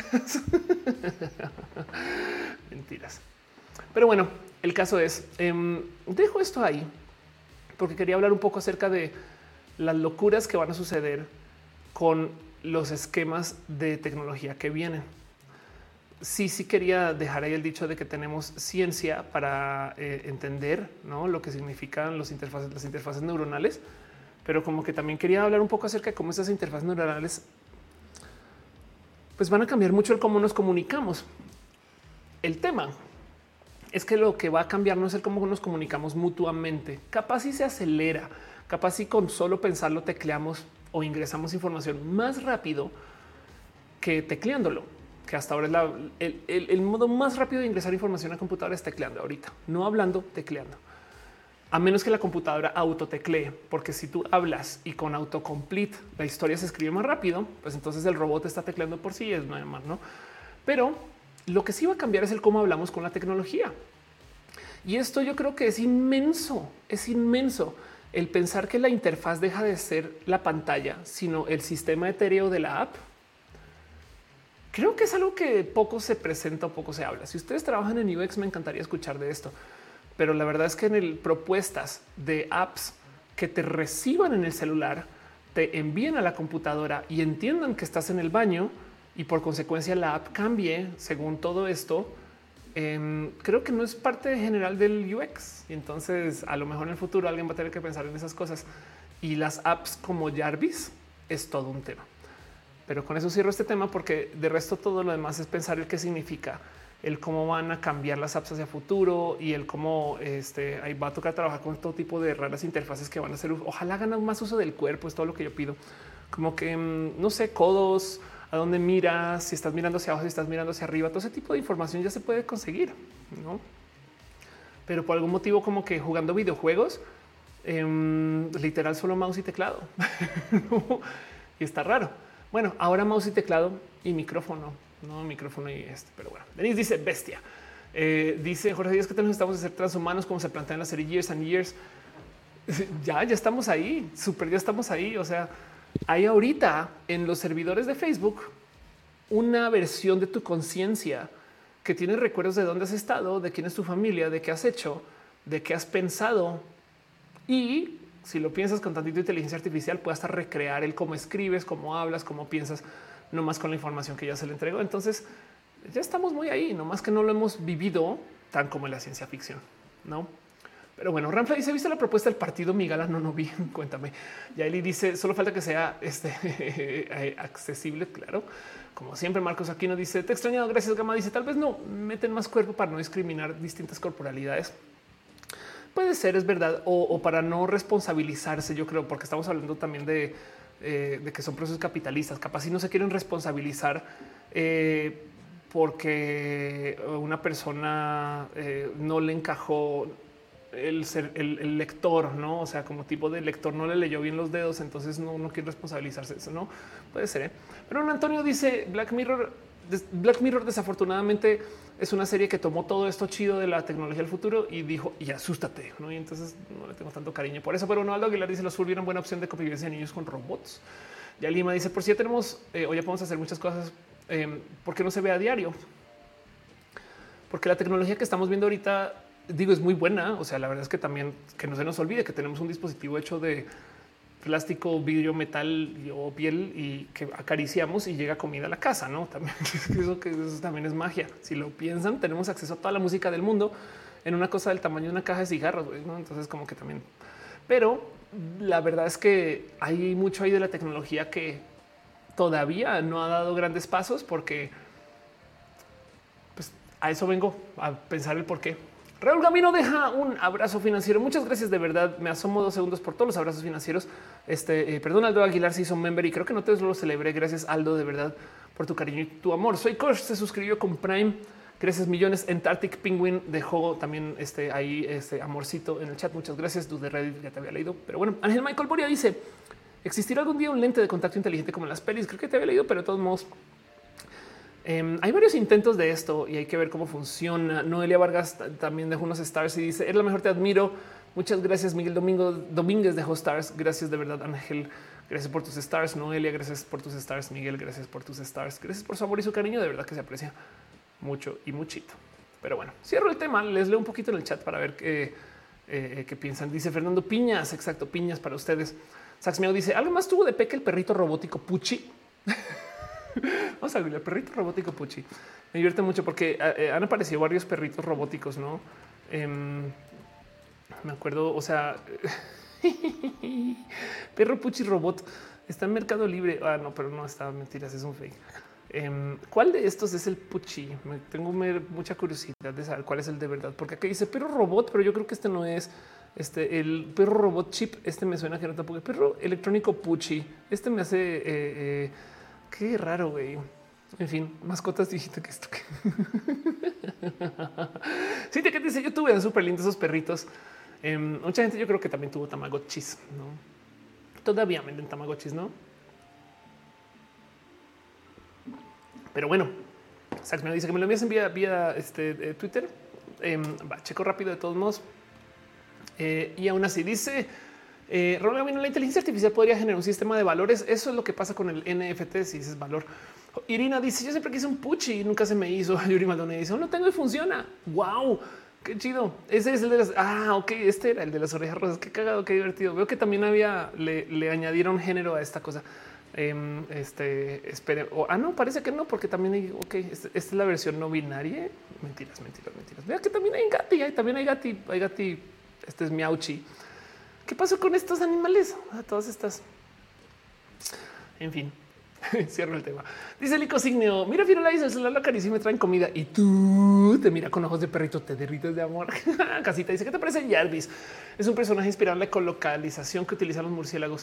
mentiras. Pero bueno, el caso es, dejo esto ahí porque quería hablar un poco acerca de las locuras que van a suceder con los esquemas de tecnología que vienen. Sí quería dejar ahí el dicho de que tenemos ciencia para entender, ¿no?, lo que significan las interfaces neuronales, pero como que también quería hablar un poco acerca de cómo esas interfaces neuronales pues van a cambiar mucho el cómo nos comunicamos. El tema es que lo que va a cambiar no es el cómo nos comunicamos mutuamente. Capaz si se acelera, capaz si con solo pensarlo tecleamos o ingresamos información más rápido que tecleándolo, que hasta ahora es el modo más rápido de ingresar información a computadora es tecleando ahorita, no hablando, tecleando. A menos que la computadora autoteclee, porque si tú hablas y con autocomplete la historia se escribe más rápido, pues entonces el robot está tecleando por sí, es nada más, ¿no? Pero lo que sí va a cambiar es el cómo hablamos con la tecnología. Y esto yo creo que es inmenso, el pensar que la interfaz deja de ser la pantalla, sino el sistema etéreo de la app. Creo que es algo que poco se presenta o poco se habla. Si ustedes trabajan en UX, me encantaría escuchar de esto, pero la verdad es que en el propuestas de apps que te reciban en el celular, te envíen a la computadora y entiendan que estás en el baño y por consecuencia la app cambie según todo esto, creo que no es parte general del UX. Y entonces a lo mejor en el futuro alguien va a tener que pensar en esas cosas, y las apps como Jarvis es todo un tema. Pero con eso cierro este tema porque de resto todo lo demás es pensar el qué significa, el cómo van a cambiar las apps hacia futuro y el cómo ahí va a tocar trabajar con todo tipo de raras interfaces que van a hacer. Ojalá hagan más uso del cuerpo, es todo lo que yo pido. Como que no sé, codos, a dónde miras, si estás mirando hacia abajo, si estás mirando hacia arriba, todo ese tipo de información ya se puede conseguir, ¿no? Pero por algún motivo como que jugando videojuegos, literal solo mouse y teclado. ¿No? Y está raro. Bueno, ahora mouse y teclado y micrófono, no micrófono y pero bueno. Denise dice bestia. Dice Jorge Díaz que tenemos estamos de ser transhumanos como se plantea en la serie Years and Years. Ya estamos ahí, súper ya estamos ahí. O sea, hay ahorita en los servidores de Facebook una versión de tu conciencia que tiene recuerdos de dónde has estado, de quién es tu familia, de qué has hecho, de qué has pensado. Y si lo piensas con tantito inteligencia artificial, puede hasta recrear el cómo escribes, cómo hablas, cómo piensas, no más con la información que ya se le entregó. Entonces ya estamos muy ahí, no más que no lo hemos vivido tan como en la ciencia ficción, no? Pero bueno, Ramfla dice: ¿viste la propuesta del partido Migala? No vi. Cuéntame. Yaeli dice: solo falta que sea accesible. Claro, como siempre. Marcos Aquino dice: te he extrañado. Gracias. Gama dice: tal vez no meten más cuerpo para no discriminar distintas corporalidades. Puede ser, es verdad, o para no responsabilizarse. Yo creo, porque estamos hablando también de que son procesos capitalistas. Capaz si no se quieren responsabilizar porque una persona no le encajó el lector, no? O sea, como tipo de lector no le leyó bien los dedos, entonces no quiere responsabilizarse. Eso no puede ser. Pero Antonio dice: Black Mirror desafortunadamente es una serie que tomó todo esto chido de la tecnología del futuro y dijo: y asústate, ¿no? Y entonces no le tengo tanto cariño por eso. Pero Ronaldo Aguilar dice: los volvieron buena opción de convivencia de niños con robots. Ya Lima dice: por si ya tenemos o ya podemos hacer muchas cosas, ¿por qué no se ve a diario? Porque la tecnología que estamos viendo ahorita, digo, es muy buena. O sea, la verdad es que también que no se nos olvide que tenemos un dispositivo hecho de plástico, vidrio, metal o piel y que acariciamos y llega comida a la casa, ¿no? También eso también es magia. Si lo piensan, tenemos acceso a toda la música del mundo en una cosa del tamaño de una caja de cigarros, ¿no? Entonces como que también. Pero la verdad es que hay mucho ahí de la tecnología que todavía no ha dado grandes pasos porque pues a eso vengo a pensar el por qué. Raúl Gamino deja un abrazo financiero. Muchas gracias, de verdad. Me asomo 2 segundos por todos los abrazos financieros. Perdón, Aldo Aguilar se hizo member y creo que no te lo celebré. Gracias, Aldo, de verdad, por tu cariño y tu amor. Soy Kosh, se suscribió con Prime. Gracias millones. Antarctic Penguin dejó también ahí amorcito en el chat. Muchas gracias. Dude Reddit, ya te había leído. Pero bueno, Ángel Michael Boria dice: ¿existirá algún día un lente de contacto inteligente como en las pelis? Creo que te había leído, pero de todos modos hay varios intentos de esto y hay que ver cómo funciona. Noelia Vargas también dejó unos stars y dice: eres la mejor, te admiro. Muchas gracias. Miguel Domínguez dejó stars. Gracias de verdad, Ángel. Gracias por tus stars. Noelia, gracias por tus stars. Miguel, gracias por tus stars. Gracias por su amor y su cariño. De verdad que se aprecia mucho y muchito. Pero bueno, cierro el tema. Les leo un poquito en el chat para ver qué piensan. Dice Fernando: piñas. Exacto, piñas para ustedes. Sax Miau dice: algo más tuvo de peque el perrito robótico Puchi. Vamos a ver el perrito robótico Puchi. Me divierte mucho porque han aparecido varios perritos robóticos, ¿no? Me acuerdo, o sea, perro Puchi robot está en Mercado Libre. Ah, no, pero no, está mentiras, es un fake. ¿Cuál de estos es el Puchi? Tengo mucha curiosidad de saber cuál es el de verdad, porque aquí dice perro robot, pero yo creo que este no es el perro robot chip. Este me suena que no tampoco. El perro electrónico Puchi. Este me hace qué raro, güey. En fin, mascotas dijiste que esto. Sí, te dice: yo tuve súper lindos esos perritos. Mucha gente yo creo que también tuvo tamagotchis, ¿no? Todavía venden tamagotchis, ¿no? Pero bueno, Sax me dice que me lo envías vía Twitter. Checo rápido de todos modos. Y aún así dice: la inteligencia artificial podría generar un sistema de valores. Eso es lo que pasa con el NFT. Si ese es valor. Irina dice: yo siempre quise un Puchi y nunca se me hizo. Yuri Maldonado dice: no tengo y funciona. Wow, qué chido. Ese es el de las. Ok, este era el de las orejas rosas. Qué cagado, qué divertido. Veo que también le añadieron género a esta cosa. Espere. No, parece que no, porque también hay. Ok, esta es la versión no binaria. Mentiras. Vea que también hay gati. También hay gati. Este es Miauchi. ¿Qué pasó con estos animales? A todas estas. En fin, Cierro el tema. Dice el icosignio, mira Firulais, el celular lo acaricia y me traen comida y tú te mira con ojos de perrito, te derrites de amor. Casita dice, ¿qué te parece Jarvis? Es un personaje inspirado en la ecolocalización que utilizan los murciélagos.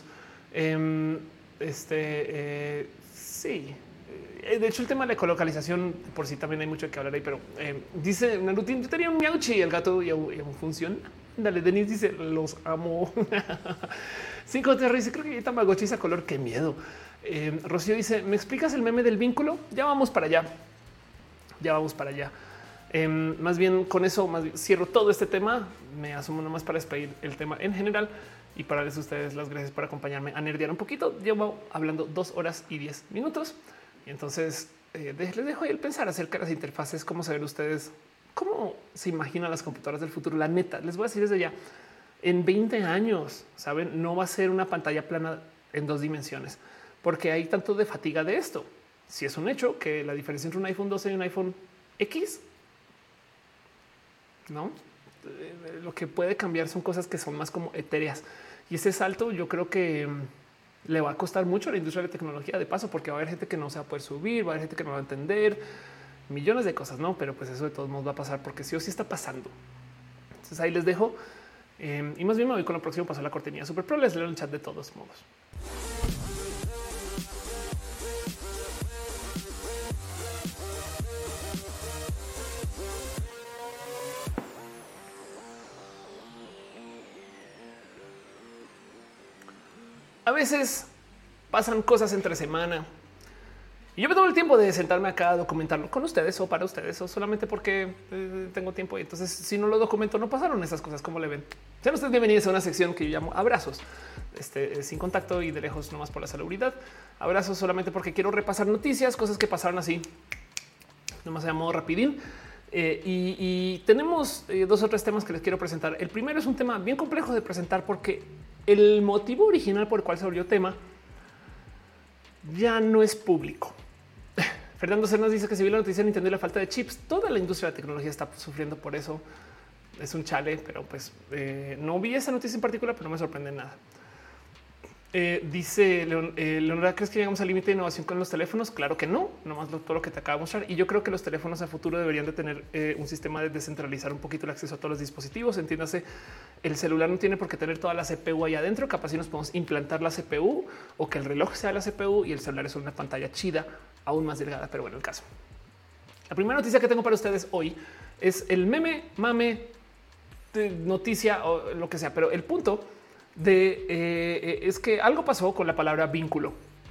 Sí. De hecho, el tema de la ecolocalización por sí también hay mucho que hablar ahí, pero dice Narutin, yo tenía un miauchi y el gato y aún funciona. Dale, Denise dice, los amo. 5 dice, creo que Tamagotchi a color, qué miedo. Rocío dice, ¿me explicas el meme del vínculo? Ya vamos para allá. Ya vamos para allá. Más bien con eso cierro todo este tema. Me asumo nomás para despedir el tema en general y para darles a ustedes las gracias por acompañarme a nerdear un poquito. Llevo hablando 2 horas y 10 minutos. Y entonces les dejo ahí el pensar acerca de las interfaces, cómo saber ustedes cómo se imaginan las computadoras del futuro. La neta, les voy a decir desde ya, en 20 años, saben, no va a ser una pantalla plana en 2 dimensiones, porque hay tanto de fatiga de esto. Si es un hecho que la diferencia entre un iPhone 12 y un iPhone X, no, lo que puede cambiar son cosas que son más como etéreas. Y ese salto yo creo que le va a costar mucho a la industria de la tecnología de paso, porque va a haber gente que no se va a poder subir, va a haber gente que no va a entender millones de cosas, no? Pero pues eso de todos modos va a pasar porque sí o sí está pasando. Entonces ahí les dejo y más bien me voy con lo próximo. Paso a la cortinilla super pro. Les leo el chat de todos modos. A veces pasan cosas entre semana y yo me tomo el tiempo de sentarme acá a documentarlo con ustedes o para ustedes o solamente porque tengo tiempo. Y entonces, si no lo documento, no pasaron esas cosas. Como le ven, sean ustedes bienvenidos a una sección que yo llamo abrazos, sin contacto y de lejos, nomás por la salubridad. Abrazos solamente porque quiero repasar noticias, cosas que pasaron así, nomás a modo rapidín. Y tenemos 2 o 3 temas que les quiero presentar. El primero es un tema bien complejo de presentar porque el motivo original por el cual se volvió tema ya no es público. Fernando Cernas dice que si vi la noticia de Nintendo y la falta de chips, toda la industria de la tecnología está sufriendo por eso. Es un chale, pero pues no vi esa noticia en particular, pero no me sorprende nada. Dice Leonora, ¿crees que llegamos al límite de innovación con los teléfonos? Claro que no, nomás todo lo que te acabo de mostrar. Y yo creo que los teléfonos a futuro deberían de tener un sistema de descentralizar un poquito el acceso a todos los dispositivos. Entiéndase, el celular no tiene por qué tener toda la CPU ahí adentro. Capaz si nos podemos implantar la CPU o que el reloj sea la CPU y el celular es una pantalla chida, aún más delgada. Pero bueno, el caso. La primera noticia que tengo para ustedes hoy es el mame de noticia o lo que sea, pero el punto es que algo pasó con la palabra vínculo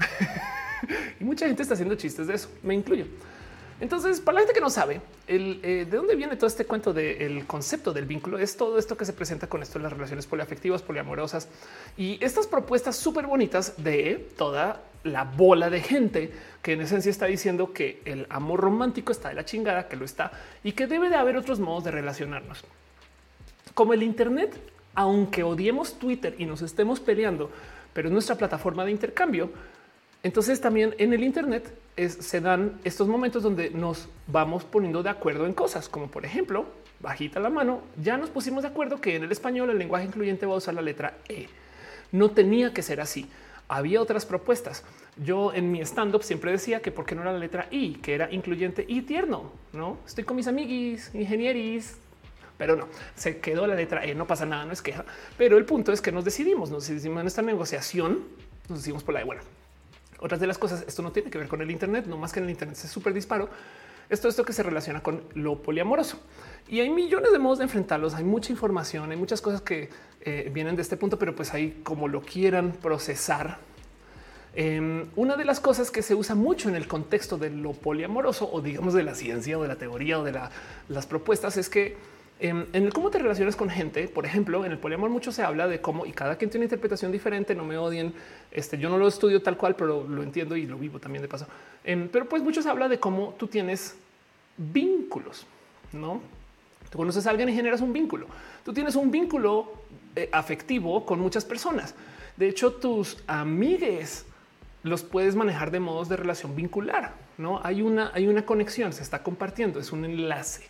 y mucha gente está haciendo chistes de eso, me incluyo. Entonces, para la gente que no sabe de dónde viene todo este cuento del concepto del vínculo, es todo esto que se presenta con esto de las relaciones poliafectivas, poliamorosas y estas propuestas súper bonitas de toda la bola de gente que en esencia está diciendo que el amor romántico está de la chingada, que lo está y que debe de haber otros modos de relacionarnos, como el Internet. Aunque odiemos Twitter y nos estemos peleando, pero es nuestra plataforma de intercambio. Entonces también en el Internet se dan estos momentos donde nos vamos poniendo de acuerdo en cosas, como por ejemplo, bajita la mano, ya nos pusimos de acuerdo que en el español el lenguaje incluyente va a usar la letra E. No tenía que ser así. Había otras propuestas. Yo en mi stand-up siempre decía que por qué no era la letra I, que era incluyente y tierno. No estoy con mis amiguis, ingenieris, pero no, se quedó la letra E, no pasa nada, no es queja. Pero el punto es que nos decidimos en esta negociación, nos decidimos por la de, bueno, otras de las cosas, esto no tiene que ver con el Internet, no más que en el Internet se súper disparo. Esto que se relaciona con lo poliamoroso y hay millones de modos de enfrentarlos. Hay mucha información, hay muchas cosas que vienen de este punto, pero pues ahí como lo quieran procesar. Una de las cosas que se usa mucho en el contexto de lo poliamoroso o digamos de la ciencia o de la teoría o de las propuestas es que en el cómo te relacionas con gente, por ejemplo, en el poliamor mucho se habla de cómo y cada quien tiene una interpretación diferente. No me odien. Yo no lo estudio tal cual, pero lo entiendo y lo vivo también de paso. Pero pues mucho se habla de cómo tú tienes vínculos, no? Tú conoces a alguien y generas un vínculo. Tú tienes un vínculo afectivo con muchas personas. De hecho, tus amigues los puedes manejar de modos de relación vincular. No hay una conexión, se está compartiendo, es un enlace.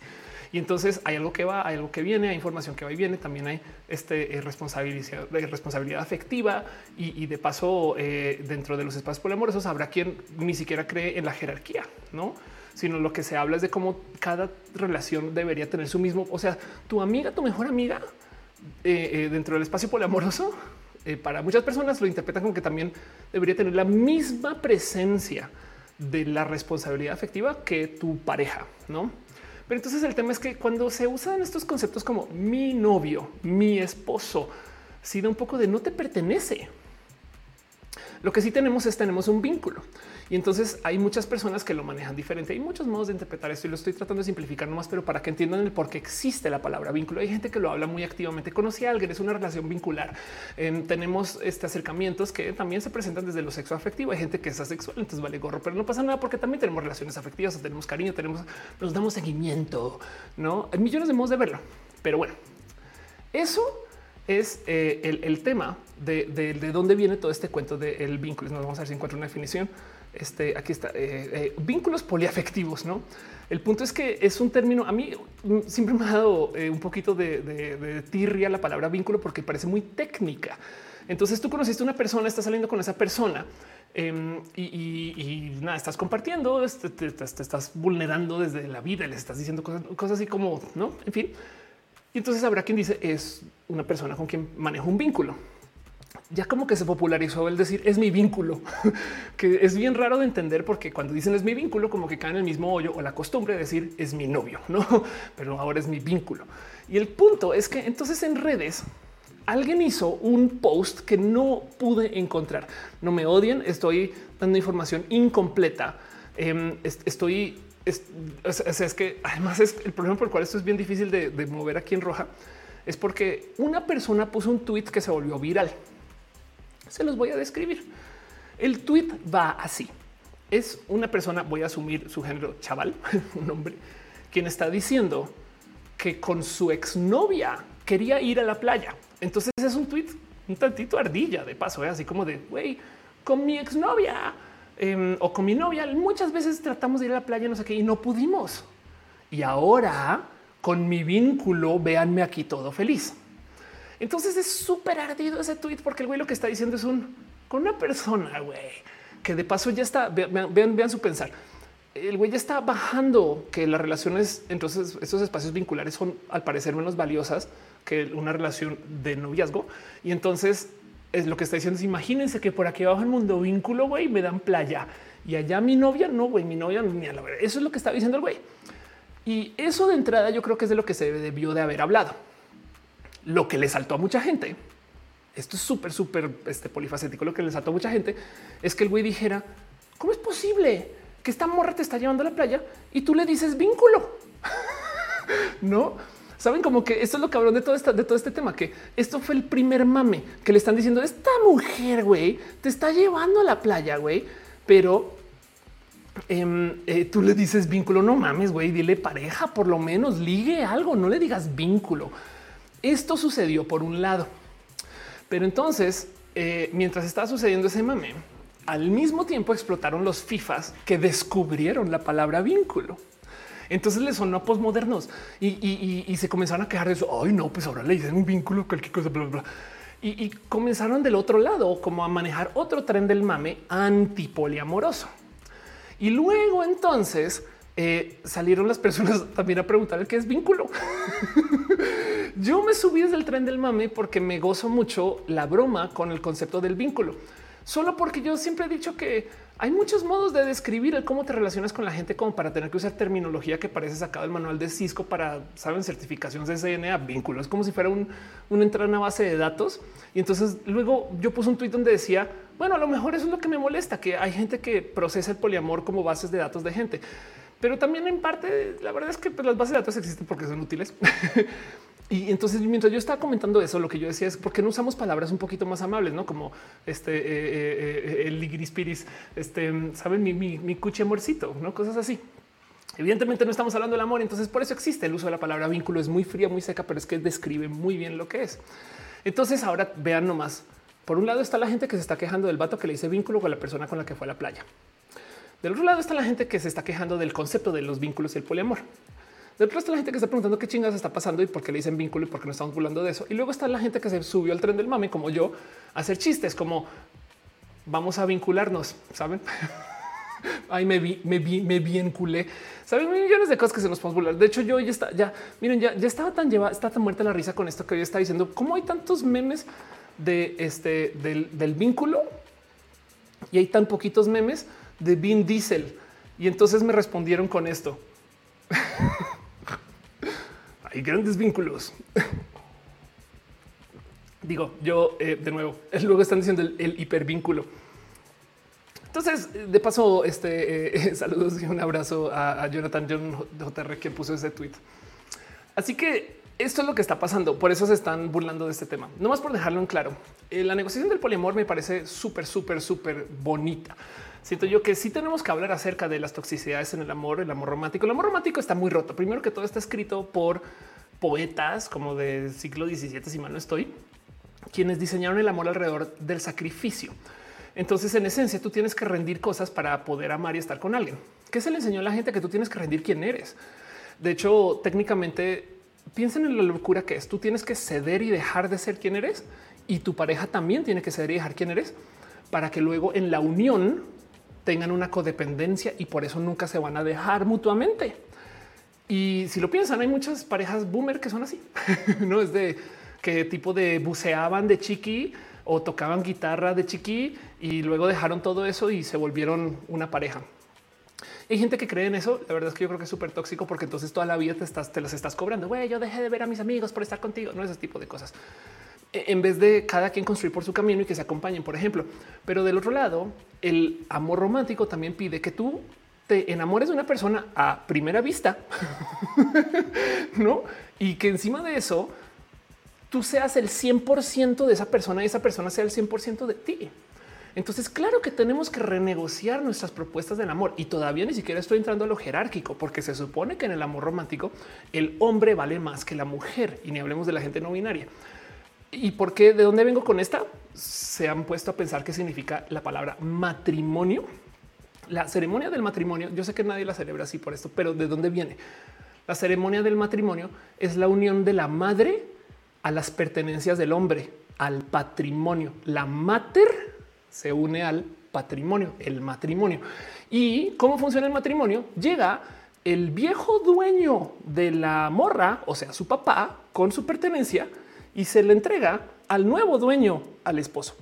Y entonces hay algo que va, hay algo que viene, hay información que va y viene. También hay responsabilidad afectiva y de paso dentro de los espacios poliamorosos habrá quien ni siquiera cree en la jerarquía, no? Sino lo que se habla es de cómo cada relación debería tener su mismo. O sea, tu amiga, tu mejor amiga dentro del espacio poliamoroso, para muchas personas lo interpretan como que también debería tener la misma presencia de la responsabilidad afectiva que tu pareja, no? Pero entonces el tema es que cuando se usan estos conceptos como mi novio, mi esposo, sí da un poco de no te pertenece. Lo que sí tenemos un vínculo. Y entonces hay muchas personas que lo manejan diferente. Hay muchos modos de interpretar esto y lo estoy tratando de simplificar nomás, pero para que entiendan el por qué existe la palabra vínculo. Hay gente que lo habla muy activamente. Conocí a alguien, es una relación vincular. Tenemos acercamientos que también se presentan desde lo sexo afectivo. Hay gente que es asexual, entonces vale gorro, pero no pasa nada porque también tenemos relaciones afectivas, tenemos cariño, nos damos seguimiento. No hay millones de modos de verlo, pero bueno, eso es el tema de dónde viene todo este cuento del vínculo. Nos vamos a ver si encuentro una definición. Aquí está, vínculos poliafectivos, ¿no? El punto es que es un término, a mí siempre me ha dado un poquito de tirria la palabra vínculo porque parece muy técnica. Entonces tú conociste a una persona, estás saliendo con esa persona y nada, estás compartiendo, te estás vulnerando desde la vida, les estás diciendo cosas así como, ¿no? En fin. Y entonces habrá quien dice es una persona con quien manejo un vínculo. Ya como que se popularizó el decir es mi vínculo, que es bien raro de entender porque cuando dicen es mi vínculo, como que cae en el mismo hoyo o la costumbre de decir es mi novio, no, pero ahora es mi vínculo. Y el punto es que entonces en redes alguien hizo un post que no pude encontrar. No me odien, estoy dando información incompleta. Es que además es el problema por el cual esto es bien difícil de mover aquí en roja. Es porque una persona puso un tweet que se volvió viral. Se los voy a describir. El tweet va así. Es una persona, voy a asumir su género chaval, un hombre, quien está diciendo que con su exnovia quería ir a la playa. Entonces es un tweet un tantito ardilla de paso, así como de güey, con mi exnovia o con mi novia. Muchas veces tratamos de ir a la playa, no sé qué, y no pudimos. Y ahora con mi vínculo, véanme aquí todo feliz. Entonces es súper ardido ese tweet porque el güey lo que está diciendo es con una persona, güey, que de paso ya está, vean su pensar. El güey ya está bajando que las relaciones, entonces estos espacios vinculares son al parecer menos valiosas que una relación de noviazgo. Y entonces es lo que está diciendo es imagínense que por aquí abajo el mundo vínculo, güey, me dan playa y allá mi novia, no, güey, mi novia ni a la verdad. Eso es lo que está diciendo el güey. Y eso de entrada yo creo que es de lo que se debió de haber hablado. Lo que le saltó a mucha gente, esto es súper polifacético, lo que le saltó a mucha gente es que el güey dijera, ¿cómo es posible que esta morra te está llevando a la playa y tú le dices vínculo? No saben como que esto es lo cabrón de todo este tema, que esto fue el primer mame que le están diciendo esta mujer, güey, te está llevando a la playa, güey, pero tú le dices vínculo. No mames, güey, dile pareja, por lo menos ligue algo, no le digas vínculo. Esto sucedió por un lado, pero entonces mientras estaba sucediendo ese mame, al mismo tiempo explotaron los FIFAs que descubrieron la palabra vínculo. Entonces les sonó a posmodernos y se comenzaron a quejar de eso. Ay, no, pues ahora le dicen un vínculo, cualquier cosa, bla, bla, bla. Y comenzaron del otro lado como a manejar otro tren del mame antipoliamoroso. Y luego entonces salieron las personas también a preguntar qué es vínculo. Yo me subí desde el tren del mame porque me gozo mucho la broma con el concepto del vínculo. Solo porque yo siempre he dicho que hay muchos modos de describir el cómo te relacionas con la gente como para tener que usar terminología que parece sacado del manual de Cisco para, saben, certificaciones de CNA, vínculo. Es como si fuera una entrada a una base de datos. Y entonces luego yo puse un tweet donde decía, bueno, a lo mejor eso es lo que me molesta, que hay gente que procesa el poliamor como bases de datos de gente. Pero también en parte, la verdad es que pues, las bases de datos existen porque son útiles. Y entonces, mientras yo estaba comentando eso, lo que yo decía es por qué no usamos palabras un poquito más amables, no como el ligrispiris, saben, mi cuchi amorcito, no cosas así. Evidentemente no estamos hablando del amor, entonces por eso existe el uso de la palabra vínculo. Es muy fría, muy seca, pero es que describe muy bien lo que es. Entonces ahora vean nomás. Por un lado está la gente que se está quejando del vato que le dice vínculo con la persona con la que fue a la playa. Del otro lado está la gente que se está quejando del concepto de los vínculos y el poliamor. De otro está la gente que está preguntando qué chingas está pasando y por qué le dicen vínculo y por qué no estamos burlando de eso. Y luego está la gente que se subió al tren del mame como yo a hacer chistes como vamos a vincularnos, ¿saben? Ay, me vinculé. Saben millones de cosas que se nos podemos burlar. De hecho, yo miren, ya estaba tan está tan muerta la risa con esto que yo estaba diciendo cómo hay tantos memes de del vínculo y hay tan poquitos memes de Vin Diesel. Y entonces me respondieron con esto. Hay grandes vínculos. Digo, yo de nuevo, luego están diciendo el hipervínculo. Entonces, de paso, saludos y un abrazo a Jonathan John JR que puso ese tweet. Así que esto es lo que está pasando. Por eso se están burlando de este tema. No más por dejarlo en claro. La negociación del poliamor me parece súper bonita. Siento yo que sí tenemos que hablar acerca de las toxicidades en el amor romántico. El amor romántico está muy roto. Primero que todo está escrito por poetas como del siglo XVII, si mal no estoy, quienes diseñaron el amor alrededor del sacrificio. Entonces, en esencia, tú tienes que rendir cosas para poder amar y estar con alguien. ¿Qué se le enseñó a la gente? Que tú tienes que rendir quién eres. De hecho, técnicamente, piensen en la locura que es. Tú tienes que ceder y dejar de ser quien eres y tu pareja también tiene que ceder y dejar quién eres para que luego en la unión tengan una codependencia y por eso nunca se van a dejar mutuamente. Y si lo piensan, hay muchas parejas boomer que son así. No es de qué tipo de buceaban de chiqui o tocaban guitarra de chiqui y luego dejaron todo eso y se volvieron una pareja. Hay gente que cree en eso. La verdad es que yo creo que es súper tóxico porque entonces toda la vida te las estás cobrando. Güey, yo dejé de ver a mis amigos por estar contigo. No, ese tipo de cosas. En vez de cada quien construir por su camino y que se acompañen, por ejemplo. Pero del otro lado, el amor romántico también pide que tú te enamores de una persona a primera vista, ¿no? Y que encima de eso tú seas el 100% de esa persona y esa persona sea el 100% de ti. Entonces, claro que tenemos que renegociar nuestras propuestas del amor y todavía ni siquiera estoy entrando a lo jerárquico, porque se supone que en el amor romántico el hombre vale más que la mujer y ni hablemos de la gente no binaria. ¿Y por qué? ¿De dónde vengo con esta? Se han puesto a pensar qué significa la palabra matrimonio. La ceremonia del matrimonio, yo sé que nadie la celebra así por esto, pero ¿de dónde viene? La ceremonia del matrimonio es la unión de la madre a las pertenencias del hombre, al patrimonio. La mater se une al patrimonio, el matrimonio. ¿Y cómo funciona el matrimonio? Llega el viejo dueño de la morra, o sea, su papá, con su pertenencia y se le entrega al nuevo dueño, al esposo.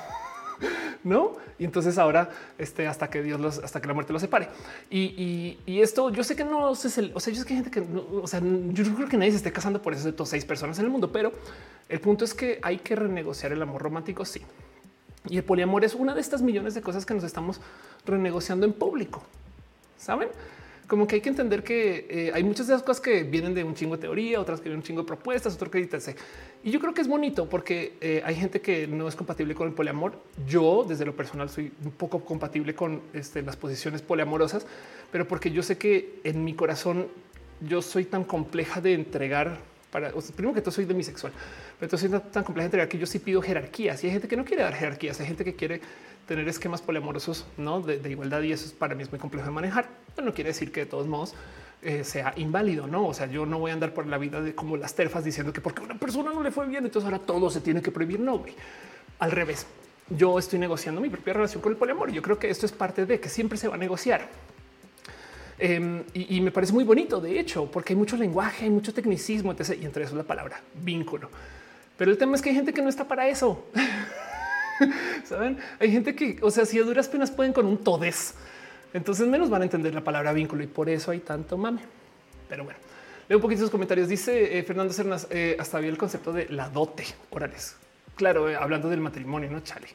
No? Y entonces ahora hasta que hasta que la muerte los separe. Y esto yo sé que no es o sea, yo sé que hay gente que no, o sea, yo creo que nadie se esté casando por eso de todas 6 personas en el mundo, pero el punto es que hay que renegociar el amor romántico. Sí. Y el poliamor es una de estas millones de cosas que nos estamos renegociando en público. Saben? Como que hay que entender que hay muchas de las cosas que vienen de un chingo de teoría, otras que vienen un chingo de propuestas, otro que editarse. Y yo creo que es bonito porque hay gente que no es compatible con el poliamor. Yo, desde lo personal, soy un poco compatible con las posiciones poliamorosas, pero porque yo sé que en mi corazón yo soy tan compleja de entregar primero que todo soy demisexual, pero entonces soy tan compleja de entregar que yo sí pido jerarquías y hay gente que no quiere dar jerarquías. Hay gente que quiere tener esquemas poliamorosos, ¿no? de igualdad y eso para mí es muy complejo de manejar. Pero no quiere decir que de todos modos sea inválido, no? O sea, yo no voy a andar por la vida de como las terfas diciendo que porque a una persona no le fue bien, entonces ahora todo se tiene que prohibir. No, güey. Al revés, yo estoy negociando mi propia relación con el poliamor. Yo creo que esto es parte de que siempre se va a negociar. Y me parece muy bonito, de hecho, porque hay mucho lenguaje, hay mucho tecnicismo, etc. Y entre eso la palabra vínculo. Pero el tema es que hay gente que no está para eso. Saben, hay gente que, o sea, si a duras penas pueden con un todes, entonces menos van a entender la palabra vínculo y por eso hay tanto mame. Pero bueno, leo un poquito sus comentarios. Dice Fernando Cernas, hasta había el concepto de la dote orales. Claro, hablando del matrimonio, no chale.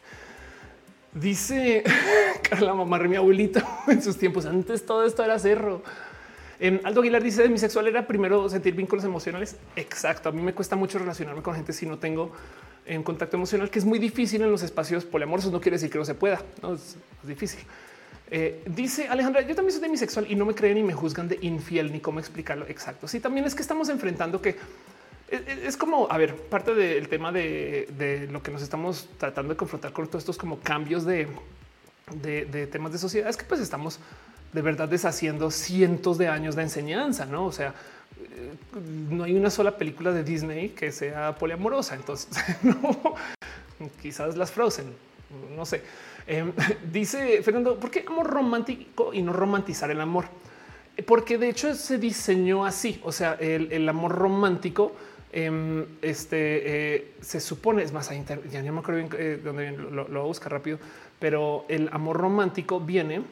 Dice Carla, mamá de mi abuelito en sus tiempos. Antes todo esto era cerro. Aldo Aguilar dice: mi sexual era primero sentir vínculos emocionales. Exacto. A mí me cuesta mucho relacionarme con gente si no tengo un contacto emocional, que es muy difícil en los espacios poliamorosos. No quiere decir que no se pueda, no es difícil. Dice Alejandra: yo también soy demisexual y no me creen ni me juzgan de infiel ni cómo explicarlo. Exacto. Sí, también es que estamos enfrentando que es como, a ver, parte del tema de lo que nos estamos tratando de confrontar con todos estos como cambios de temas de sociedad, es que pues estamos de verdad deshaciendo cientos de años de enseñanza, ¿no? O sea, no hay una sola película de Disney que sea poliamorosa. Entonces, no, quizás las Frozen, no sé. Dice Fernando, ¿por qué amor romántico y no romantizar el amor? Porque de hecho se diseñó así. O sea, el amor romántico se supone, es más, ya no me acuerdo bien dónde viene, lo voy a buscar rápido, pero el amor romántico viene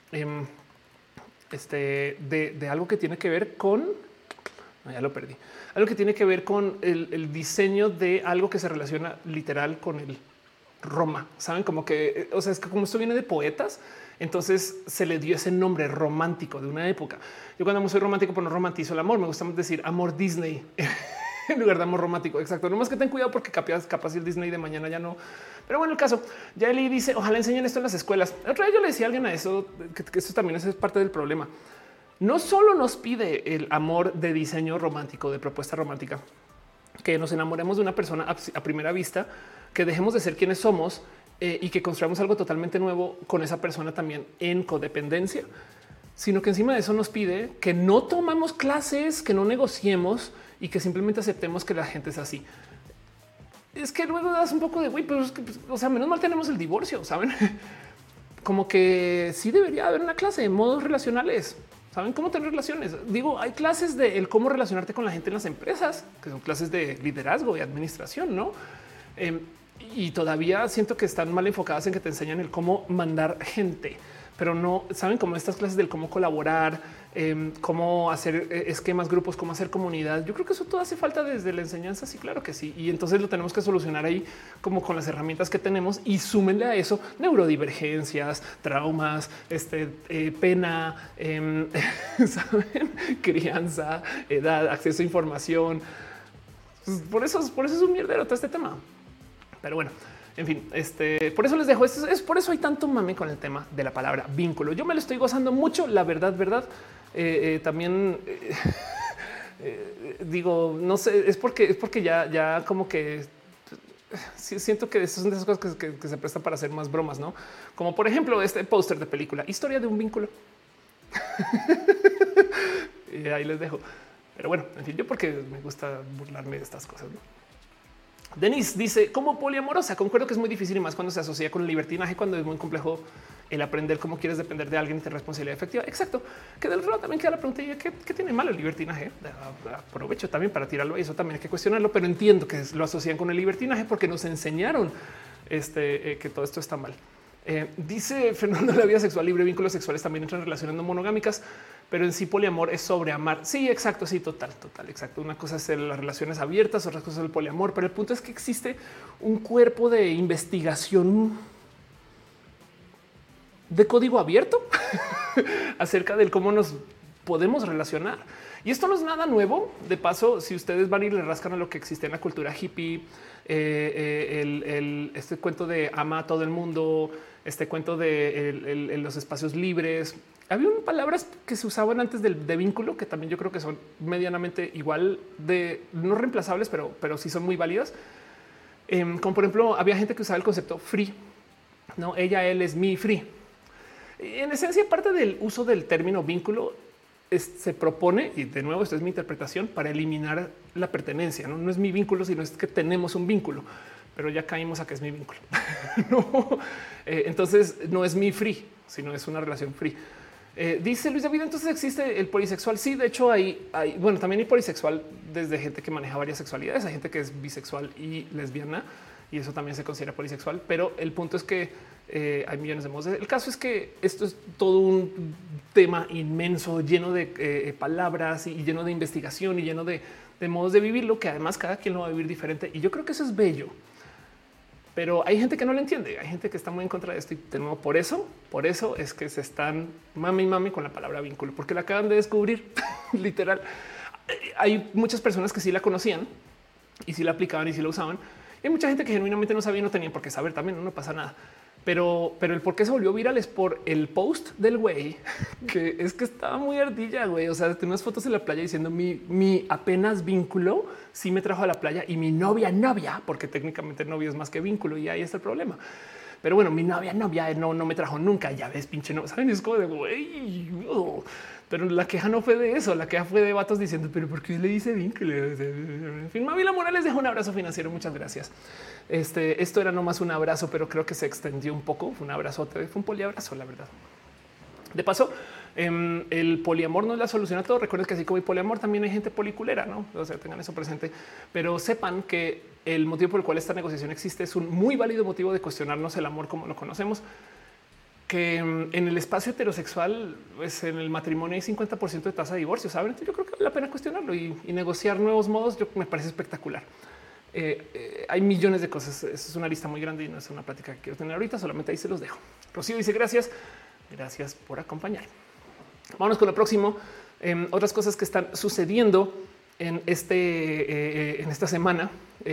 de algo que tiene que ver con, no, ya lo perdí, algo que tiene que ver con el diseño de algo que se relaciona literal con el Roma. Saben, como que, o sea, es que como esto viene de poetas, entonces se le dio ese nombre romántico de una época. Yo cuando soy romántico, pues no romantizo el amor, me gusta decir amor Disney en lugar de amor romántico. Exacto. No más que ten cuidado porque capaz el Disney de mañana ya no. Pero bueno, el caso, ya Eli dice, ojalá enseñen esto en las escuelas. Otra vez yo le decía a alguien a eso, que eso también es parte del problema. No solo nos pide el amor de diseño romántico, de propuesta romántica, que nos enamoremos de una persona a primera vista, que dejemos de ser quienes somos y que construyamos algo totalmente nuevo con esa persona también en codependencia, sino que encima de eso nos pide que no tomamos clases, que no negociemos y que simplemente aceptemos que la gente es así. Es que luego das un poco de güey, pero es que, pues, o sea, menos mal tenemos el divorcio, saben? Como que sí debería haber una clase de modos relacionales. Saben cómo tener relaciones. Digo, hay clases de el cómo relacionarte con la gente en las empresas, que son clases de liderazgo y administración, no? Y todavía siento que están mal enfocadas en que te enseñan el cómo mandar gente, pero no saben cómo estas clases del cómo colaborar, cómo hacer esquemas, grupos, cómo hacer comunidad. Yo creo que eso todo hace falta desde la enseñanza. Sí, claro que sí. Y entonces lo tenemos que solucionar ahí como con las herramientas que tenemos y súmenle a eso neurodivergencias, traumas, pena, ¿saben? Crianza, edad, acceso a información. Por eso es un mierdero todo este tema. Pero bueno, en fin, por eso les dejo. Es por eso hay tanto mame con el tema de la palabra vínculo. Yo me lo estoy gozando mucho, la verdad. También digo, no sé, es porque ya como que sí, siento que esas son de esas cosas que se prestan para hacer más bromas, no? Como por ejemplo este póster de película, historia de un vínculo. Y ahí les dejo. Pero bueno, en fin, yo porque me gusta burlarme de estas cosas, ¿no? Denise dice, como poliamorosa, concuerdo que es muy difícil y más cuando se asocia con el libertinaje, cuando es muy complejo el aprender cómo quieres depender de alguien y tener responsabilidad efectiva. Exacto. Que del otro también queda la pregunta, ¿qué tiene malo el libertinaje? Aprovecho también para tirarlo y eso también hay que cuestionarlo, pero entiendo que lo asocian con el libertinaje porque nos enseñaron que todo esto está mal. Dice Fernando, la vida sexual libre, vínculos sexuales también entran en relaciones no monogámicas, pero en sí poliamor es sobre amar. Sí, exacto. Sí, total. Exacto. Una cosa es las relaciones abiertas, otra cosa es el poliamor, pero el punto es que existe un cuerpo de investigación de código abierto acerca del cómo nos podemos relacionar. Y esto no es nada nuevo. De paso, si ustedes van y le rascan a lo que existe en la cultura hippie, este cuento de ama a todo el mundo, este cuento de los espacios libres. Había palabras que se usaban antes de vínculo que también yo creo que son medianamente igual de no reemplazables, pero sí son muy válidas. Como por ejemplo, había gente que usaba el concepto free, no ella, él es mi free. En esencia, parte del uso del término vínculo se propone, y de nuevo, esta es mi interpretación, para eliminar la pertenencia. No es mi vínculo, sino es que tenemos un vínculo, pero ya caímos a que es mi vínculo. No, entonces no es mi free, sino es una relación free. Dice Luis David, entonces existe el polisexual. Sí, de hecho bueno, también hay polisexual desde gente que maneja varias sexualidades. Hay gente que es bisexual y lesbiana y eso también se considera polisexual. Pero el punto es que hay millones de modos. El caso es que esto es todo un tema inmenso, lleno de palabras y lleno de investigación y lleno de modos de vivirlo, que además cada quien lo va a vivir diferente. Y yo creo que eso es bello. Pero hay gente que no lo entiende, hay gente que está muy en contra de esto y de nuevo por eso es que se están mami con la palabra vínculo, porque la acaban de descubrir literal. Hay muchas personas que sí la conocían y sí la aplicaban y sí la usaban. Y hay mucha gente que genuinamente no sabía y no tenían por qué saber también, no pasa nada. Pero el por qué se volvió viral es por el post del güey, que es que estaba muy ardilla, güey. O sea, tenía unas fotos en la playa diciendo mi apenas vínculo sí me trajo a la playa y mi novia, porque técnicamente novio es más que vínculo y ahí está el problema. Pero bueno, mi novia no me trajo nunca. Ya ves, pinche no saben, es como de güey. Pero la queja no fue de eso. La queja fue de vatos diciendo, pero ¿por qué le dice vínculo? En fin, Mavila Morales deja un abrazo financiero. Muchas gracias. Esto era nomás un abrazo, pero creo que se extendió un poco. Fue un abrazote, fue un poliabrazo, la verdad. De paso, el poliamor no es la solución a todo. Recuerden que así como hay poliamor, también hay gente policulera, ¿no? O sea, tengan eso presente. Pero sepan que el motivo por el cual esta negociación existe es un muy válido motivo de cuestionarnos el amor como lo conocemos. Que en el espacio heterosexual, pues en el matrimonio hay 50% de tasa de divorcio, ¿saben? Entonces yo creo que vale la pena cuestionarlo y negociar nuevos modos. Me parece espectacular. Hay millones de cosas. Es una lista muy grande y no es una plática que quiero tener ahorita. Solamente ahí se los dejo. Rocío dice gracias. Gracias por acompañar. Vámonos con lo próximo. Otras cosas que están sucediendo en esta semana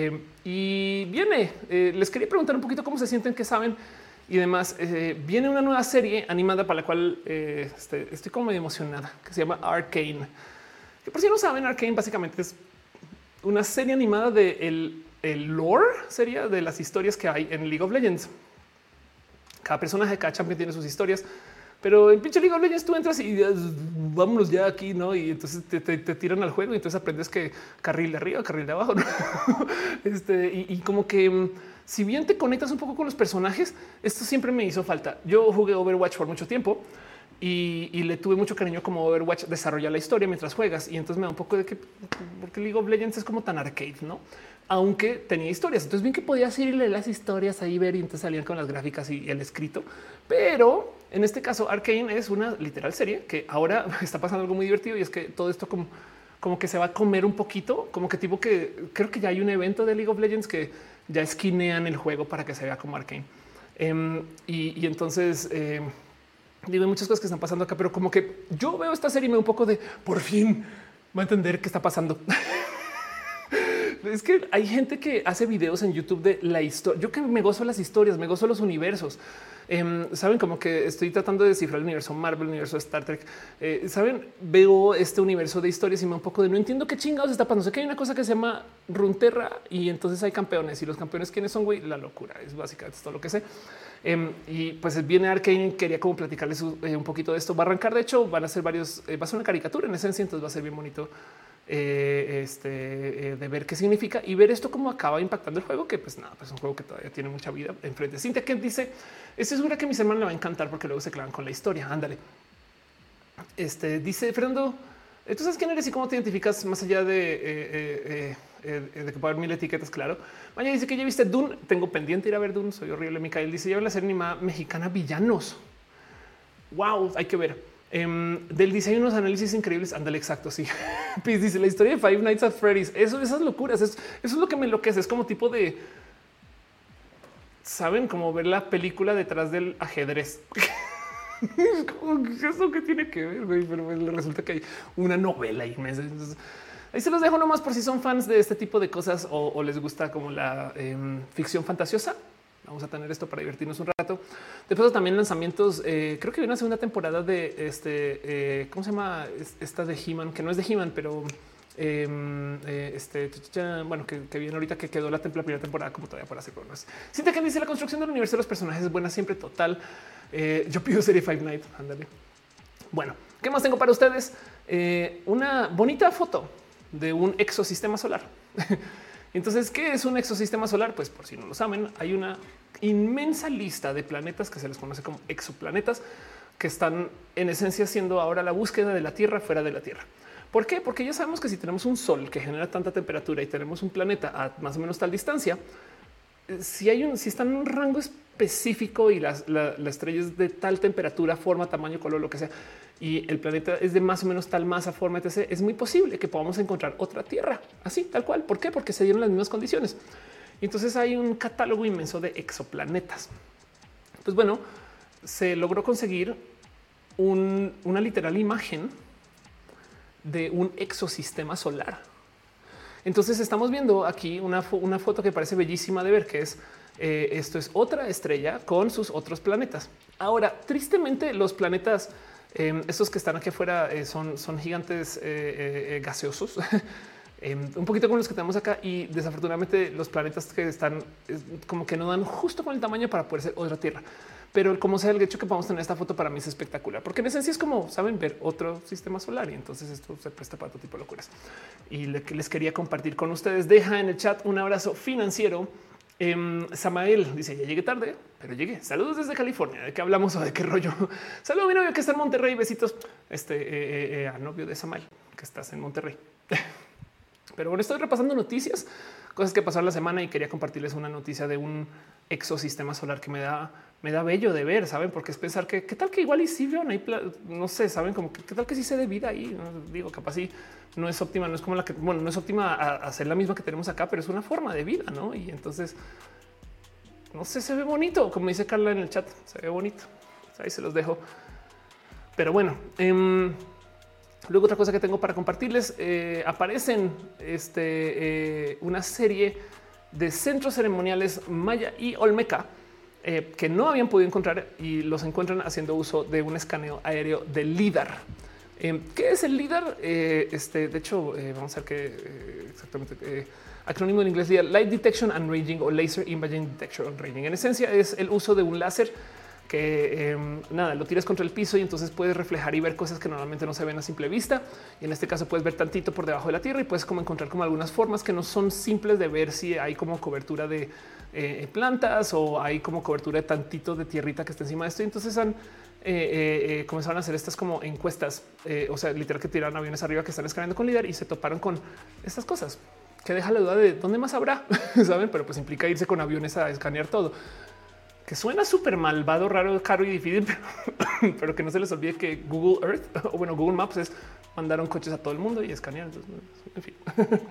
y viene. Les quería preguntar un poquito cómo se sienten, qué saben y demás. Viene una nueva serie animada para la cual estoy como medio emocionada, que se llama Arcane. Que por si no saben, Arcane básicamente es una serie animada de el lore, sería de las historias que hay en League of Legends. Cada personaje de cada champion tiene sus historias, pero en pinche League of Legends tú entras y vámonos ya aquí, ¿no? Y entonces te tiran al juego y entonces aprendes que carril de arriba, carril de abajo, ¿no? Y como que si bien te conectas un poco con los personajes, esto siempre me hizo falta. Yo jugué Overwatch por mucho tiempo y le tuve mucho cariño como Overwatch desarrolla la historia mientras juegas. Y entonces me da un poco de que porque League of Legends es como tan arcade, ¿no? Aunque tenía historias. Entonces bien que podías irle las historias ahí ver y entonces salían con las gráficas y el escrito. Pero en este caso Arcane es una literal serie que ahora está pasando algo muy divertido y es que todo esto como que se va a comer un poquito, como que tipo que creo que ya hay un evento de League of Legends que ya esquinean el juego para que se vea como Arcane. Y entonces digo, hay muchas cosas que están pasando acá, pero como que yo veo esta serie y me da un poco de por fin va a entender qué está pasando. Es que hay gente que hace videos en YouTube de la historia. Yo que me gozo las historias, me gozo los universos. Saben, como que estoy tratando de descifrar el universo Marvel, el universo Star Trek. Saben, veo este universo de historias y me da un poco de no entiendo qué chingados está pasando. Sé que hay una cosa que se llama Runeterra y entonces hay campeones y los campeones quiénes son, güey, la locura es básicamente todo lo que sé. Y pues viene Arcane. Quería como platicarles un poquito de esto. Va a arrancar. De hecho, van a ser varios. Va a ser una caricatura en esencia, entonces va a ser bien bonito de ver qué significa y ver esto cómo acaba impactando el juego, que pues nada, pues es un juego que todavía tiene mucha vida enfrente. Cintia Kent dice: estoy segura que a mis hermanos le va a encantar porque luego se clavan con la historia. Ándale. Dice Fernando: ¿tú sabes quién eres y cómo te identificas más allá de que pueda haber mil etiquetas? Claro. Mañana dice que ya viste Dune. Tengo pendiente ir a ver Dune. Soy horrible. Micael dice: ya ven la serie animada mexicana Villanos. Wow, hay que ver. Del diseño, unos análisis increíbles. Ándale, exacto. Sí, pues dice la historia de Five Nights at Freddy's. Esas locuras, eso es lo que me enloquece. Es como tipo de, saben, como ver la película detrás del ajedrez. Eso que tiene que ver, güey, pero pues resulta que hay una novela inmensa. Entonces, ahí se los dejo nomás por si son fans de este tipo de cosas o les gusta como la ficción fantasiosa. Vamos a tener esto para divertirnos un rato. Después también lanzamientos. Creo que viene una segunda temporada de ¿cómo se llama? Esta de He-Man, que no es de He-Man, pero bueno, que viene ahorita, que quedó la primera temporada como todavía por hacer cosas. Siente que dice: la construcción del universo de los personajes es buena siempre, total. Yo pido serie Five Nights. Ándale. Bueno, ¿qué más tengo para ustedes? Una bonita foto de un exosistema solar. Entonces, ¿qué es un exosistema solar? Pues por si no lo saben, hay una inmensa lista de planetas que se les conoce como exoplanetas, que están en esencia haciendo ahora la búsqueda de la Tierra fuera de la Tierra. ¿Por qué? Porque ya sabemos que si tenemos un sol que genera tanta temperatura y tenemos un planeta a más o menos tal distancia, si están en un rango específico y la estrella es de tal temperatura, forma, tamaño, color, lo que sea, y el planeta es de más o menos tal masa, forma, etc., es muy posible que podamos encontrar otra Tierra así, tal cual. ¿Por qué? Porque se dieron las mismas condiciones. Y entonces hay un catálogo inmenso de exoplanetas. Pues bueno, se logró conseguir una literal imagen de un exosistema solar. Entonces estamos viendo aquí una foto que parece bellísima de ver, que es esto es otra estrella con sus otros planetas. Ahora, tristemente, los planetas, estos que están aquí afuera, son gigantes gaseosos. un poquito con los que tenemos acá y desafortunadamente los planetas que están como que no dan justo con el tamaño para poder ser otra Tierra. Pero como sea, el hecho que podamos tener esta foto para mí es espectacular, porque en esencia es como saben ver otro sistema solar y entonces esto se presta para todo tipo de locuras. Y lo que les quería compartir con ustedes, deja en el chat un abrazo financiero. Samael dice ya llegué tarde, pero llegué. Saludos desde California. ¿De qué hablamos o de qué rollo? Saludos a mi novio que está en Monterrey. Besitos al novio de Samael que estás en Monterrey. Pero bueno, estoy repasando noticias, cosas que pasaron la semana y quería compartirles una noticia de un exosistema solar que me da bello de ver, saben, porque es pensar que qué tal que igual y si veo no sé, saben como que qué tal que sí se dé vida ahí. No digo, capaz sí no es óptima, no es como la que, bueno, no es óptima a ser la misma que tenemos acá, pero es una forma de vida, no? Y entonces no sé, se ve bonito, como dice Carla en el chat, se ve bonito. Ahí se los dejo. Pero bueno, luego otra cosa que tengo para compartirles, aparecen una serie de centros ceremoniales maya y olmeca que no habían podido encontrar y los encuentran haciendo uso de un escaneo aéreo de LIDAR. ¿Qué es el LIDAR? De hecho, vamos a ver qué exactamente acrónimo en inglés, Light Detection and Ranging o Laser Imaging Detection and Ranging. En esencia es el uso de un láser que nada, lo tiras contra el piso y entonces puedes reflejar y ver cosas que normalmente no se ven a simple vista. Y en este caso puedes ver tantito por debajo de la tierra y puedes como encontrar como algunas formas que no son simples de ver si hay como cobertura de plantas o hay como cobertura de tantito de tierrita que está encima de esto. Y entonces han comenzaron a hacer estas como encuestas, o sea, literal que tiraron aviones arriba que están escaneando con LIDAR y se toparon con estas cosas que deja la duda de dónde más habrá, saben, pero pues implica irse con aviones a escanear todo, que suena súper malvado, raro, caro y difícil, pero que no se les olvide que Google Earth o bueno, Google Maps es mandaron coches a todo el mundo y escanear. Entonces, en fin,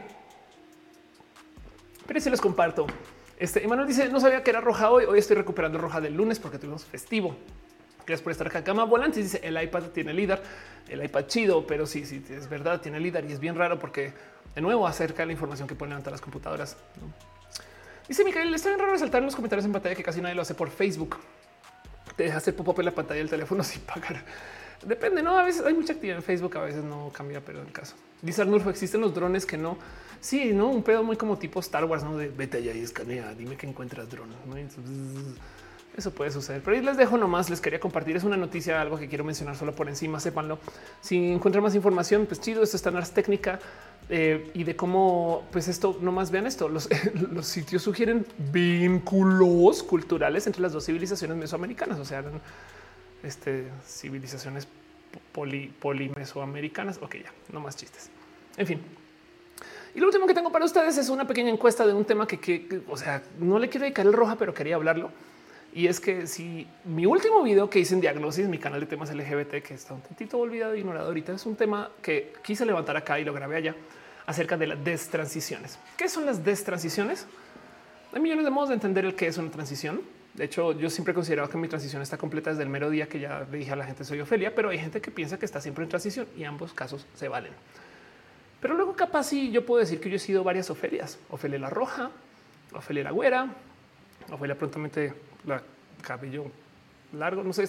pero si les comparto. Emanuel dice no sabía que era roja hoy. Hoy estoy recuperando roja del lunes porque tuvimos festivo. Gracias por estar acá. Gama Volantes dice el iPad tiene LIDAR, el iPad chido, pero sí, es verdad, tiene LIDAR y es bien raro porque de nuevo acerca de la información que pueden levantar las computadoras, ¿no? Dice Micael, está bien raro resaltar en los comentarios en pantalla que casi nadie lo hace por Facebook. Te deja hacer pop-up en la pantalla del teléfono sin pagar. Depende, ¿no? A veces hay mucha actividad en Facebook, a veces no cambia, pero en el caso. Dice Arnulfo, existen los drones que no. Sí, no, un pedo muy como tipo Star Wars, no de vete allá y escanea, dime que encuentras drones, ¿no? Entonces, eso puede suceder, pero ahí les dejo nomás. Les quería compartir. Es una noticia, algo que quiero mencionar solo por encima. Sépanlo. Si encuentran más información, pues chido. Esto está en Ars Técnica y de cómo, pues esto nomás vean esto. Los sitios sugieren vínculos culturales entre las dos civilizaciones mesoamericanas, o sea, eran civilizaciones polimesoamericanas. Ok, ya no más chistes. En fin. Y lo último que tengo para ustedes es una pequeña encuesta de un tema que o sea, no le quiero dedicar el roja, pero quería hablarlo. Y es que si mi último video que hice en Diagnosis, mi canal de temas LGBT, que está un tantito olvidado e ignorado ahorita, es un tema que quise levantar acá y lo grabé allá acerca de las destransiciones. ¿Qué son las destransiciones? Hay millones de modos de entender el que es una transición. De hecho, yo siempre he considerado que mi transición está completa desde el mero día que ya le dije a la gente soy Ofelia, pero hay gente que piensa que está siempre en transición y ambos casos se valen. Pero luego capaz sí yo puedo decir que yo he sido varias Ofelias. Ofelia la roja, Ofelia la güera, Ofelia prontamente la cabello largo, no sé.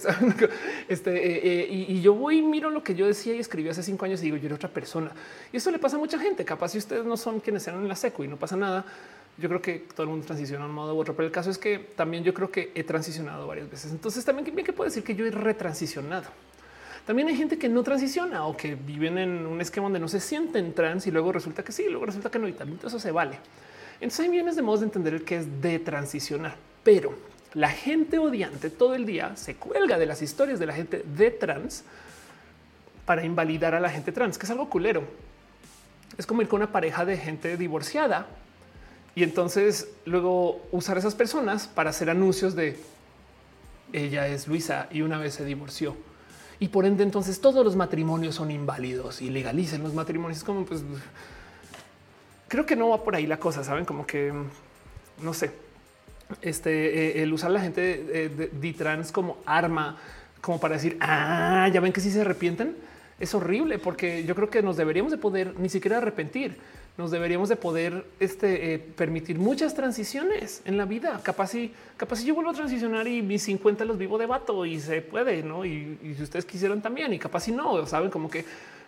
Y yo voy y miro lo que yo decía y escribí hace 5 años y digo yo era otra persona. Y esto le pasa a mucha gente. Capaz si ustedes no son quienes eran en la secu y no pasa nada, yo creo que todo el mundo transiciona de un modo u otro, pero el caso es que también yo creo que he transicionado varias veces. Entonces también bien que puedo decir que yo he retransicionado. También hay gente que no transiciona o que viven en un esquema donde no se sienten trans y luego resulta que sí, luego resulta que no, y también eso se vale. Entonces hay millones de modos de entender el que es de transicionar, pero la gente odiante todo el día se cuelga de las historias de la gente de trans para invalidar a la gente trans, que es algo culero. Es como ir con una pareja de gente divorciada y entonces luego usar esas personas para hacer anuncios de ella es Luisa y una vez se divorció. Y por ende, entonces todos los matrimonios son inválidos y legalicen los matrimonios. Es como, pues, creo que no va por ahí la cosa, saben, como que no sé, el usar a la gente de trans como arma, como para decir, ya ven que si se arrepienten, es horrible, porque yo creo que nos deberíamos de poder ni siquiera arrepentir. Nos deberíamos de poder permitir muchas transiciones en la vida. Capaz si yo vuelvo a transicionar y mis 50 los vivo de vato y se puede, ¿no? Y si ustedes quisieran también y capaz si no, saben, como que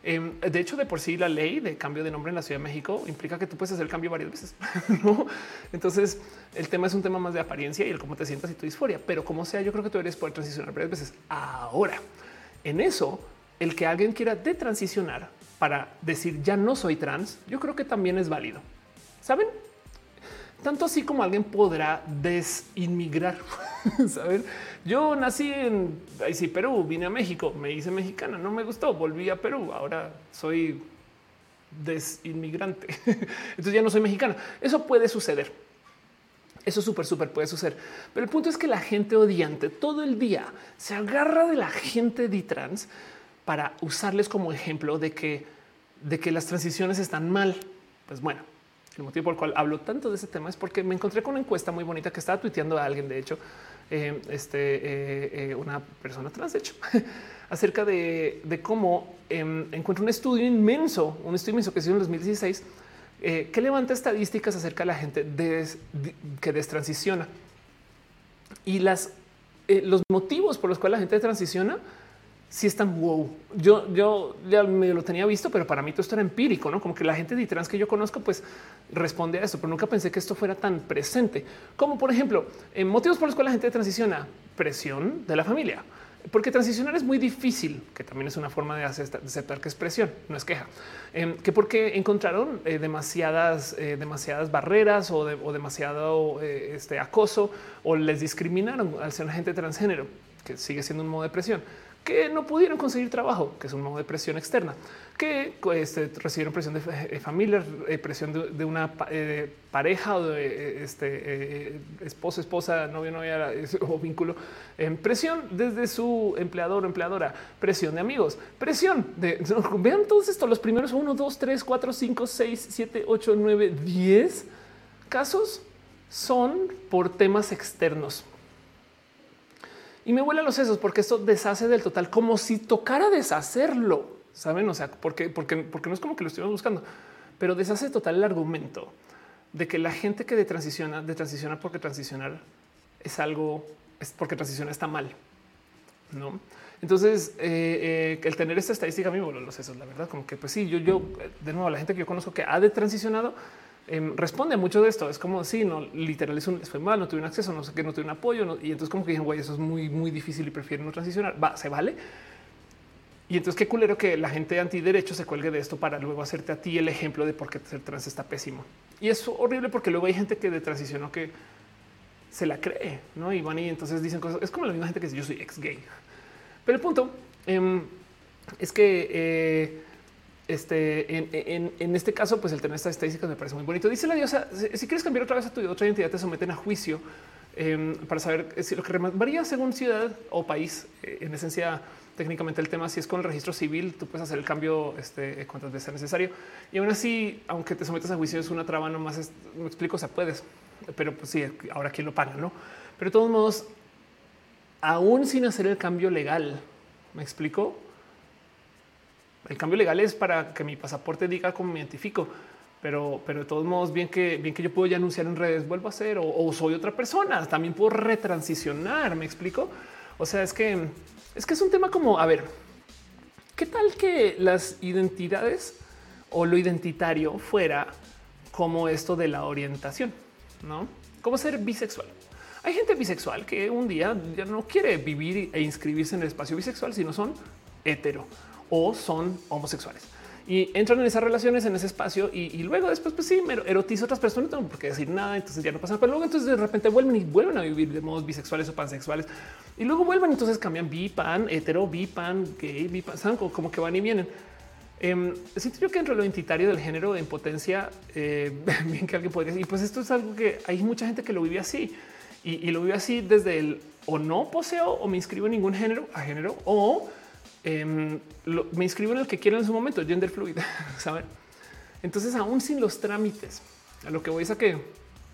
De hecho, de por sí la ley de cambio de nombre en la Ciudad de México implica que tú puedes hacer el cambio varias veces. ¿No? Entonces el tema es un tema más de apariencia y el cómo te sientas y tu disforia, pero como sea, yo creo que tú deberías poder transicionar varias veces. Ahora, en eso, el que alguien quiera detransicionar para decir ya no soy trans, yo creo que también es válido. ¿Saben? Tanto así como alguien podrá desinmigrar. Saber, yo nací en Perú, vine a México, me hice mexicana, no me gustó, volví a Perú, ahora soy desinmigrante. Entonces ya no soy mexicana. Eso puede suceder. Eso súper puede suceder. Pero el punto es que la gente odiante todo el día se agarra de la gente de trans para usarles como ejemplo de que las transiciones están mal. Pues bueno, el motivo por el cual hablo tanto de ese tema es porque me encontré con una encuesta muy bonita que estaba tuiteando a alguien, de hecho, una persona trans, de hecho, acerca de cómo encuentro un estudio inmenso que se hizo en 2016 que levanta estadísticas acerca de la gente que destransiciona y los motivos por los cuales la gente transiciona. Sí están wow. Yo ya me lo tenía visto, pero para mí todo esto era empírico, ¿no? Como que la gente de trans que yo conozco pues responde a esto, pero nunca pensé que esto fuera tan presente. Como por ejemplo, motivos por los cuales la gente transiciona: presión de la familia. Porque transicionar es muy difícil, que también es una forma de aceptar que es presión, no es queja. Que porque encontraron demasiadas barreras o demasiado acoso, o les discriminaron al ser una gente transgénero, que sigue siendo un modo de presión, que no pudieron conseguir trabajo, que es un modo de presión externa, que recibieron presión de familia, presión de una pareja o de esposo, esposa, novio, novia o vínculo, presión desde su empleador o empleadora, presión de amigos, presión de vean todos estos, los primeros 1, 2, 3, 4, 5, 6, 7, 8, 9, 10 casos son por temas externos. Y me vuela los sesos porque esto deshace del total, como si tocara deshacerlo, ¿saben? O sea, porque no es como que lo estuvimos buscando, pero deshace total el argumento de que la gente que detransiciona porque transicionar es algo, es porque transicionar está mal, ¿no? Entonces, el tener esta estadística a mí me voló los sesos, la verdad, como que pues sí, yo de nuevo, la gente que yo conozco que ha detransicionado responde a mucho de esto. Es como si no literal fue mal, no tuve un acceso, no sé qué, no tuve un apoyo. Y entonces como que dijeron, güey, eso es muy difícil y prefieren no transicionar. Se vale. Y entonces qué culero que la gente antiderecho se cuelgue de esto para luego hacerte a ti el ejemplo de por qué ser trans está pésimo. Y es horrible porque luego hay gente que de transicionó que se la cree, ¿no? Y van y entonces dicen cosas. Es como la misma gente que dice yo soy ex gay. Pero el punto es que en este caso, pues el tener estas estadísticas me parece muy bonito. Dice la diosa: si quieres cambiar otra vez a tu otra identidad, te someten a juicio para saber si lo que varía según ciudad o país. En esencia, técnicamente el tema si es con el registro civil, tú puedes hacer el cambio cuantas veces sea necesario. Y aún así, aunque te sometas a juicio, es una traba nomás. Me explico, o sea, puedes, pero pues sí, ahora quién lo paga, ¿no? Pero de todos modos, aún sin hacer el cambio legal, me explico. El cambio legal es para que mi pasaporte diga cómo me identifico, pero de todos modos, bien que yo puedo ya anunciar en redes, vuelvo a ser o soy otra persona. También puedo retransicionar. Me explico. O sea, es que es un tema como, a ver, ¿qué tal que las identidades o lo identitario fuera como esto de la orientación? No como ser bisexual. Hay gente bisexual que un día ya no quiere vivir e inscribirse en el espacio bisexual, sino son hetero o son homosexuales y entran en esas relaciones, en ese espacio y luego después pues sí, me erotizo a otras personas, no tengo por qué decir nada, entonces ya no pasa, pero luego entonces de repente vuelven a vivir de modos bisexuales o pansexuales y luego vuelven, entonces cambian bi-pan, hetero, bi-pan, gay, bi-pan, ¿saben? Como que van y vienen. Siento yo que entre lo identitario del género en potencia, bien que alguien podría decir, y pues esto es algo que hay mucha gente que lo vive así y lo vive así desde el o no poseo o me inscribo en ningún género o me inscribo en el que quiero en su momento, gender fluid, ¿saben? Entonces, aún sin los trámites, a lo que voy es a que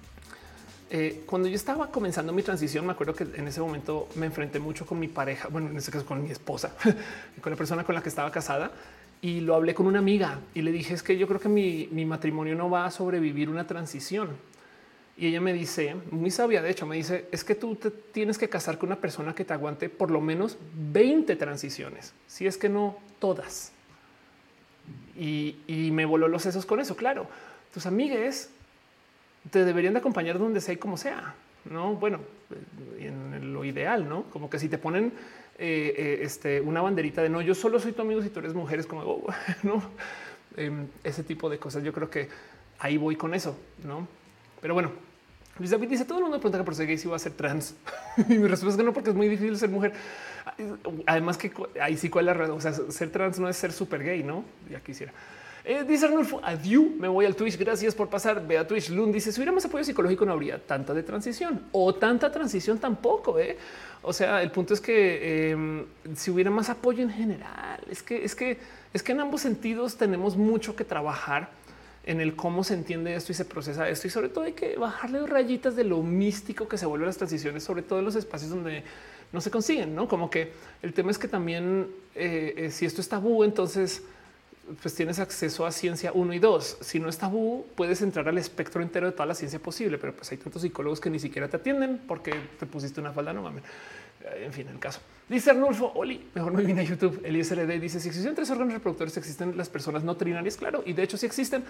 cuando yo estaba comenzando mi transición, me acuerdo que en ese momento me enfrenté mucho con mi pareja, bueno, en este caso con mi esposa, con la persona con la que estaba casada, y lo hablé con una amiga y le dije, es que yo creo que mi matrimonio no va a sobrevivir una transición. Y ella me dice, muy sabia, de hecho, me dice, es que tú te tienes que casar con una persona que te aguante por lo menos 20 transiciones, si es que no todas. y me voló los sesos con eso. Claro, tus amigues te deberían de acompañar donde sea y como sea. No, bueno, en lo ideal, no como que si te ponen una banderita de no, yo solo soy tu amigo si tú eres mujer, es como no, ese tipo de cosas. Yo creo que ahí voy con eso, no? Pero bueno, Luis David dice: todo el mundo pregunta que por ser gay si va a ser trans. Y mi respuesta es que no, porque es muy difícil ser mujer. Además, que ahí sí, cuál es la razón. O sea, ser trans no es ser súper gay, no? Ya quisiera. Dice Arnulfo: adiós, me voy al Twitch. Gracias por pasar. Ve a Twitch. Lund dice: si hubiera más apoyo psicológico, no habría tanta de transición o tanta transición tampoco. O sea, el punto es que si hubiera más apoyo en general, es que en ambos sentidos tenemos mucho que trabajar en el cómo se entiende esto y se procesa esto. Y sobre todo hay que bajarle dos rayitas de lo místico que se vuelven las transiciones, sobre todo en los espacios donde no se consiguen, no? Como que el tema es que también si esto es tabú, entonces pues tienes acceso a ciencia 1 y 2. Si no es tabú, puedes entrar al espectro entero de toda la ciencia posible, pero pues hay tantos psicólogos que ni siquiera te atienden porque te pusiste una falda, no mames. En fin, el caso. Dice Arnulfo: Oli, mejor me vine a YouTube. El ISRD dice: si existen 3 órganos reproductores, existen las personas no trinarias. Claro, y de hecho sí existen.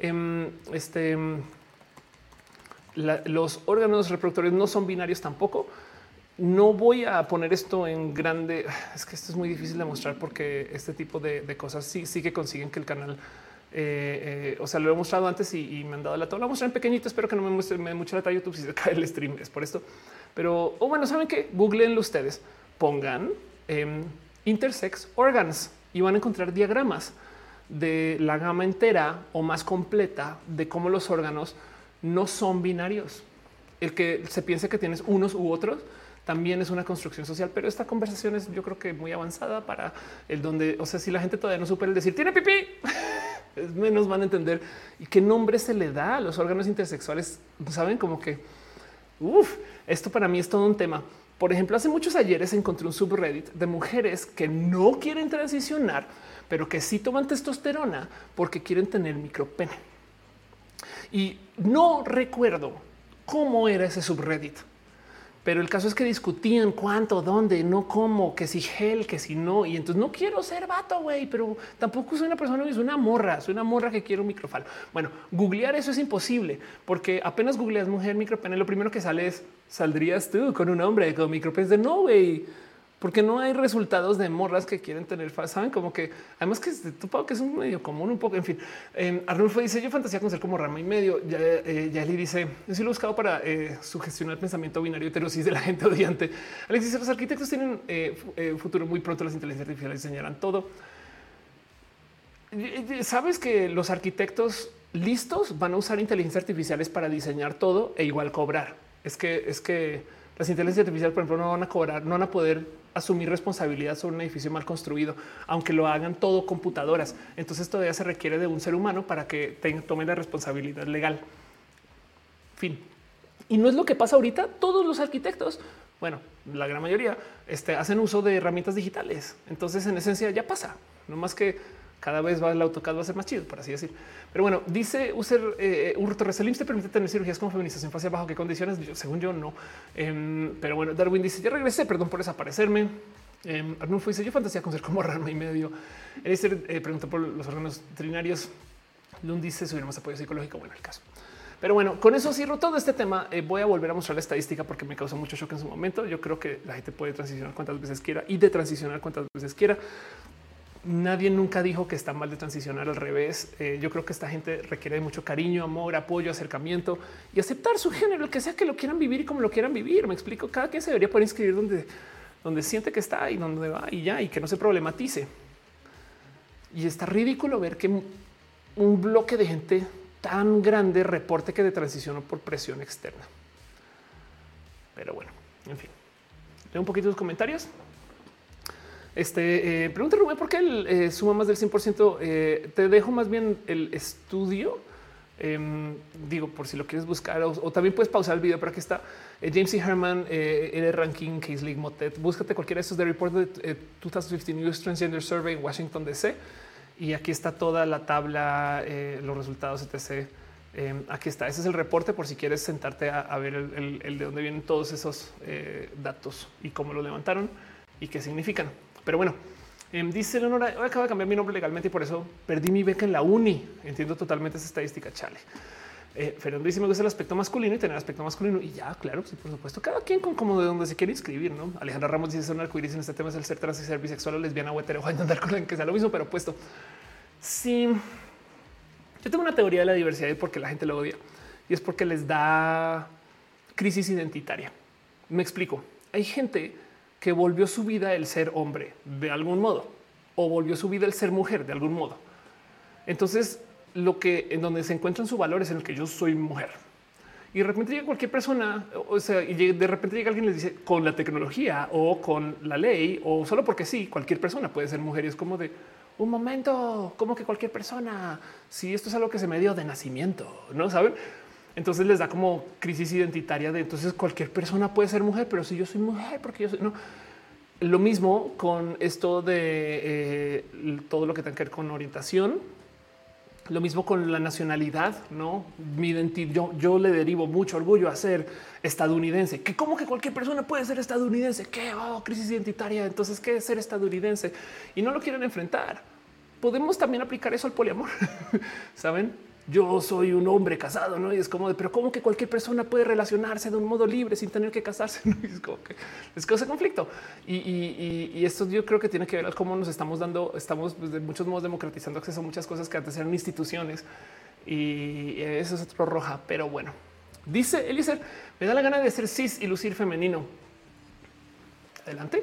Los órganos reproductores no son binarios tampoco. No voy a poner esto en grande. Es que esto es muy difícil de mostrar porque este tipo de cosas sí que consiguen que el canal, o sea, lo he mostrado antes y me han dado la tabla. Lo voy a mostrar en pequeñito. Espero que no me muestre mucho la talla YouTube si se cae el stream. Es por esto. Pero bueno, saben que googleenlo ustedes, pongan intersex organs y van a encontrar diagramas de la gama entera o más completa de cómo los órganos no son binarios. El que se piense que tienes unos u otros también es una construcción social, pero esta conversación es, yo creo que muy avanzada para el donde, o sea, si la gente todavía no supera el decir tiene pipí, es menos van a entender y qué nombre se le da a los órganos intersexuales. Saben, como que esto para mí es todo un tema. Por ejemplo, hace muchos ayeres encontré un subreddit de mujeres que no quieren transicionar, pero que sí toman testosterona porque quieren tener micropene. Y no recuerdo cómo era ese subreddit, pero el caso es que discutían cuánto, dónde, no cómo, que si gel, que si no. Y entonces no quiero ser vato, güey, pero tampoco soy una persona, soy una morra que quiere un microfalo. Bueno, googlear eso es imposible porque apenas googleas mujer micropene, lo primero que sale es: saldrías tú con un hombre con micropene. De no, güey, porque no hay resultados de morras que quieren tener, saben, como que además que tu que es un medio común un poco. En fin, Arnulfo dice: yo fantasía con ser como rama y medio. Yali dice: yo sí lo he buscado para sugestionar el pensamiento binario heterosis de la gente odiante. Alex dice: los arquitectos tienen futuro muy pronto, las inteligencias artificiales diseñarán todo. Sabes que los arquitectos listos van a usar inteligencias artificiales para diseñar todo e igual cobrar. Es que las inteligencias artificiales, por ejemplo, no van a cobrar, no van a poder asumir responsabilidad sobre un edificio mal construido, aunque lo hagan todo computadoras. Entonces todavía se requiere de un ser humano para que tome la responsabilidad legal. Fin. Y no es lo que pasa ahorita. Todos los arquitectos, bueno, la gran mayoría, hacen uso de herramientas digitales. Entonces, en esencia, ya pasa. No más que cada vez el AutoCAD va a ser más chido, por así decir. Pero bueno, dice User Torres: el IMSS te permite tener cirugías como feminización facial, bajo qué condiciones. Según yo, no. Pero bueno, Darwin dice: ya regresé, perdón por desaparecerme. Arnulfo dice: yo fantasía con ser como rama y medio. Pregunta por los órganos trinarios. Lund dice: subir más apoyo psicológico. Bueno, el caso. Pero bueno, con eso cierro todo este tema. Voy a volver a mostrar la estadística porque me causó mucho shock en su momento. Yo creo que la gente puede transicionar cuantas veces quiera y de transicionar cuantas veces quiera. Nadie nunca dijo que está mal de transicionar, al revés. Yo creo que esta gente requiere de mucho cariño, amor, apoyo, acercamiento y aceptar su género, el que sea que lo quieran vivir y como lo quieran vivir. Me explico. Cada quien se debería poder inscribir donde siente que está y donde va y ya, y que no se problematice. Y está ridículo ver que un bloque de gente tan grande reporte que de transicionó por presión externa. Pero bueno, en fin, leo un poquito los comentarios. Pregunta Rubén: ¿por qué él suma más del 100%? Te dejo más bien el estudio. Digo, por si lo quieres buscar o también puedes pausar el video, pero aquí está James C. Herman, L. Rankin, Case League Motet. Búscate cualquiera de estos de report de 2015 US Transgender Survey en Washington DC. Y aquí está toda la tabla, los resultados, etc. Aquí está. Ese es el reporte por si quieres sentarte a ver el de dónde vienen todos esos datos y cómo lo levantaron y qué significan. Pero bueno, Dice Leonora, hoy acabo de cambiar mi nombre legalmente y por eso perdí mi beca en la uni. Entiendo totalmente esa estadística, chale. Fernando dice, me gusta el aspecto masculino y tener aspecto masculino. Y ya, claro, sí, por supuesto. Cada quien con como de donde se quiere inscribir, ¿no? Alejandra Ramos dice, son arcoíris en este tema es el ser trans y ser bisexual o lesbiana o hetero, o andar con la que sea lo mismo, pero puesto. Sí, yo tengo una teoría de la diversidad y por qué la gente lo odia. Y es porque les da crisis identitaria. Me explico. Hay gente que volvió su vida el ser hombre de algún modo o volvió su vida el ser mujer de algún modo. Entonces, lo que en donde se encuentran su valor es en el que yo soy mujer. Y de repente llega cualquier persona, o sea, y de repente llega alguien y les dice con la tecnología o con la ley o solo porque sí, cualquier persona puede ser mujer. Y es como de un momento, como que cualquier persona. Si esto es algo que se me dio de nacimiento, no saben. Entonces les da como crisis identitaria de entonces cualquier persona puede ser mujer, pero si yo soy mujer, porque yo soy no. Lo mismo con esto de todo lo que tenga que ver con orientación. Lo mismo con la nacionalidad, no mi identidad. Yo le derivo mucho orgullo a ser estadounidense, que como que cualquier persona puede ser estadounidense. Qué crisis identitaria. Entonces, ¿qué es ser estadounidense? Y no lo quieren enfrentar. Podemos también aplicar eso al poliamor. Saben, yo soy un hombre casado, no? Y es como de, pero cómo que cualquier persona puede relacionarse de un modo libre sin tener que casarse. ¿No? Es como que les causa conflicto. Y esto yo creo que tiene que ver con cómo nos estamos dando, estamos de muchos modos democratizando acceso a muchas cosas que antes eran instituciones. Y eso es otro roja. Pero bueno, dice Eliezer, me da la gana de ser cis y lucir femenino. Adelante.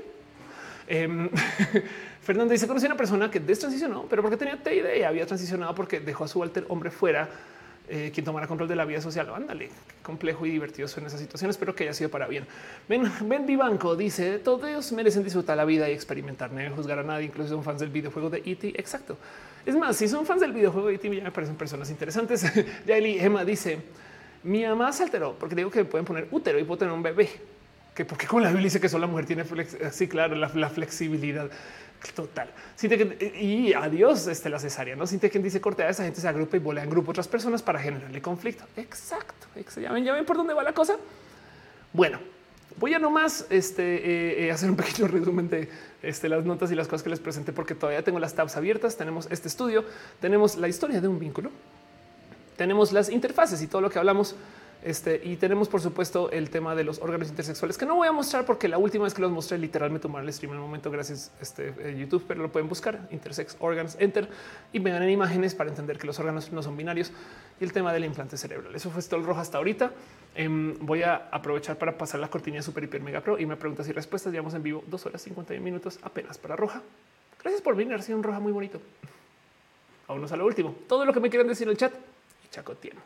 Fernando dice, conocí a una persona que destransicionó, pero porque tenía TID y había transicionado porque dejó a su alter hombre fuera, quien tomara control de la vida social. Ándale, qué complejo y divertido en esas situaciones. Espero que haya sido para bien. Ben Vivanco dice, todos merecen disfrutar la vida y experimentar, no deben juzgar a nadie, incluso son fans del videojuego de E.T. Exacto. Es más, si son fans del videojuego de E.T. ya me parecen personas interesantes. Yaeli Emma dice, mi mamá se alteró porque digo que pueden poner útero y puedo tener un bebé. Que porque con la Biblia dice que solo la mujer tiene sí, claro, la flexibilidad total. Y adiós la cesárea, no siente quien dice cortea, esa gente se agrupa y volea en grupo a otras personas para generarle conflicto. Exacto. Ya ven por dónde va la cosa. Bueno, voy a nomás hacer un pequeño resumen de las notas y las cosas que les presenté, porque todavía tengo las tabs abiertas. Tenemos este estudio, tenemos la historia de un vínculo, tenemos las interfaces y todo lo que hablamos. Y tenemos, por supuesto, el tema de los órganos intersexuales, que no voy a mostrar porque la última vez que los mostré literalmente tomaron el stream en el momento gracias a YouTube, pero lo pueden buscar intersex organs enter y vean en imágenes para entender que los órganos no son binarios y el tema del implante cerebral. Eso fue todo el rojo hasta ahorita. Voy a aprovechar para pasar la cortina super hiper mega pro y me preguntas y respuestas. Llevamos en vivo 2 horas 51 minutos apenas para roja. Gracias por venir. Ha sido un roja muy bonito. Vámonos a lo último. Todo lo que me quieran decir en el chat y chacoteemos.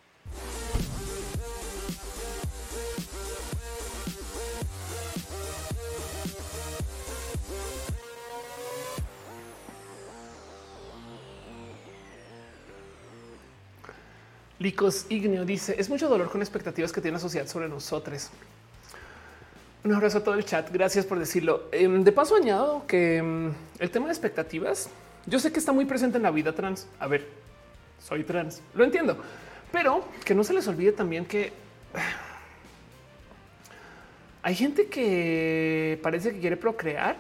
Licos Igneo dice, es mucho dolor con expectativas que tiene la sociedad sobre nosotros. Un abrazo a todo el chat. Gracias por decirlo. De paso añado que el tema de expectativas, yo sé que está muy presente en la vida trans. A ver, soy trans, lo entiendo, pero que no se les olvide también que hay gente que parece que quiere procrear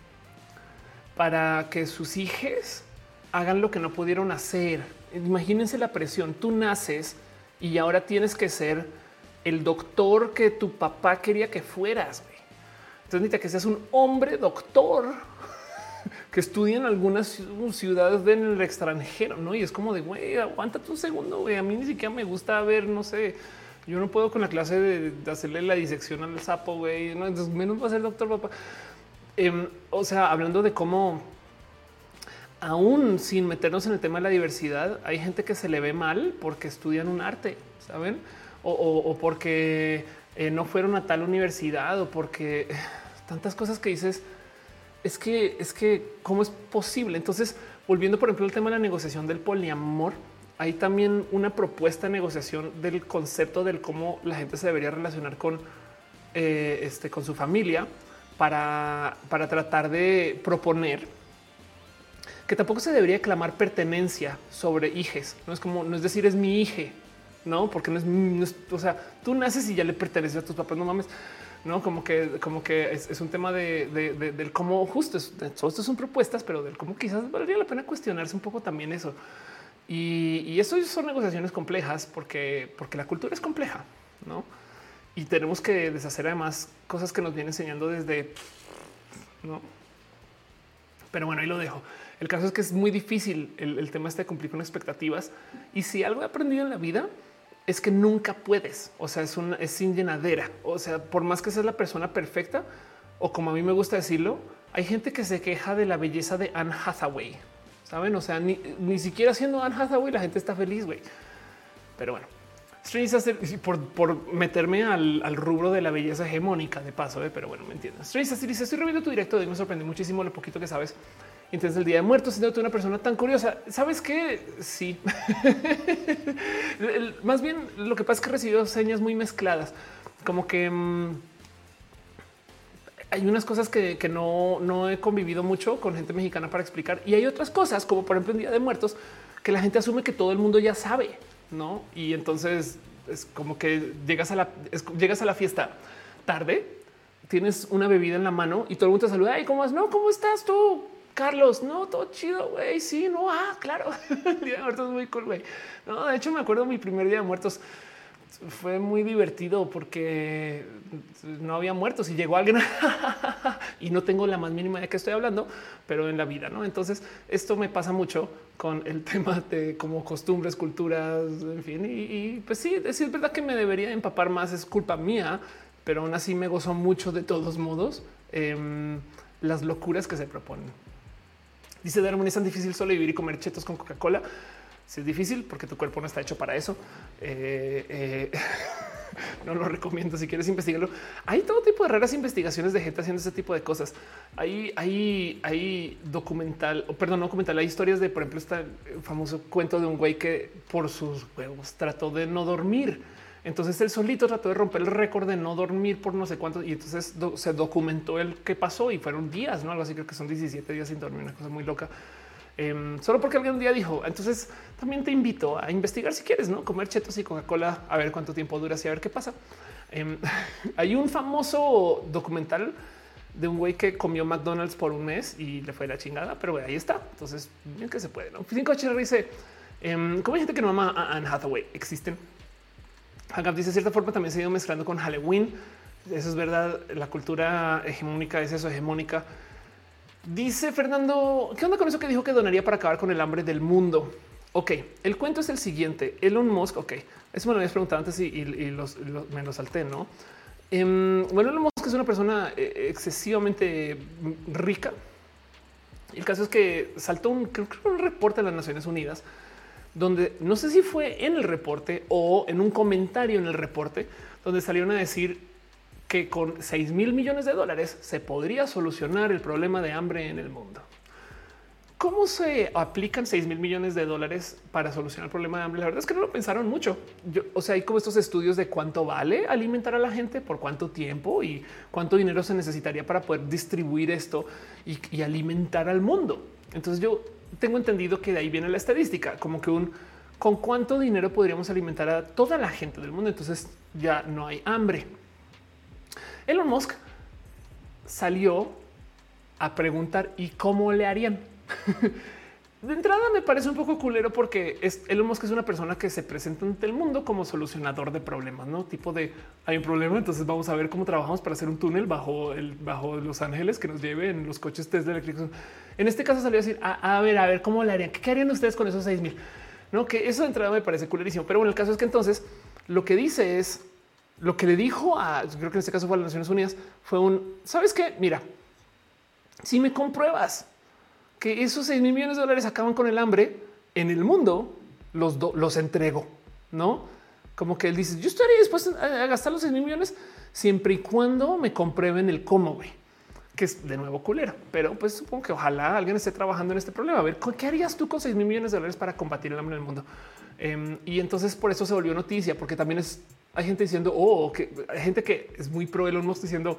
para que sus hijos hagan lo que no pudieron hacer. Imagínense la presión. Tú naces y ahora tienes que ser el doctor que tu papá quería que fueras. Entonces necesita que seas un hombre doctor que estudia en algunas ciudades en el extranjero, ¿no? Y es como de, güey, aguántate un segundo, güey. A mí ni siquiera me gusta ver, no sé, yo no puedo con la clase de hacerle la disección al sapo, güey. No, entonces menos va a ser doctor, papá. O sea, hablando de cómo aún sin meternos en el tema de la diversidad, hay gente que se le ve mal porque estudian un arte, ¿saben? O porque no fueron a tal universidad o porque tantas cosas que dices, es que ¿cómo es posible? Entonces, volviendo por ejemplo al tema de la negociación del poliamor, hay también una propuesta de negociación del concepto del cómo la gente se debería relacionar con su familia para tratar de proponer que tampoco se debería clamar pertenencia sobre hijes. No es como, no es decir, es mi hija, no, porque no es, o sea, tú naces y ya le perteneces a tus papás. No mames, no como que es un tema del cómo justo todo esto son propuestas, pero del cómo quizás valdría la pena cuestionarse un poco también eso. Y eso son negociaciones complejas porque la cultura es compleja, no? Y tenemos que deshacer además cosas que nos vienen enseñando desde no. Pero bueno, ahí lo dejo. El caso es que es muy difícil el tema este de cumplir con expectativas. Y si algo he aprendido en la vida es que nunca puedes. O sea, es sin llenadera. O sea, por más que seas la persona perfecta o como a mí me gusta decirlo, hay gente que se queja de la belleza de Anne Hathaway. Saben? O sea, ni siquiera siendo Anne Hathaway la gente está feliz, güey. Pero bueno, por meterme al rubro de la belleza hegemónica de paso, pero bueno, me entiendes. Strange dice: estoy reviendo tu directo y me sorprendió muchísimo lo poquito que sabes. Entonces, el Día de Muertos, siendo tú una persona tan curiosa, sabes que sí. Más bien, lo que pasa es que recibió señas muy mezcladas, como que hay unas cosas que no he convivido mucho con gente mexicana para explicar, y hay otras cosas, como por ejemplo el Día de Muertos, que la gente asume que todo el mundo ya sabe, ¿no? Y entonces es como que llegas a la fiesta tarde, tienes una bebida en la mano y todo el mundo te saluda. ¿Y cómo vas? No, ¿cómo estás tú, Carlos? No, todo chido, güey. Sí, no, claro. El Día de Muertos es muy cool, güey. No, de hecho me acuerdo mi primer Día de Muertos. Fue muy divertido porque no había muertos y llegó alguien y no tengo la más mínima de qué estoy hablando, pero en la vida, ¿no? Entonces esto me pasa mucho con el tema de como costumbres, culturas, en fin. Y pues sí, es verdad que me debería empapar más, es culpa mía, pero aún así me gozo mucho de todos modos las locuras que se proponen. Dice Darwin: es tan difícil solo vivir y comer chetos con Coca-Cola. Sí, es difícil porque tu cuerpo no está hecho para eso. No lo recomiendo. Si quieres investigarlo, hay todo tipo de raras investigaciones de gente haciendo ese tipo de cosas. Hay documental, perdón, no documental. Hay historias de, por ejemplo, este famoso cuento de un güey que por sus huevos trató de no dormir. Entonces él solito trató de romper el récord de no dormir por no sé cuántos. Y entonces se documentó el qué pasó y fueron días, no algo así. Creo que son 17 días sin dormir, una cosa muy loca. Solo porque alguien un día dijo. Entonces también te invito a investigar si quieres, no comer chetos y Coca-Cola, a ver cuánto tiempo dura y a ver qué pasa. Hay un famoso documental de un güey que comió McDonald's por un mes y le fue la chingada, pero ahí está. Entonces, bien que se puede. ¿No? 5HR dice: ¿cómo hay gente que no ama a Anne Hathaway? Existen. Hagab dice: de cierta forma también se ha ido mezclando con Halloween. Eso es verdad. La cultura hegemónica es eso, hegemónica. Dice Fernando: ¿qué onda con eso que dijo que donaría para acabar con el hambre del mundo? Ok, el cuento es el siguiente. Elon Musk, ok, eso me lo habías preguntado antes y me lo salté, ¿no? Bueno, Elon Musk es una persona excesivamente rica. El caso es que saltó creo un reporte de las Naciones Unidas donde no sé si fue en el reporte o en un comentario en el reporte donde salieron a decir que con $6,000 millones se podría solucionar el problema de hambre en el mundo. ¿Cómo se aplican $6,000 millones para solucionar el problema de hambre? La verdad es que no lo pensaron mucho. O sea, hay como estos estudios de cuánto vale alimentar a la gente, por cuánto tiempo y cuánto dinero se necesitaría para poder distribuir esto y alimentar al mundo. Entonces yo tengo entendido que de ahí viene la estadística, como que con cuánto dinero podríamos alimentar a toda la gente del mundo. Entonces ya no hay hambre. Elon Musk salió a preguntar ¿y cómo le harían? De entrada me parece un poco culero porque Elon Musk es una persona que se presenta ante el mundo como solucionador de problemas, no tipo de hay un problema, entonces vamos a ver cómo trabajamos para hacer un túnel bajo Los Ángeles que nos lleve en los coches Tesla eléctricos. En este caso salió a decir a ver cómo le harían, qué harían ustedes con esos 6,000, no, que eso de entrada me parece culerísimo. Pero bueno, el caso es que entonces lo que dice es lo que le dijo creo que en este caso fue a las Naciones Unidas, fue ¿sabes qué? Mira, si me compruebas que esos $6,000 millones acaban con el hambre en el mundo, los entrego, ¿no? Como que él dice, yo estaría dispuesto a gastar los $6,000 millones siempre y cuando me comprueben el cómo, güey, que es de nuevo culero. Pero pues supongo que ojalá alguien esté trabajando en este problema. A ver, ¿qué harías tú con $6,000 millones para combatir el hambre en el mundo? Y entonces por eso se volvió noticia, porque también hay gente diciendo, que hay gente que es muy pro Elon Musk diciendo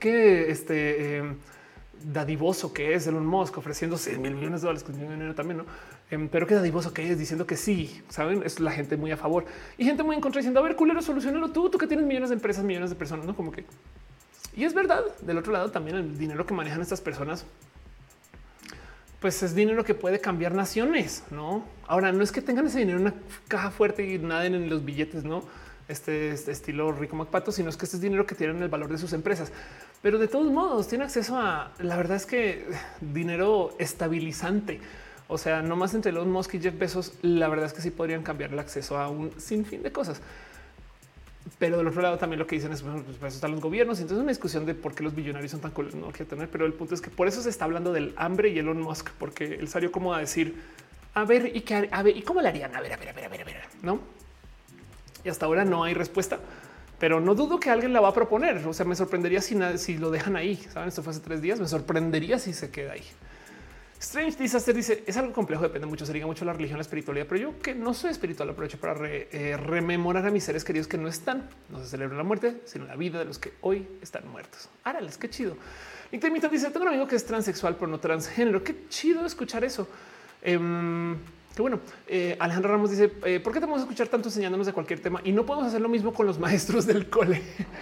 que dadivoso que es Elon Musk ofreciendo $6,000 millones con dinero también, ¿no? Pero qué dadivoso que es diciendo que sí, saben, es la gente muy a favor y gente muy en contra diciendo, a ver, culero, solucionalo tú que tienes millones de empresas, millones de personas, no como que Y es verdad, del otro lado también el dinero que manejan estas personas, pues es dinero que puede cambiar naciones, ¿no? Ahora, no es que tengan ese dinero en una caja fuerte y naden en los billetes, ¿no? Este estilo Rico MacPato, sino es que este es dinero que tienen el valor de sus empresas. Pero de todos modos, tiene acceso a, la verdad es que dinero estabilizante. O sea, no más entre Elon Musk y Jeff Bezos, la verdad es que sí podrían cambiar el acceso a un sinfín de cosas. Pero del otro lado también lo que dicen es, bueno, pues para eso están los gobiernos. Entonces es una discusión de por qué los billonarios son tan cool, no quiero tener, pero el punto es que por eso se está hablando del hambre y Elon Musk, porque él salió como a decir, a ver, y qué, a ver, y cómo le harían, a ver, ¿no? Y hasta ahora no hay respuesta, pero no dudo que alguien la va a proponer. O sea, me sorprendería si lo dejan ahí. Saben, esto fue hace 3 días. Me sorprendería si se queda ahí. Strange Disaster dice es algo complejo, depende mucho, se liga mucho la religión, la espiritualidad, pero yo que no soy espiritual aprovecho para rememorar a mis seres queridos que no están. No se celebra la muerte, sino la vida de los que hoy están muertos. Árales, qué chido. Intermittent dice tengo un amigo que es transexual, pero no transgénero. Qué chido escuchar eso. Qué bueno. Alejandro Ramos dice ¿por qué tenemos que escuchar tanto enseñándonos de cualquier tema y no podemos hacer lo mismo con los maestros del cole?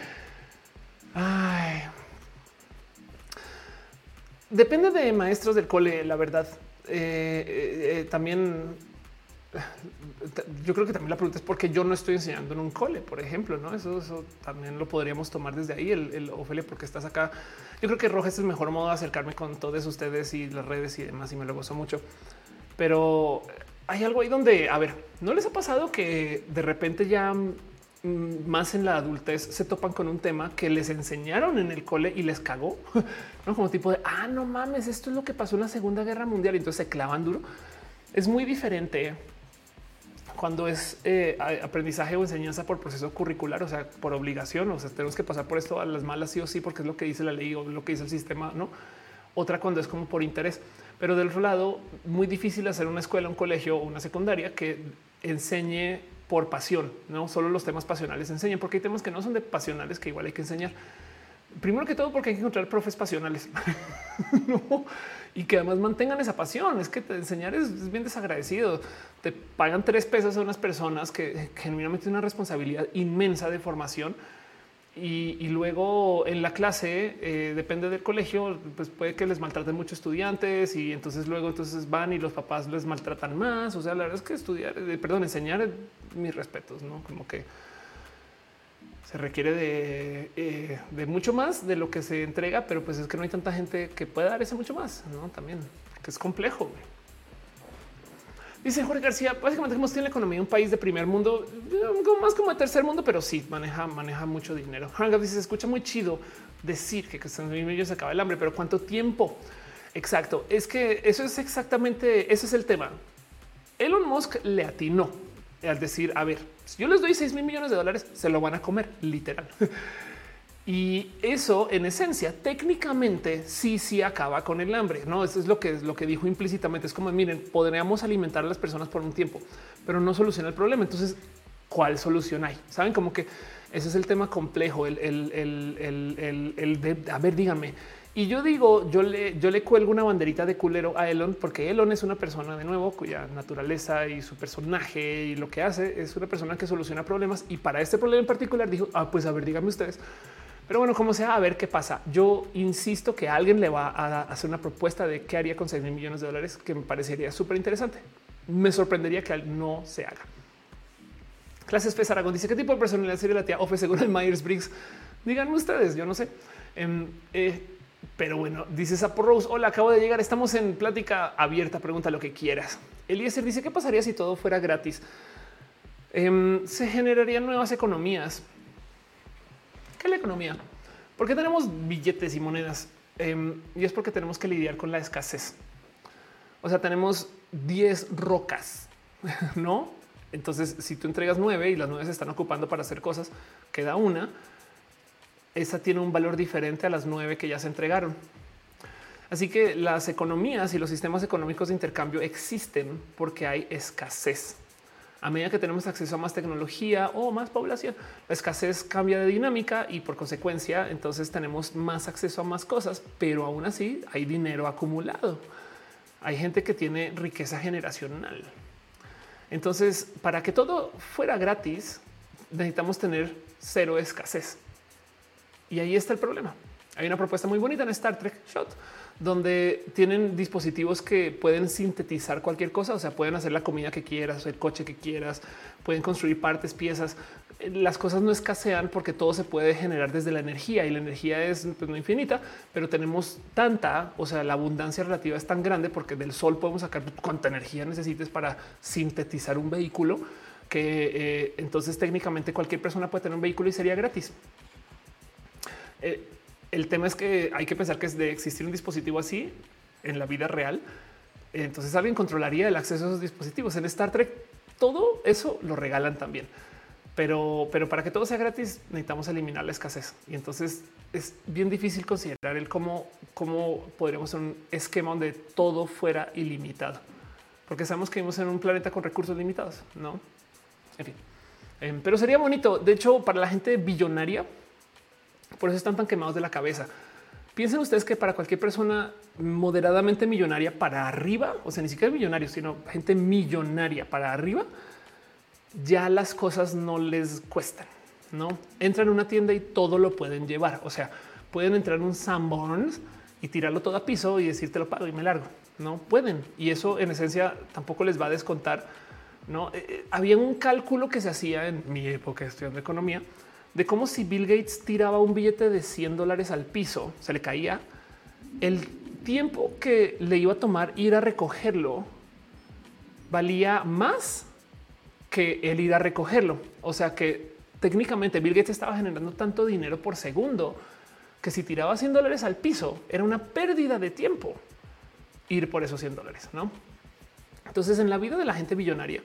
Ay. Depende de maestros del cole, la verdad. También yo creo que también la pregunta es por qué yo no estoy enseñando en un cole, por ejemplo, ¿no? Eso también lo podríamos tomar desde ahí. El Ofelia, porque estás acá. Yo creo que Roja es el mejor modo de acercarme con todos ustedes y las redes y demás, y me lo gozo mucho. Pero hay algo ahí donde, a ver, ¿no les ha pasado que de repente ya más en la adultez se topan con un tema que les enseñaron en el cole y les cagó? ¿No? Como tipo de, no mames, esto es lo que pasó en la Segunda Guerra Mundial y entonces se clavan duro. Es muy diferente cuando es aprendizaje o enseñanza por proceso curricular, o sea, por obligación. O sea, tenemos que pasar por esto a las malas sí o sí, porque es lo que dice la ley o lo que dice el sistema, ¿no? Otra cuando es como por interés. Pero del otro lado, muy difícil hacer una escuela, un colegio o una secundaria que enseñe por pasión, no solo los temas pasionales enseñan, porque hay temas que no son de pasionales que igual hay que enseñar. Primero que todo, porque hay que encontrar profes pasionales ¿no? Y que además mantengan esa pasión. Es que enseñar es bien desagradecido. Te pagan 3 pesos a unas personas que genuinamente tienen una responsabilidad inmensa de formación. Y luego en la clase, depende del colegio, pues puede que les maltraten muchos estudiantes y entonces luego van y los papás les maltratan más. O sea, la verdad es que enseñar, mis respetos, ¿no? Como que se requiere de mucho más de lo que se entrega, pero pues es que no hay tanta gente que pueda dar ese mucho más, ¿no? También, que es complejo. Dice Jorge García, básicamente hemos tenido la economía de un país de primer mundo, más como de tercer mundo, pero sí maneja mucho dinero. Hanga dice, se escucha muy chido decir que son millones se acaba el hambre, pero ¿cuánto tiempo? Exacto, es que eso es exactamente, ese es el tema. Elon Musk le atinó al decir, a ver, si yo les doy 6 mil millones de dólares, se lo van a comer, literal. Y eso, en esencia, técnicamente sí acaba con el hambre. No, eso es lo que dijo implícitamente. Es como miren, podríamos alimentar a las personas por un tiempo, pero no soluciona el problema. Entonces, ¿cuál solución hay? Saben, como que ese es el tema complejo. El de a ver, díganme. Y yo digo, yo le cuelgo una banderita de culero a Elon, porque Elon es una persona de nuevo cuya naturaleza y su personaje y lo que hace es una persona que soluciona problemas. Y para este problema en particular dijo, pues a ver, díganme ustedes. Pero bueno, como sea, a ver qué pasa. Yo insisto que alguien le va a hacer una propuesta de qué haría con 6 mil millones de dólares que me parecería súper interesante. Me sorprendería que no se haga. Clases Fes Aragón dice qué tipo de personalidad sería la tía Ofe según el Myers-Briggs. Díganme ustedes, yo no sé. Pero bueno, dice Sapo Rose. Hola, acabo de llegar. Estamos en plática abierta. Pregunta lo que quieras. Eliezer dice qué pasaría si todo fuera gratis. Se generarían nuevas economías. ¿Qué es la economía? ¿Por qué tenemos billetes y monedas? Y es porque tenemos que lidiar con la escasez. O sea, tenemos 10 rocas, ¿no? Entonces, si tú entregas 9 y las 9 se están ocupando para hacer cosas, queda una. Esa tiene un valor diferente a las 9 que ya se entregaron. Así que las economías y los sistemas económicos de intercambio existen porque hay escasez. A medida que tenemos acceso a más tecnología o más población, la escasez cambia de dinámica y por consecuencia entonces tenemos más acceso a más cosas, pero aún así hay dinero acumulado. Hay gente que tiene riqueza generacional. Entonces, para que todo fuera gratis, necesitamos tener cero escasez. Y ahí está el problema. Hay una propuesta muy bonita en Star Trek Shot, donde tienen dispositivos que pueden sintetizar cualquier cosa. O sea, pueden hacer la comida que quieras, el coche que quieras, pueden construir partes, piezas. Las cosas no escasean porque todo se puede generar desde la energía y la energía es pues, no infinita, pero tenemos tanta, o sea, la abundancia relativa es tan grande porque del sol podemos sacar cuánta energía necesites para sintetizar un vehículo que entonces técnicamente cualquier persona puede tener un vehículo y sería gratis. El tema es que hay que pensar que es de existir un dispositivo así en la vida real. Entonces alguien controlaría el acceso a esos dispositivos. En Star Trek todo eso lo regalan también. Pero para que todo sea gratis necesitamos eliminar la escasez. Y entonces es bien difícil considerar el cómo podríamos hacer un esquema donde todo fuera ilimitado. Porque sabemos que vivimos en un planeta con recursos limitados, ¿no? En fin. Pero sería bonito. De hecho, para la gente billonaria, por eso están tan quemados de la cabeza. Piensen ustedes que para cualquier persona moderadamente millonaria para arriba, o sea, ni siquiera millonarios, sino gente millonaria para arriba, ya las cosas no les cuestan, ¿no? Entran a una tienda y todo lo pueden llevar. O sea, pueden entrar en un Sanborns y tirarlo todo a piso y decir te lo pago y me largo. No pueden. Y eso en esencia tampoco les va a descontar. No había un cálculo que se hacía en mi época estudiando economía de cómo si Bill Gates tiraba un billete de $100 al piso, se le caía el tiempo que le iba a tomar ir a recogerlo valía más que el ir a recogerlo. O sea que técnicamente Bill Gates estaba generando tanto dinero por segundo que si tiraba $100 al piso era una pérdida de tiempo ir por esos $100, ¿no? Entonces en la vida de la gente billonaria,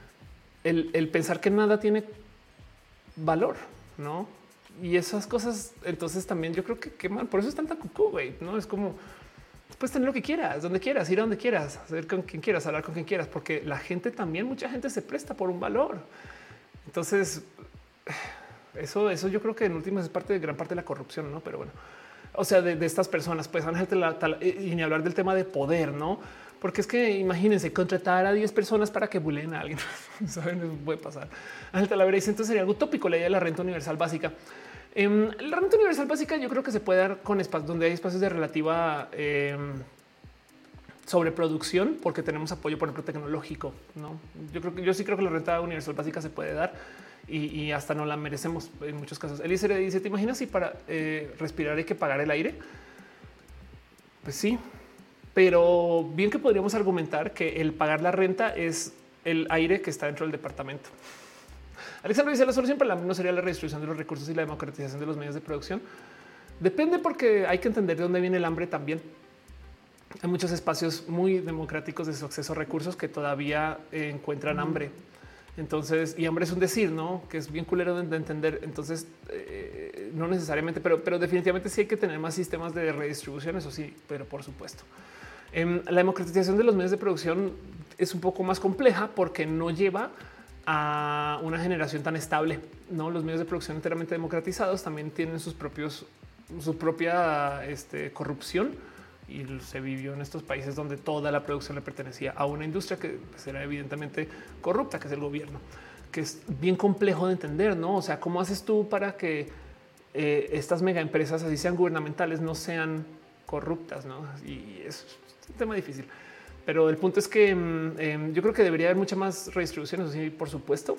el pensar que nada tiene valor, ¿no? Y esas cosas, entonces también yo creo que queman. Por eso es tanta cucú, güey, ¿no? Es como, puedes tener lo que quieras, donde quieras, ir a donde quieras, hacer con quien quieras, hablar con quien quieras, porque la gente también, mucha gente se presta por un valor. Entonces, eso yo creo que en últimas es parte de gran parte de la corrupción, ¿no? Pero bueno, o sea, de estas personas, pues y ni hablar del tema de poder, ¿no? Porque es que imagínense contratar a 10 personas para que buleen a alguien. Saben, eso puede pasar. Ángel Talavera dice entonces sería algo utópico la idea de la renta universal básica. La renta universal básica yo creo que se puede dar con espacios donde hay espacios de relativa sobreproducción, porque tenemos apoyo, por ejemplo, tecnológico. No, yo sí creo que la renta universal básica se puede dar y hasta no la merecemos en muchos casos. Elise dice: ¿te imaginas si para respirar hay que pagar el aire? Pues sí. Pero bien que podríamos argumentar que el pagar la renta es el aire que está dentro del departamento. Alexandra dice: la solución para el hambre no sería la redistribución de los recursos y la democratización de los medios de producción. Depende, porque hay que entender de dónde viene el hambre también. Hay muchos espacios muy democráticos de su acceso a recursos que todavía encuentran hambre. Entonces, y hambre es un decir, ¿no? Que es bien culero de entender. Entonces, no necesariamente, pero definitivamente sí hay que tener más sistemas de redistribución, eso sí, pero por supuesto. La democratización de los medios de producción es un poco más compleja porque no lleva a una generación tan estable. No, los medios de producción enteramente democratizados también tienen su propia corrupción, y se vivió en estos países donde toda la producción le pertenecía a una industria que pues, era evidentemente corrupta, que es el gobierno, que es bien complejo de entender, ¿no? O sea, ¿cómo haces tú para que estas mega empresas, así sean gubernamentales, no sean corruptas, ¿no? Y es un tema difícil. Pero el punto es que yo creo que debería haber mucha más redistribución, eso sí, por supuesto.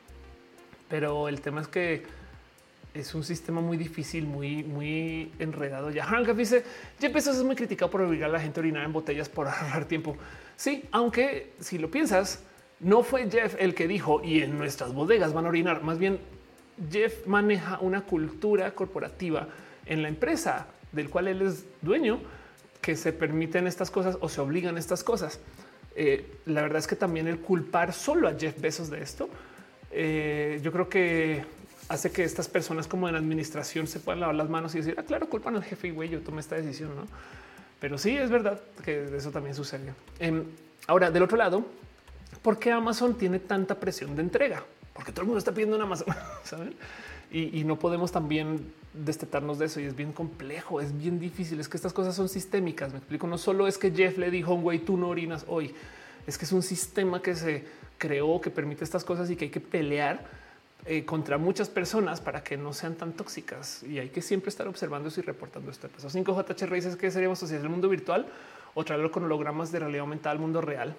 Pero el tema es que es un sistema muy difícil, muy enredado. Ya Hank dice: Jeff Bezos es muy criticado por obligar a la gente a orinar en botellas por ahorrar tiempo. Sí, aunque si lo piensas, no fue Jeff el que dijo y en nuestras bodegas van a orinar. Más bien, Jeff maneja una cultura corporativa en la empresa del cual él es dueño, que se permiten estas cosas o se obligan a estas cosas. La verdad es que también el culpar solo a Jeff Bezos de esto, yo creo que hace que estas personas como en administración se puedan lavar las manos y decir: ah, claro, culpan al jefe y güey, yo tomé esta decisión, ¿no? Pero sí, es verdad que eso también sucede. Ahora, del otro lado, ¿por qué Amazon tiene tanta presión de entrega? Porque todo el mundo está pidiendo en Amazon, ¿saben? Y no podemos también destetarnos de eso, y es bien complejo, es bien difícil. Es que estas cosas son sistémicas, me explico. No solo es que Jeff le dijo: güey, tú no orinas hoy. Es que es un sistema que se creó, que permite estas cosas y que hay que pelear contra muchas personas para que no sean tan tóxicas. Y hay que siempre estar observando eso y reportando esto. Empezó 5JH Raíces, que seríamos asociar el mundo virtual o traerlo con hologramas de realidad aumentada al mundo real.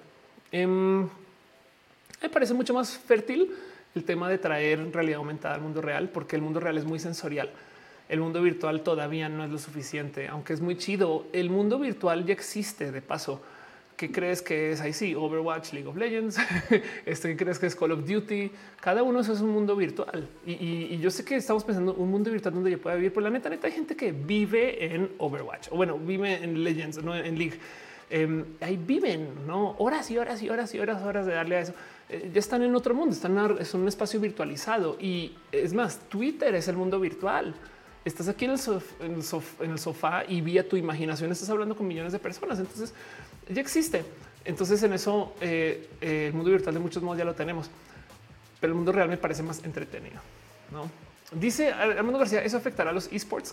Me parece mucho más fértil el tema de traer realidad aumentada al mundo real, porque el mundo real es muy sensorial. El mundo virtual todavía no es lo suficiente, aunque es muy chido. El mundo virtual ya existe de paso. ¿Qué crees que es? Ahí sí, Overwatch, League of Legends. ¿Qué crees que es Call of Duty? Cada uno de esos es un mundo virtual. Y yo sé que estamos pensando un mundo virtual donde yo pueda vivir, pero la neta hay gente que vive en Overwatch o bueno, vive en Legends, no en League. Ahí viven, ¿no? Horas y horas y horas y horas de darle a eso. Ya están en otro mundo, es un espacio virtualizado. Y es más, Twitter es el mundo virtual. Estás aquí en el sofá y vía tu imaginación estás hablando con millones de personas. Entonces ya existe. Entonces en eso el mundo virtual de muchos modos ya lo tenemos, pero el mundo real me parece más entretenido, ¿no? Dice Armando García, ¿eso afectará a los esports?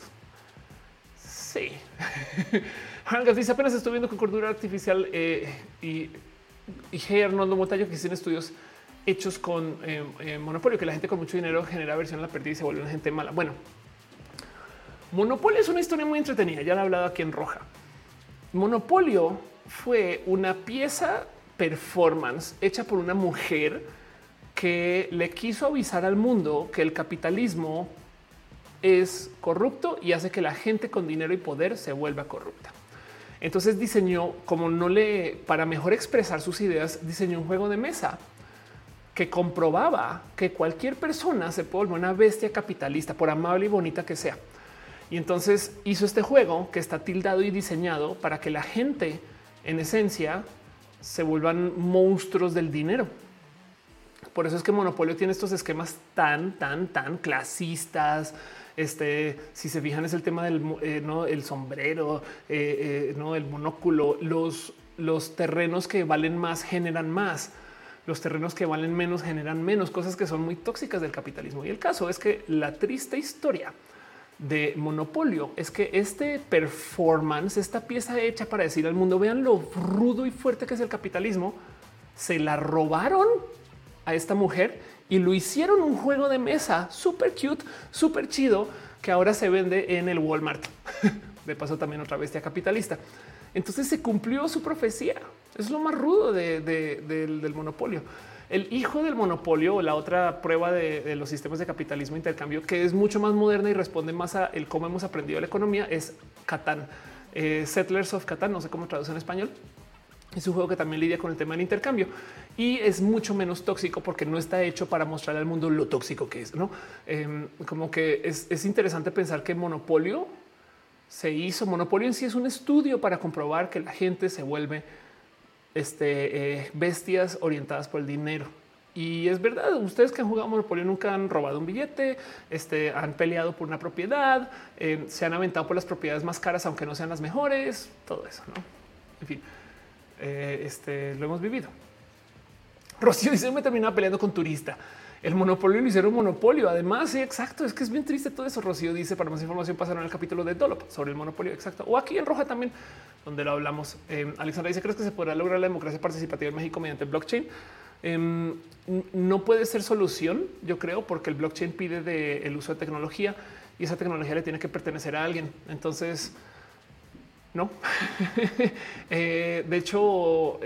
Sí. Hangas dice, apenas estoy viendo con cordura artificial y Hey Arnoldo Montayo, que hicieron estudios hechos con Monopolio, que la gente con mucho dinero genera versión a la pérdida y se vuelve una gente mala. Bueno, Monopolio es una historia muy entretenida. Ya la he hablado aquí en Roja. Monopolio fue una pieza performance hecha por una mujer que le quiso avisar al mundo que el capitalismo es corrupto y hace que la gente con dinero y poder se vuelva corrupta. Entonces diseñó, para mejor expresar sus ideas, diseñó un juego de mesa que comprobaba que cualquier persona se puede volver una bestia capitalista, por amable y bonita que sea. Y entonces hizo este juego que está tildado y diseñado para que la gente, en esencia, se vuelvan monstruos del dinero. Por eso es que Monopolio tiene estos esquemas tan clasistas. Si se fijan, es el tema del el sombrero, no el monóculo, los terrenos que valen más generan más. Los terrenos que valen menos generan menos, cosas que son muy tóxicas del capitalismo. Y el caso es que la triste historia de Monopolio es que este performance, esta pieza hecha para decir al mundo, vean lo rudo y fuerte que es el capitalismo, se la robaron a esta mujer y lo hicieron un juego de mesa súper cute, súper chido, que ahora se vende en el Walmart. De paso, también otra bestia capitalista. Entonces se cumplió su profecía. Es lo más rudo del monopolio. El hijo del monopolio, o la otra prueba de los sistemas de capitalismo e intercambio, que es mucho más moderna y responde más a el cómo hemos aprendido la economía, es Catán. Settlers of Catán, no sé cómo traduce en español. Es un juego que también lidia con el tema del intercambio y es mucho menos tóxico porque no está hecho para mostrar al mundo lo tóxico que es, ¿no? Como que es interesante pensar que Monopolio se hizo. Monopolio en sí es un estudio para comprobar que la gente se vuelve bestias orientadas por el dinero. Y es verdad, ustedes que han jugado Monopolio nunca han robado un billete, han peleado por una propiedad, se han aventado por las propiedades más caras, aunque no sean las mejores, todo eso, ¿no? En fin. Lo hemos vivido. Rocío dice, me terminaba peleando con turista. El monopolio lo hicieron monopolio. Además, sí, exacto. Es que es bien triste todo eso. Rocío dice, para más información pasaron al capítulo de Dolop sobre el monopolio. Exacto. O aquí en Roja también, donde lo hablamos. Alexandra dice, ¿crees que se podrá lograr la democracia participativa en México mediante blockchain? No puede ser solución, yo creo, porque el blockchain pide el uso de tecnología y esa tecnología le tiene que pertenecer a alguien. Entonces, no. De hecho,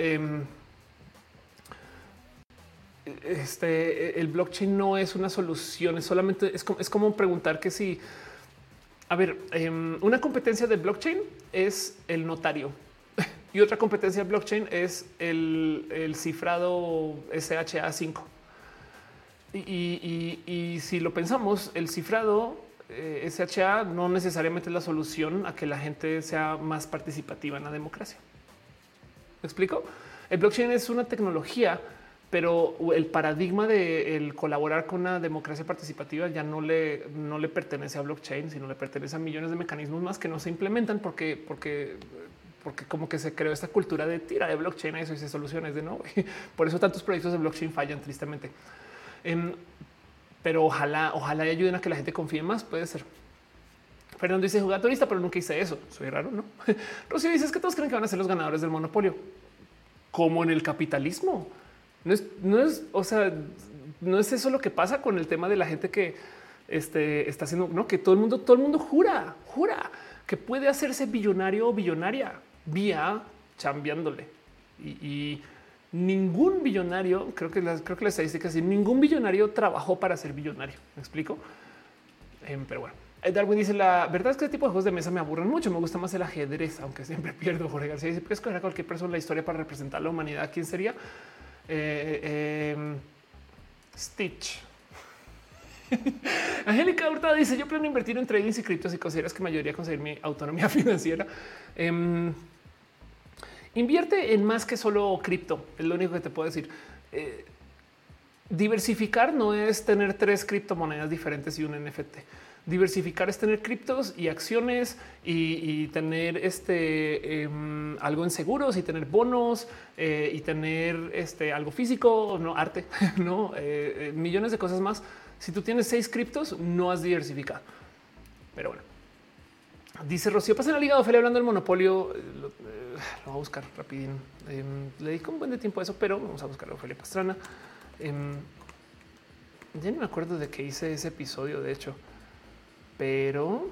el blockchain no es una solución, es solamente es como preguntar que si, a ver, una competencia de blockchain es el notario y otra competencia de blockchain es el cifrado SHA-5. Y si lo pensamos, el cifrado SHA no necesariamente es la solución a que la gente sea más participativa en la democracia. ¿Me explico? El blockchain es una tecnología, pero el paradigma de el colaborar con una democracia participativa ya no le pertenece a blockchain, sino le pertenece a millones de mecanismos más que no se implementan porque como que se creó esta cultura de tira de blockchain a eso y se soluciona de nuevo. Por eso tantos proyectos de blockchain fallan tristemente. Pero ojalá y ayuden a que la gente confíe más. Puede ser. Fernando dice jugar turista, pero nunca hice eso. Soy raro, ¿no? Rocío dice es que todos creen que van a ser los ganadores del monopolio, como en el capitalismo. No es, o sea, no es eso lo que pasa con el tema de la gente que está haciendo, no, que todo el mundo jura que puede hacerse billonario o billonaria vía chambeándole y ningún billonario, creo que la estadística es ningún billonario trabajó para ser billonario. ¿Me explico? Pero bueno, Darwin dice la verdad es que este tipo de juegos de mesa me aburren mucho. Me gusta más el ajedrez, aunque siempre pierdo. Jorge García dice que escoger a cualquier persona en la historia para representar la humanidad. ¿Quién sería? Stitch. Angélica Hurtado dice yo planeo invertir en trading y criptos y consideras que me ayudaría a conseguir mi autonomía financiera. Invierte en más que solo cripto. Es lo único que te puedo decir. Diversificar no es tener 3 criptomonedas diferentes y un NFT. Diversificar es tener criptos y acciones y tener algo en seguros y tener bonos y tener algo físico, no arte, no millones de cosas más. Si tú tienes 6 criptos, no has diversificado. Pero bueno, dice Rocío, pasa en la Liga de Ofelia hablando del monopolio. Lo voy a buscar rapidín. Le dedico un buen de tiempo a eso, pero vamos a buscar a Ofelia Pastrana. Ya no me acuerdo de qué hice ese episodio, de hecho, pero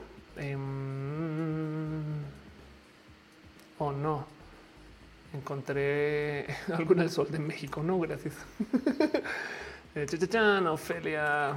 no encontré alguna del Sol de México. No, gracias. Ofelia.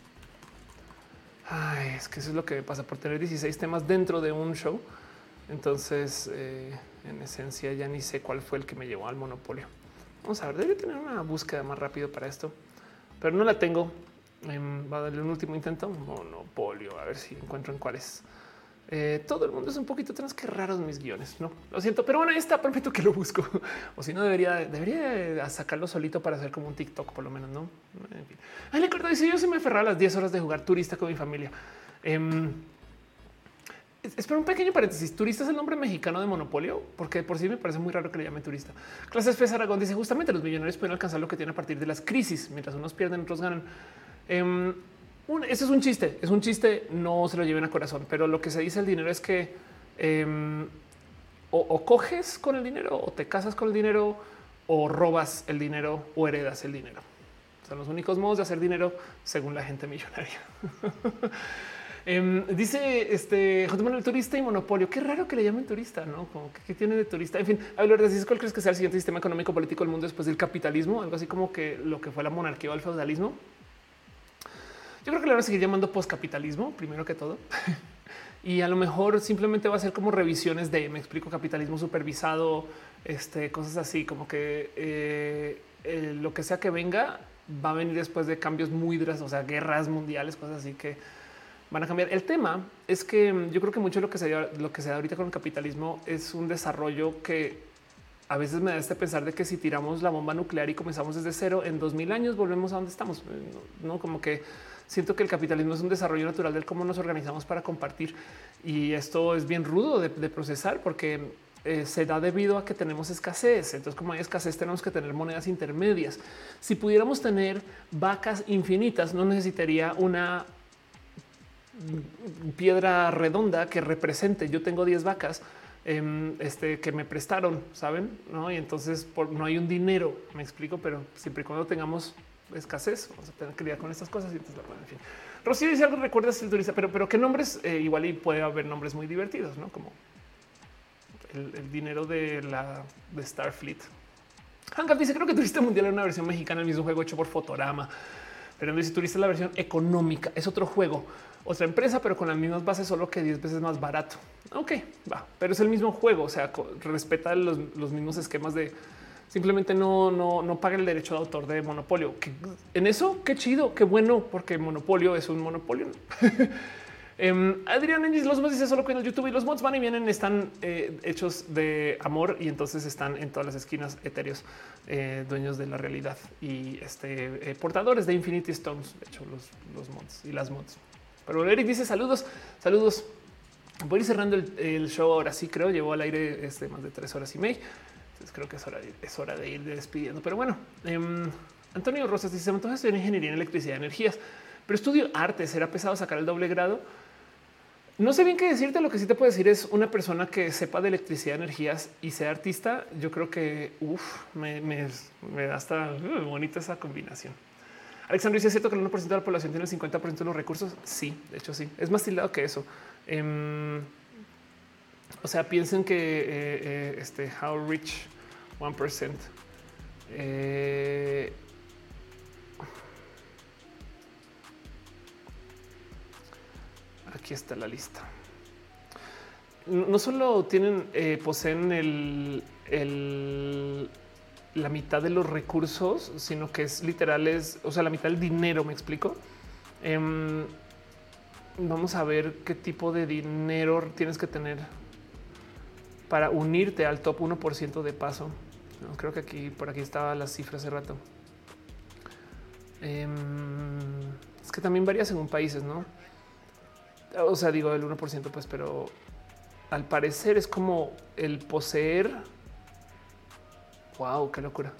Ay, es que eso es lo que me pasa por tener 16 temas dentro de un show. Entonces, en esencia, ya ni sé cuál fue el que me llevó al monopolio. Vamos a ver, debería tener una búsqueda más rápido para esto, pero no la tengo. Va a darle un último intento. Monopolio, a ver si encuentro en cuáles. Todo el mundo es un poquito trans, que raros mis guiones. No lo siento, pero bueno, ahí está. Prometo que lo busco. O si no, debería sacarlo solito para hacer como un TikTok, por lo menos. No, en fin. Le acuerdo, dice yo se me aferraba a las 10 horas de jugar turista con mi familia. Espera un pequeño paréntesis. Turista es el nombre mexicano de monopolio, porque por sí me parece muy raro que le llamen turista. Clases Fes Aragón dice justamente los millonarios pueden alcanzar lo que tienen a partir de las crisis, mientras unos pierden, otros ganan. Ese es un chiste, no se lo lleven a corazón, pero lo que se dice el dinero es que o coges con el dinero, o te casas con el dinero, o robas el dinero, o heredas el dinero. Son los únicos modos de hacer dinero según la gente millonaria. Dice J. Manuel, turista y monopolio. Qué raro que le llamen turista, ¿no? Como que tiene de turista. En fin, a ver, ¿cuál crees que sea el siguiente sistema económico político del mundo después del capitalismo? Algo así como que lo que fue la monarquía o el feudalismo. Yo creo que le van a seguir llamando postcapitalismo, primero que todo. Y a lo mejor simplemente va a ser como revisiones de, me explico, capitalismo supervisado, cosas así, como que lo que sea que venga va a venir después de cambios muy drásticos, o sea, guerras mundiales, cosas así que van a cambiar. El tema es que yo creo que mucho de lo que se da ahorita con el capitalismo es un desarrollo que a veces me da pensar de que si tiramos la bomba nuclear y comenzamos desde cero, en 2000 años volvemos a donde estamos. No, como que siento que el capitalismo es un desarrollo natural del cómo nos organizamos para compartir. Y esto es bien rudo de procesar porque se da debido a que tenemos escasez. Entonces, como hay escasez, tenemos que tener monedas intermedias. Si pudiéramos tener vacas infinitas, no necesitaría una piedra redonda que represente yo tengo 10 vacas que me prestaron, saben, ¿no? Y entonces no hay un dinero, me explico, pero siempre y cuando tengamos escasez vamos a tener que lidiar con estas cosas. Y entonces, en fin. Rocío dice algo, recuerdas el turista, pero qué nombres, igual y puede haber nombres muy divertidos, ¿no? Como el dinero de Starfleet. Hangar dice creo que Turista Mundial es una versión mexicana del mismo juego hecho por Fotorama. Pero dice Turista es la versión económica, es otro juego, otra empresa, pero con las mismas bases, solo que 10 veces más barato. Ok, va, pero es el mismo juego. O sea, respeta los mismos esquemas de simplemente no paga el derecho de autor de monopolio. Que en eso, qué chido, qué bueno, porque monopolio es un monopolio. Adrián Engis, los mods dice solo que en el YouTube y los mods van y vienen, están hechos de amor y entonces están en todas las esquinas etéreos, dueños de la realidad y portadores de Infinity Stones. De hecho, los mods y las mods. Pero Eric dice saludos. Voy a ir cerrando el show ahora. Sí, creo llevó al aire más de 3 horas y media. Entonces creo que es hora de ir despidiendo. Pero bueno, Antonio Rosas dice: entonces estoy en ingeniería en electricidad y energías, pero estudio arte. ¿Será pesado sacar el doble grado? No sé bien qué decirte. Lo que sí te puedo decir es una persona que sepa de electricidad, energías y sea artista. Yo creo que me da hasta bonita esa combinación. Alexandre dice: ¿es cierto que el 1% de la población tiene el 50% de los recursos? Sí, de hecho sí. Es más tildado que eso. O sea, piensen que how rich 1%. Aquí está la lista. No solo tienen, poseen la mitad de los recursos, sino que es literal, o sea, la mitad del dinero. Me explico. Vamos a ver qué tipo de dinero tienes que tener para unirte al top 1% de paso. No, creo que por aquí estaba la cifra hace rato. Es que también varía según países, ¿no? O sea, digo el 1%, pues, pero al parecer es como el poseer. Wow, qué locura.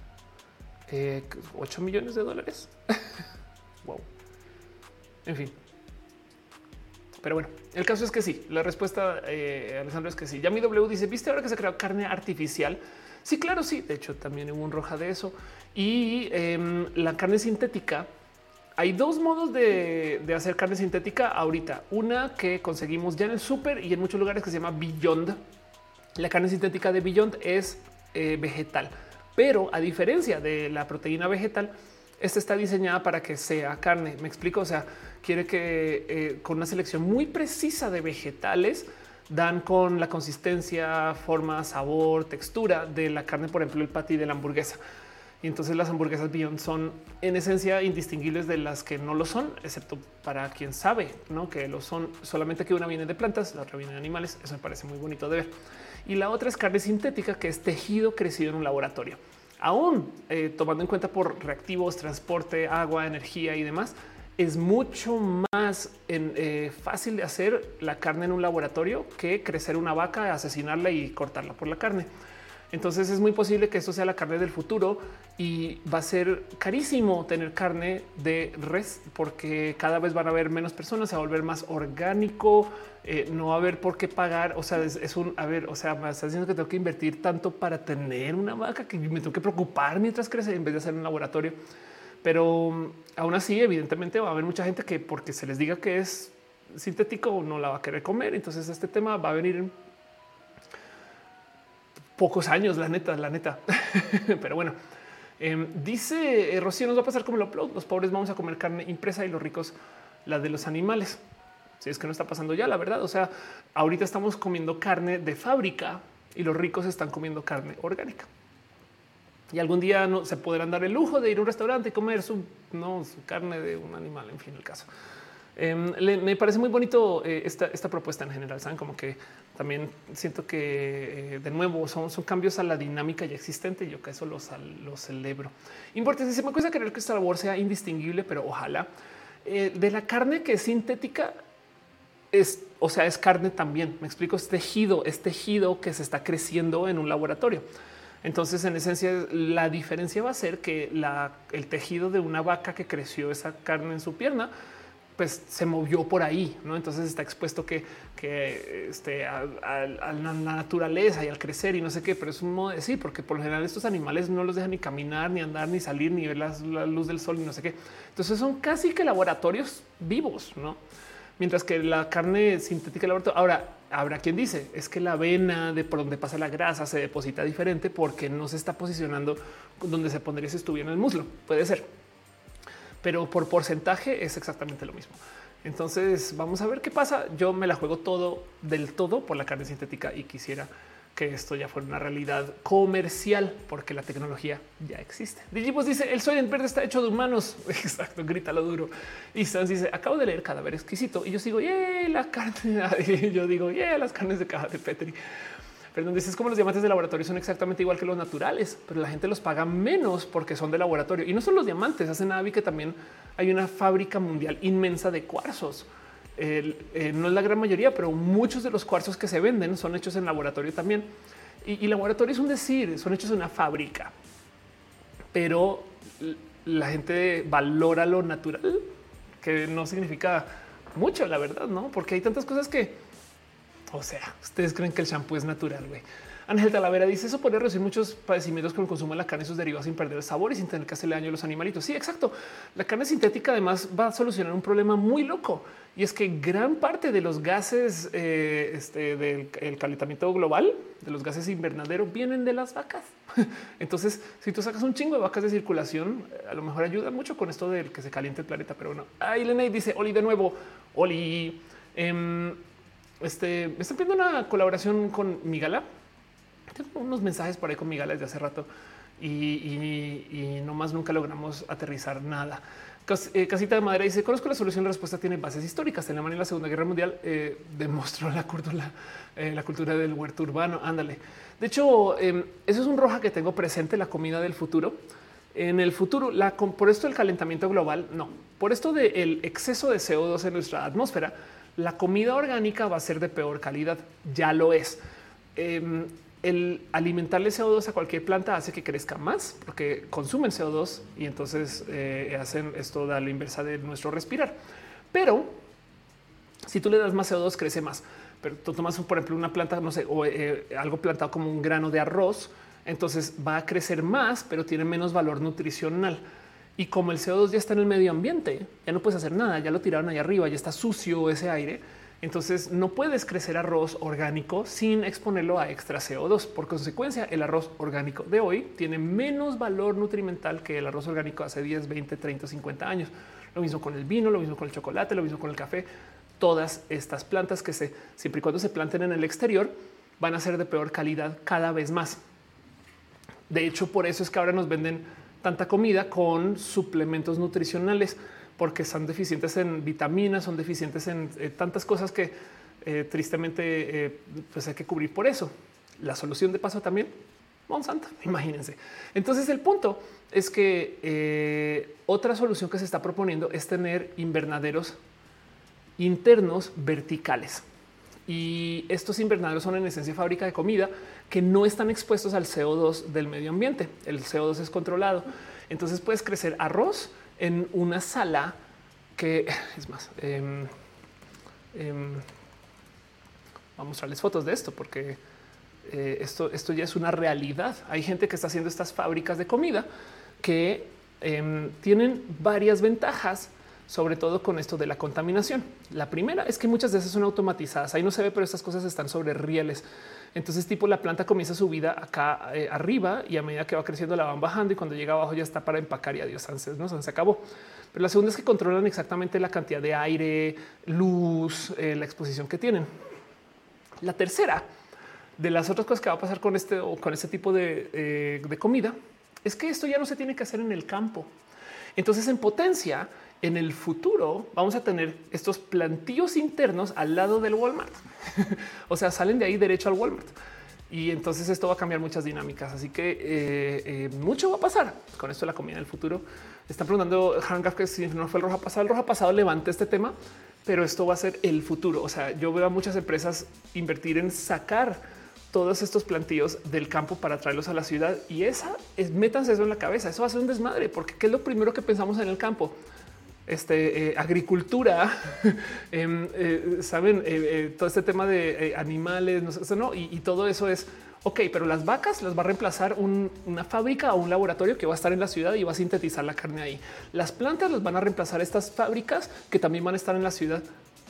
8 millones de dólares. Wow. En fin. Pero bueno, el caso es que sí. La respuesta, Alejandro, es que sí. Ya mi W dice: ¿viste ahora que se creó carne artificial? Sí, claro, sí. De hecho, también hubo un roja de eso. Y la carne sintética. Hay dos modos de hacer carne sintética ahorita. Una que conseguimos ya en el súper y en muchos lugares, que se llama Beyond. La carne sintética de Beyond es vegetal, pero a diferencia de la proteína vegetal, esta está diseñada para que sea carne. Me explico. O sea, quiere que con una selección muy precisa de vegetales dan con la consistencia, forma, sabor, textura de la carne, por ejemplo, el patty de la hamburguesa. Y entonces las hamburguesas Beyond son en esencia indistinguibles de las que no lo son, excepto para quien sabe, ¿no?, que lo son. Solamente que una viene de plantas, la otra viene de animales. Eso me parece muy bonito de ver. Y la otra es carne sintética, que es tejido crecido en un laboratorio. Aún tomando en cuenta por reactivos, transporte, agua, energía y demás, es mucho más fácil de hacer la carne en un laboratorio que crecer una vaca, asesinarla y cortarla por la carne. Entonces es muy posible que esto sea la carne del futuro y va a ser carísimo tener carne de res, porque cada vez van a haber menos personas, se va a volver más orgánico, no va a haber por qué pagar. O sea, o sea, me estás diciendo que tengo que invertir tanto para tener una vaca que me tengo que preocupar mientras crece en vez de hacer un laboratorio. Pero aún así, evidentemente va a haber mucha gente que, porque se les diga que es sintético, no la va a querer comer. Entonces este tema va a venir en pocos años, la neta. Pero bueno, dice Rocío: nos va a pasar como el upload. Los pobres vamos a comer carne impresa y los ricos la de los animales. Si es que no está pasando ya, la verdad. O sea, ahorita estamos comiendo carne de fábrica y los ricos están comiendo carne orgánica. Y algún día no se podrán dar el lujo de ir a un restaurante y comer su carne de un animal. En fin, el caso. Me parece muy bonito esta propuesta en general. Saben, como que también siento que de nuevo son cambios a la dinámica ya existente. Y yo que eso lo celebro. Importante. Se me cuesta creer que esta labor sea indistinguible, pero ojalá. De la carne que es sintética es carne también. Me explico. Es tejido que se está creciendo en un laboratorio. Entonces, en esencia, la diferencia va a ser que el tejido de una vaca que creció esa carne en su pierna, pues se movió por ahí, ¿no? Entonces está expuesto a la naturaleza y al crecer y no sé qué, pero es un modo de decir, porque por lo general estos animales no los dejan ni caminar, ni andar, ni salir, ni ver la luz del sol, ni no sé qué. Entonces son casi que laboratorios vivos, ¿no? Mientras que la carne sintética del laboratorio. Ahora, habrá quien dice: es que la vena de por donde pasa la grasa se deposita diferente porque no se está posicionando donde se pondría si estuviera en el muslo. Puede ser, pero por porcentaje es exactamente lo mismo. Entonces vamos a ver qué pasa. Yo me la juego del todo por la carne sintética y quisiera que esto ya fuera una realidad comercial, porque la tecnología ya existe. Digipos dice: el soy en verde está hecho de humanos. Exacto, grítalo duro. Y Sans dice: acabo de leer Cadáver Exquisito, y yo sigo: la carne. Y yo digo: las carnes de caja de Petri. Perdón, dices: como los diamantes de laboratorio son exactamente igual que los naturales, pero la gente los paga menos porque son de laboratorio. Y no son los diamantes. Hace nada vi que también hay una fábrica mundial inmensa de cuarzos. No es la gran mayoría, pero muchos de los cuarzos que se venden son hechos en laboratorio también. Y laboratorio es un decir, son hechos en una fábrica, pero la gente valora lo natural, que no significa mucho, la verdad, no, porque hay tantas cosas que O sea, ustedes creen que el shampoo es natural, güey. Ángel Talavera dice eso podría reducir muchos padecimientos con el consumo de la carne y sus derivados sin perder el sabor y sin tener que hacerle daño a los animalitos. Sí, exacto. La carne sintética además va a solucionar un problema muy loco y es que gran parte de los gases del el calentamiento global, de los gases invernadero, vienen de las vacas. Entonces, si tú sacas un chingo de vacas de circulación, a lo mejor ayuda mucho con esto del que se caliente el planeta. Pero bueno, ahí Lenay dice Oli de nuevo. Oli, me están pidiendo una colaboración con Migala. Tengo unos mensajes por ahí con Migala desde hace rato y nomás nunca logramos aterrizar nada. Casita de Madera dice: conozco la solución. La respuesta tiene bases históricas. En Alemania, en la Segunda Guerra Mundial, demostró la cultura del huerto urbano. Ándale. De hecho, eso es un roja que tengo presente, la comida del futuro. En el futuro, por esto del calentamiento global, no, por esto del exceso de CO2 en nuestra atmósfera, la comida orgánica va a ser de peor calidad. Ya lo es. El alimentarle CO2 a cualquier planta hace que crezca más porque consumen CO2 y entonces hacen esto da la inversa de nuestro respirar. Pero si tú le das más CO2, crece más. Pero tú tomas, por ejemplo, una planta, no sé, o algo plantado como un grano de arroz, entonces va a crecer más, pero tiene menos valor nutricional. Y como el CO2 ya está en el medio ambiente, ya no puedes hacer nada, ya lo tiraron ahí arriba, ya está sucio ese aire. Entonces no puedes crecer arroz orgánico sin exponerlo a extra CO2. Por consecuencia, el arroz orgánico de hoy tiene menos valor nutrimental que el arroz orgánico hace 10, 20, 30, 50 años. Lo mismo con el vino, lo mismo con el chocolate, lo mismo con el café. Todas estas plantas que siempre y cuando se planten en el exterior van a ser de peor calidad cada vez más. De hecho, por eso es que ahora nos venden tanta comida con suplementos nutricionales, porque son deficientes en vitaminas, son deficientes en tantas cosas que tristemente pues hay que cubrir por eso. La solución de paso también, Monsanto, imagínense. Entonces el punto es que otra solución que se está proponiendo es tener invernaderos internos verticales. Y estos invernaderos son en esencia fábrica de comida que no están expuestos al CO2 del medio ambiente. El CO2 es controlado. Entonces puedes crecer arroz en una sala que es más, voy a mostrarles fotos de esto porque esto ya es una realidad. Hay gente que está haciendo estas fábricas de comida que tienen varias ventajas, sobre todo con esto de la contaminación. La primera es que muchas de esas son automatizadas. Ahí no se ve, pero estas cosas están sobre rieles. Entonces, tipo, la planta comienza su vida acá arriba y a medida que va creciendo la van bajando y cuando llega abajo ya está para empacar y adiós, no se acabó. Pero la segunda es que controlan exactamente la cantidad de aire, luz, la exposición que tienen. La tercera de las otras cosas que va a pasar con este tipo de comida es que esto ya no se tiene que hacer en el campo. Entonces, en potencia, en el futuro vamos a tener estos plantíos internos al lado del Walmart. O sea, salen de ahí derecho al Walmart. Y entonces esto va a cambiar muchas dinámicas. Así que mucho va a pasar con esto de la comida del futuro. Están preguntando Hangar que si no fue el roja pasado. El roja pasado levante este tema, pero esto va a ser el futuro. O sea, yo veo a muchas empresas invertir en sacar todos estos plantíos del campo para traerlos a la ciudad. Y métanse eso en la cabeza. Eso va a ser un desmadre, porque ¿qué es lo primero que pensamos en el campo? Agricultura, saben, todo este tema de animales, no, y todo eso es ok, pero las vacas las va a reemplazar una fábrica o un laboratorio que va a estar en la ciudad y va a sintetizar la carne ahí. Las plantas las van a reemplazar estas fábricas que también van a estar en la ciudad.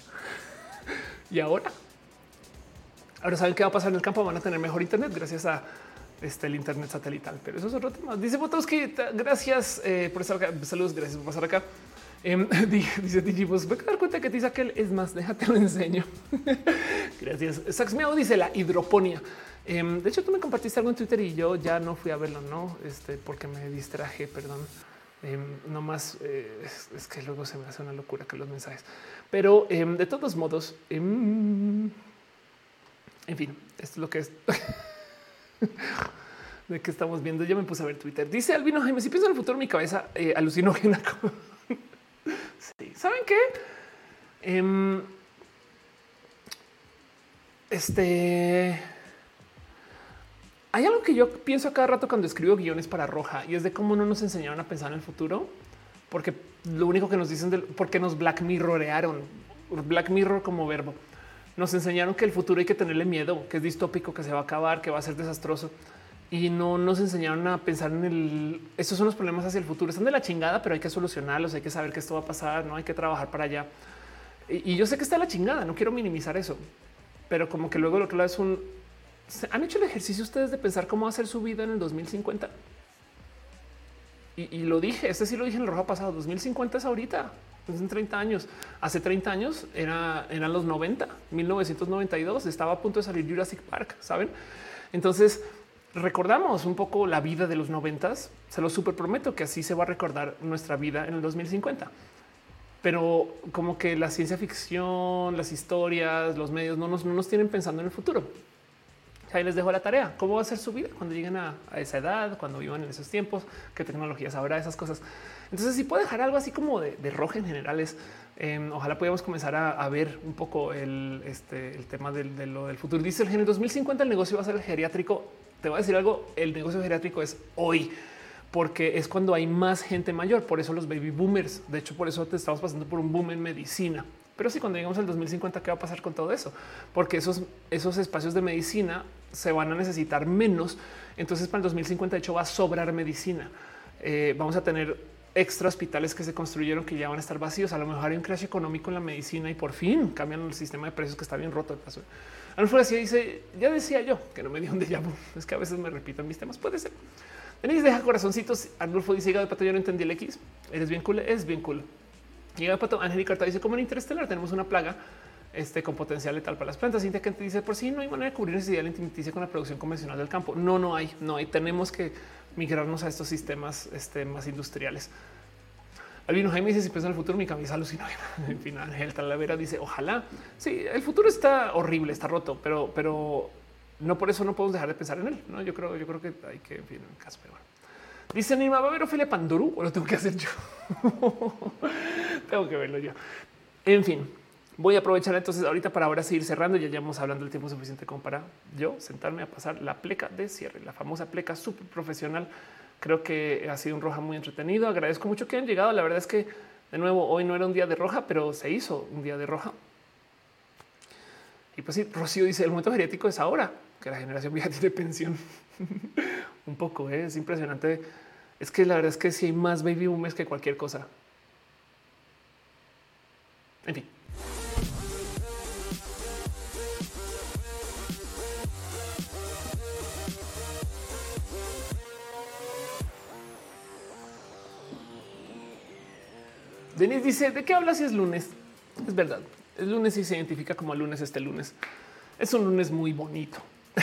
Y ahora saben qué va a pasar en el campo. Van a tener mejor internet gracias a el internet satelital, pero eso es otro tema. Dice Botowski, gracias por estar acá. Saludos, gracias por pasar acá. Dice Digibus, voy a dar cuenta que te dice que es más, déjate lo enseño. Gracias. Saxmeado dice la hidroponía. De hecho, tú me compartiste algo en Twitter y yo ya no fui a verlo, no porque me distraje, perdón. No más es que luego se me hace una locura que los mensajes, pero de todos modos, en fin, esto es lo que es. De que estamos viendo. Ya me puse a ver Twitter. Dice Albino Jaime, si pienso en el futuro, mi cabeza alucinógena. Sí. ¿Saben qué? Hay algo que yo pienso a cada rato cuando escribo guiones para Roja y es de cómo no nos enseñaron a pensar en el futuro, porque lo único que nos dicen porque nos Black Mirrorearon, Black Mirror como verbo. Nos enseñaron que el futuro hay que tenerle miedo, que es distópico, que se va a acabar, que va a ser desastroso. Y no nos enseñaron a pensar en estos son los problemas hacia el futuro. Están de la chingada, pero hay que solucionarlos. Hay que saber que esto va a pasar. No hay que trabajar para allá. Y yo sé que está de la chingada. No quiero minimizar eso, pero como que luego el otro lado es ¿han hecho el ejercicio ustedes de pensar cómo va a ser su vida en el 2050? Y lo dije, sí lo dije en el rojo pasado. 2050 es ahorita, es en 30 años. Hace 30 años eran los 90, 1992. Estaba a punto de salir Jurassic Park, saben? Entonces recordamos un poco la vida de los 90s. Se lo súper prometo que así se va a recordar nuestra vida en el 2050. Pero como que la ciencia ficción, las historias, los medios no nos tienen pensando en el futuro. Ahí les dejo la tarea. ¿Cómo va a ser su vida cuando lleguen a esa edad, cuando vivan en esos tiempos? ¿Qué tecnologías habrá? Esas cosas. Entonces, si puedo dejar algo así como de roja en general, ojalá podamos comenzar a ver un poco el tema de lo del futuro. Dice en el 2050 el negocio va a ser el geriátrico. Te voy a decir algo. El negocio geriátrico es hoy, porque es cuando hay más gente mayor. Por eso los baby boomers. De hecho, por eso te estamos pasando por un boom en medicina. Pero sí, cuando llegamos al 2050, ¿qué va a pasar con todo eso? Porque esos espacios de medicina se van a necesitar menos. Entonces, para el 2050, de hecho, va a sobrar medicina. Vamos a tener extra hospitales que se construyeron que ya van a estar vacíos. A lo mejor hay un crash económico en la medicina y por fin cambian el sistema de precios que está bien roto de paso. Alfredo dice, ya decía yo que no me dio un déjà vu. Es que a veces me repito en mis temas. Puede ser. Denise deja corazoncitos. Arnulfo dice, hígado de pato, yo no entendí el X. Eres bien cool. Es bien cool. Llega de pato. Angélica Carta dice, como en Interestelar tenemos una plaga con potencial letal para las plantas. Cintia Kent dice, por si no hay manera de cubrir necesidad alimenticia con la producción convencional del campo. No hay. Tenemos que migrarnos a estos sistemas más industriales. Albino Jaime dice, si pienso en el futuro, mi camisa alucina. En fin, Ángel Talavera dice, ojalá. Sí, el futuro está horrible, está roto, pero no por eso no podemos dejar de pensar en él. No, yo creo que hay que, en fin, en caso, pero bueno. Dice Nima, ¿va a haber Ofelia Panduru o lo tengo que hacer yo? Tengo que verlo yo. En fin, voy a aprovechar entonces ahorita para ahora seguir cerrando. Ya llevamos hablando el tiempo suficiente como para yo sentarme a pasar la pleca de cierre, la famosa pleca súper profesional. Creo que ha sido un roja muy entretenido. Agradezco mucho que han llegado. La verdad es que, de nuevo, hoy no era un día de roja, pero se hizo un día de roja. Y pues sí, Rocío dice, el momento geriátrico es ahora, que la generación vieja tiene pensión. Un poco, es impresionante. Es que la verdad es que sí hay más baby boomers que cualquier cosa. En fin. Denise dice, ¿de qué hablas si es lunes? Es verdad, es lunes y se identifica como lunes este lunes. Es un lunes muy bonito.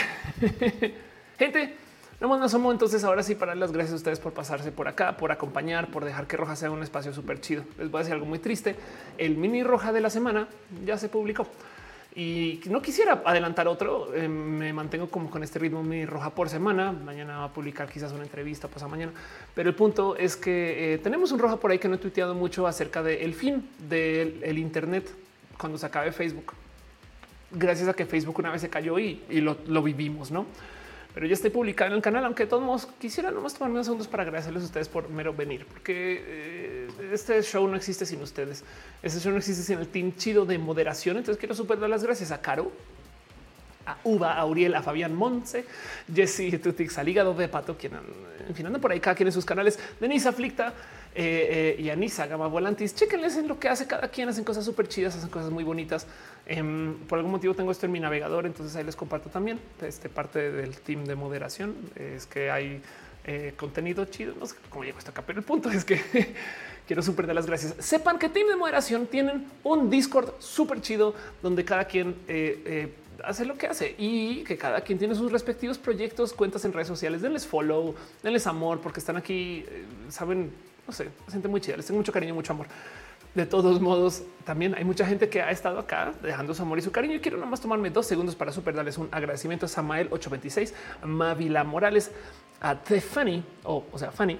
Gente, no más nos somos entonces ahora sí para dar las gracias a ustedes por pasarse por acá, por acompañar, por dejar que Roja sea un espacio súper chido. Les voy a decir algo muy triste. El mini Roja de la semana ya se publicó. Y no quisiera adelantar otro. Me mantengo como con este ritmo mini Roja por semana. Mañana va a publicar quizás una entrevista, pues a mañana. Pero el punto es que tenemos un Roja por ahí que no he tuiteado mucho acerca del fin del Internet cuando se acabe Facebook. Gracias a que Facebook una vez se cayó y lo vivimos, ¿no? Pero ya estoy publicado en el canal, aunque de todos modos quisiera nomás tomarme unos segundos para agradecerles a ustedes por mero venir, porque este show no existe sin ustedes. Este show no existe sin el team chido de moderación. Entonces quiero súper dar las gracias a Caro, a Uva, a Uriel, a Fabián Montse, Jesse Tutix, al Hígado de Pato, quien en fin anda por ahí cada quien en sus canales, Denise Aflicta y Anisa Gama Volantis. Chéquenles en lo que hace cada quien, hacen cosas súper chidas, hacen cosas muy bonitas. Por algún motivo tengo esto en mi navegador, entonces ahí les comparto también parte del team de moderación. Es que hay contenido chido, no sé cómo llego hasta acá, pero el punto es que quiero súper dar las gracias. Sepan que team de moderación tienen un Discord súper chido donde cada quien hace lo que hace y que cada quien tiene sus respectivos proyectos, cuentas en redes sociales. Denles follow, denles amor, porque están aquí, saben, no sé, se siente muy chida. Les tengo mucho cariño, mucho amor. De todos modos, también hay mucha gente que ha estado acá dejando su amor y su cariño. Y quiero nomás tomarme 2 segundos para súper darles un agradecimiento a Samael 826, a Mavila Morales, a Tefani, o sea, Fanny,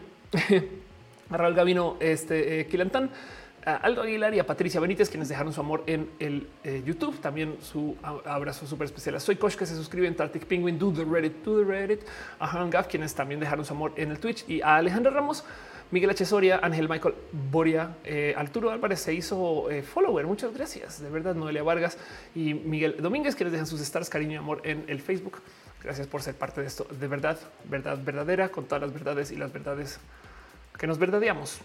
a Raúl Gavino, Quilantán, a Aldo Aguilar y a Patricia Benítez, quienes dejaron su amor en el YouTube. También su abrazo súper especial a Soy Kosh, que se suscribe en Tartic Penguin, do the Reddit, a Hangaf, quienes también dejaron su amor en el Twitch, y a Alejandra Ramos, Miguel H. Soria, Ángel Michael Boria, Arturo Álvarez se hizo follower. Muchas gracias. De verdad, Noelia Vargas y Miguel Domínguez, que les dejan sus stars, cariño y amor en el Facebook. Gracias por ser parte de esto. De verdad, verdad verdadera, con todas las verdades y las verdades que nos verdadeamos.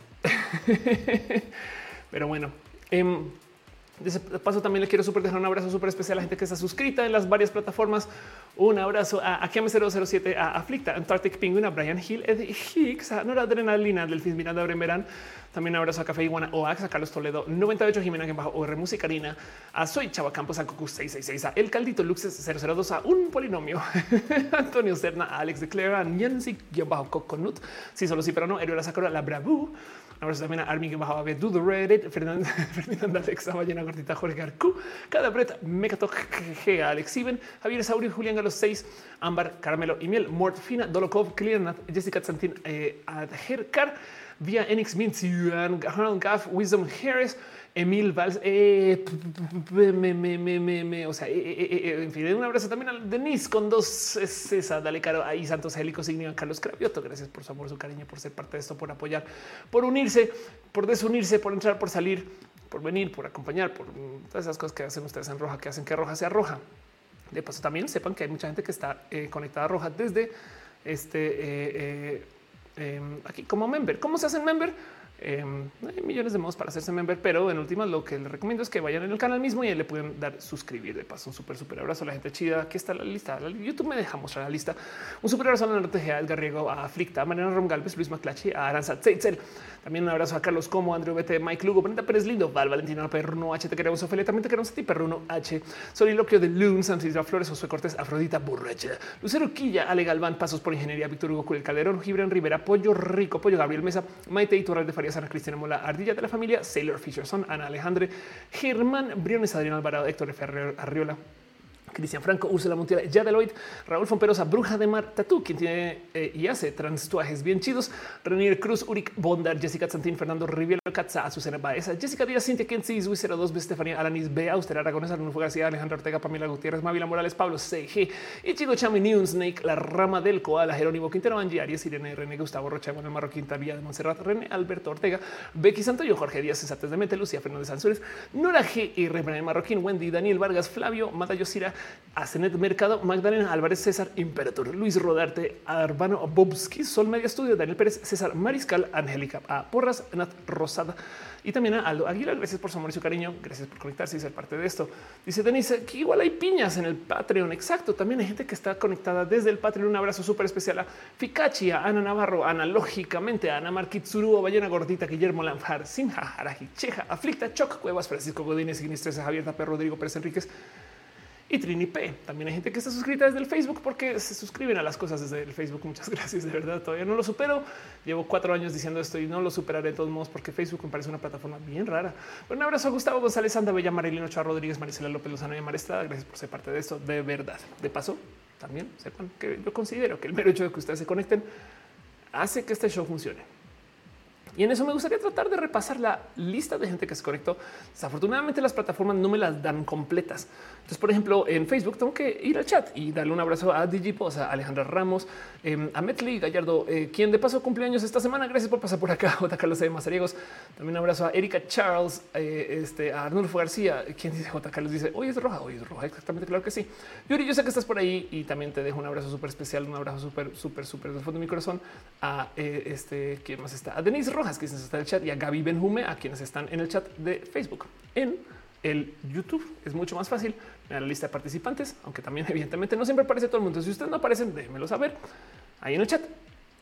Pero bueno, de ese paso también le quiero dejar un abrazo súper especial a la gente que está suscrita en las varias plataformas. Un abrazo a Akiame007, a Aflicta, Antarctic Penguin, a Brian Hill, Ed Hicks, a Nora Adrenalina, Delfín Miranda Bremerán. También un abrazo a Café Iguana Oax, a Carlos Toledo 98, Jimena que bajo OR Musicarina, a Soy Chava Campos, a Cocu 666, a El Caldito Luxes 002, a Un Polinomio, Antonio Cerna, a Alex de Clare, a Nancy bajo Coconut, sí, solo sí, pero no, Eriola Sakura, la Bravu. Un abrazo también a Armin que bajaba a Do the Reddit, Fernando Alexa, Ballena Gordita, Jorge Arcu, Cada Brett, Mecato, G, Alex Iben, Javier Saurio, Julián Galos 6, Ámbar, Caramelo y Miel, Mortfina, Dolokov, Clearnat, Jessica Santín, Adhercar, Vía Enix Mint, Harold Gaff, Wisdom Harris, Emil Valls, o sea, en fin, un abrazo también a Denise con 2 César, dale caro ahí, Santos Hélico, Signio, Carlos Cravioto. Gracias por su amor, su cariño, por ser parte de esto, por apoyar, por unirse, por desunirse, por entrar, por salir, por venir, por acompañar, por todas esas cosas que hacen ustedes en Roja, que hacen que Roja sea Roja. De paso, también sepan que hay mucha gente que está conectada a Roja desde aquí como member. ¿Cómo se hacen member? Hay millones de modos para hacerse member, pero en últimas lo que les recomiendo es que vayan en el canal mismo y ahí le pueden dar suscribir. De paso, un súper abrazo a la gente chida. Aquí está la lista. YouTube me deja mostrar la lista. Un súper abrazo a la NRTG, a Edgar Riego, a Aflicta, a Mariana Rom Galvez, Luis Maclachi, a Aranza Tzeitzel. También un abrazo a Carlos Como, Andrew BT, Mike Lugo, Brenda Pérez Lindo, Val Valentina Perruno H. Te queremos, Ofelia. También te queremos a ti, Perruno H. Soliloquio de Loon, Santiago Flores, Josué Cortés, Afrodita Borracha, Lucero Quilla, Ale Galván, Pasos por Ingeniería, Víctor Hugo Curiel Calderón, Gibran Rivera, Pollo Rico, Pollo Gabriel Mesa, Maite Iturral de Farías, Ana Cristina Mola, Ardilla de la Familia, Sailor Fisherson, Ana Alejandre, Germán Briones, Adrián Alvarado, Héctor F. Arriola, Cristian Franco, Úrsula Montiel, Yadeloid, Raúl Fomperosa, Bruja de Mar, Tatú, quien tiene y hace transtuajes bien chidos, Renier Cruz, Uric Bondar, Jessica Santín, Fernando Rivielo, Katza, Azucena Baeza, Jessica Díaz, Cintia Kensi, Luis 02, Estefanía Alanis, B, Auster Aragones, Arnulfo García, Alejandro Ortega, Pamela Gutiérrez, Mávila Morales, Pablo CG, Ichigo Chami, Neon Snake, La Rama del Koala, Jerónimo Quintero, Angie Arias, Irene, René, Gustavo Rocha, Manuel Marroquín, Tavía de Montserrat, René, Alberto Ortega, Becky Santoyo, Jorge Díaz, Sensates de Mente, Lucía Fernández Ansúrez, Nora G y René Marroquín, Wendy, Daniel Vargas, Flavio, Mata Yosira, Asenet Mercado, Magdalena Álvarez, César Imperator, Luis Rodarte, Arbano Bobski, Sol Media Estudio, Daniel Pérez, César Mariscal, Angélica A. Porras, Nat Rosada y también a Aldo Aguilar. Gracias por su amor y su cariño. Gracias por conectarse y ser parte de esto. Dice Denise que igual hay piñas en el Patreon. Exacto. También hay gente que está conectada desde el Patreon. Un abrazo súper especial a Fikachi, a Ana Navarro, analógicamente, a Ana Marquitsuru, Ballena Gordita, Guillermo Lanfar, Simja, Araji, Cheja, Aflicta, Choc, Cuevas, Francisco Godínez, Sinistresa, Javier Tapé, Rodrigo Pérez Enríquez y Trini P. También hay gente que está suscrita desde el Facebook porque se suscriben a las cosas desde el Facebook. Muchas gracias. De verdad, todavía no lo supero. Llevo 4 años diciendo esto y no lo superaré de todos modos porque Facebook me parece una plataforma bien rara. Pero un abrazo a Gustavo González, Santa Bella, Marilino Ochoa Rodríguez, Marisela López Lozano y Marestra. Gracias por ser parte de esto. De verdad. De paso, también sepan que yo considero que el mero hecho de que ustedes se conecten hace que este show funcione. Y en eso me gustaría tratar de repasar la lista de gente que se conectó. Desafortunadamente las plataformas no me las dan completas. Entonces, por ejemplo, en Facebook tengo que ir al chat y darle un abrazo a Digipos, a Alejandra Ramos, a Metli Gallardo, quien de paso cumpleaños esta semana. Gracias por pasar por acá. J. Carlos de Mazariegos. También un abrazo a Erika Charles, a Arnulfo García, quien dice J. Carlos dice hoy es roja, exactamente, claro que sí. Yuri, yo sé que estás por ahí y también te dejo un abrazo súper especial, un abrazo súper del fondo de mi corazón a ¿quién más está? A Denise Rojas, que está en el chat, y a Gaby Benjume, a quienes están en el chat de Facebook. En el YouTube es mucho más fácil ver la lista de participantes, aunque también evidentemente no siempre aparece todo el mundo. Si ustedes no aparecen, déjenmelo saber ahí en el chat.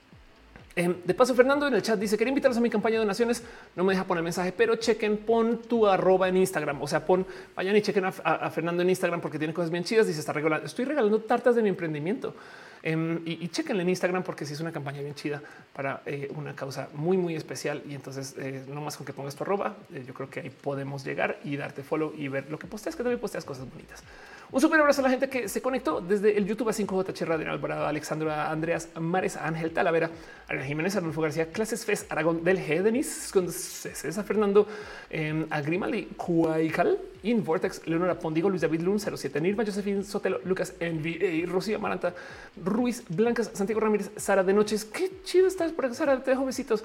De paso, Fernando en el chat dice: quería invitarlos a mi campaña de donaciones. No me deja poner mensaje, pero chequen, pon tu arroba en Instagram. O sea, vayan y chequen a Fernando en Instagram porque tiene cosas bien chidas. Dice: estoy regalando tartas de mi emprendimiento. Y chequenle en Instagram porque sí es una campaña bien chida para una causa muy especial. Y entonces no más con que pongas tu arroba, yo creo que ahí podemos llegar y darte follow y ver lo que posteas, que también posteas cosas bonitas. Un súper abrazo a la gente que se conectó desde el YouTube a 5JH Radio, Alvarado, Alexandra, Andreas Mares, Ángel Talavera, Ariel Jiménez, Arnulfo García, Clases Fes, Aragón del G, Denis, César Fernando, a Grimaldi, Cuaical, In Vortex, Leonora Pondigo, Luis David Lun, 07 Nirma, Josefín Sotelo, Lucas NVA, Rocío Amaranta, Ruiz Blancas, Santiago Ramírez, Sara de Noches. Qué chido estás por aquí, Sara. Te dejo besitos.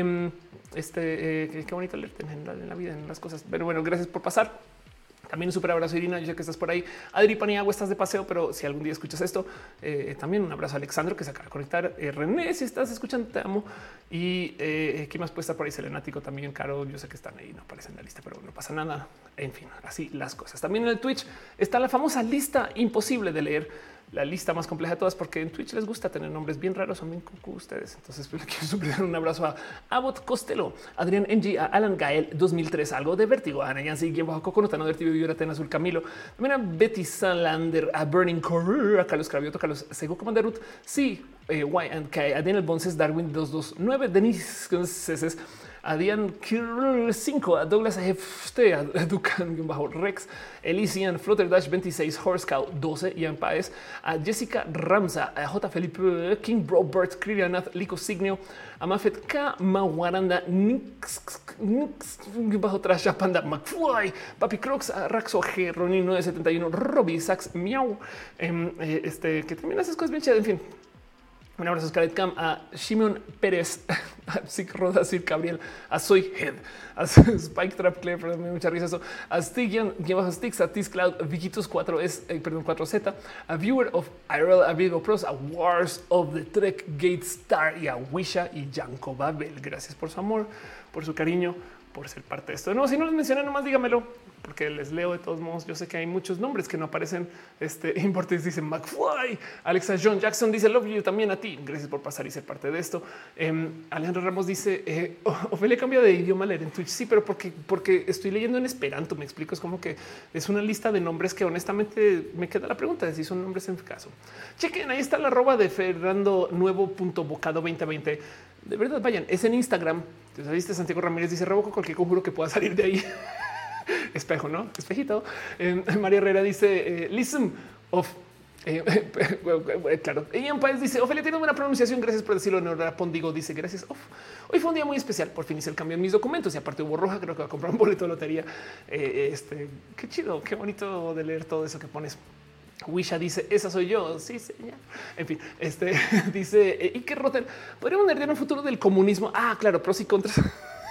Qué bonito leerte en la vida, en las cosas. Pero bueno, gracias por pasar. También un súper abrazo, Irina. Yo sé que estás por ahí. Adri Paniagua, estás de paseo, pero si algún día escuchas esto, también un abrazo a Alexandro que se acaba de conectar. René, si estás escuchando, te amo. Y ¿qué más puede estar por ahí? Selenático también, Caro. Yo sé que están ahí, no aparecen en la lista, pero no pasa nada. En fin, así las cosas. También en el Twitch está la famosa lista imposible de leer. La lista más compleja de todas, porque en Twitch les gusta tener nombres bien raros, son bien cucu ustedes. Entonces, pues, quiero super un abrazo a Abbott Costello, Adrián NG, a Alan Gael 2003, algo de Vértigo, a Ana Yancy, quien bajo Coco, Notano Vertigo, Vibra Tena Azul Camilo, también a Betty Salander, a Burning Core, a Carlos Cravioto, Carlos Sego, Commander Ruth, sí, Y&K, a Daniel Bonces, Darwin 229, Denise Ceces, a Dian 5, a Douglas F, a Ducan bajo Rex, Elysian, Flutter Dash 26, Horse Cow 12, Ian Paez, a Jessica Ramsa, a J. Felipe, King Bro, Bert, Krilianath, Lico Signio, a Mafet K, Mawaranda, Nix bajo Trash, Panda, McFly, Papi Crocs, a Raxo G, Ronin 971, Robbie Sax, Miau, que también haces cosas bien chidas, en fin. Un abrazo a Scarlett Cam, a Shimon Pérez, a Sic Roda, Sir Gabriel, a Soy Head, a Spike Trap Claire, perdón, me da mucha risa eso, a Stigian, bajo Sticks, a Tis Cloud, Viquitos 4Z, a Viewer of IRL, a Virgo Pros, a Wars of the Trek Gate Star y a Wisha y Janko Babel. Gracias por su amor, por su cariño, por ser parte de esto. No, si no les mencioné, nomás dígamelo, porque les leo de todos modos. Yo sé que hay muchos nombres que no aparecen. Importantes dicen McFly. Alexa John Jackson dice love you también a ti. Gracias por pasar y ser parte de esto. Alejandro Ramos dice Ofelia cambia de idioma a leer en Twitch. Sí, pero porque estoy leyendo en Esperanto. Me explico. Es como que es una lista de nombres que honestamente me queda la pregunta de si son nombres en caso. Chequen, ahí está la arroba de Fernando Nuevo.bocado 2020. De verdad, vayan, es en Instagram. Entonces, viste, Santiago Ramírez dice revoco cualquier conjuro que pueda salir de ahí. Espejo, ¿no? Espejito. María Herrera dice listen of claro. Ian Páez dice Ofelia tiene buena pronunciación. Gracias por decirlo. Nora Pondigo dice gracias. Hoy fue un día muy especial. Por fin hice el cambio en mis documentos y aparte hubo roja. Creo que va a comprar un boleto de lotería. Qué chido, qué bonito de leer todo eso que pones. Wisha dice esa soy yo. Sí, señor. En fin, dice y que Rotten podríamos ver en un futuro del comunismo. Ah, claro, pros y contras.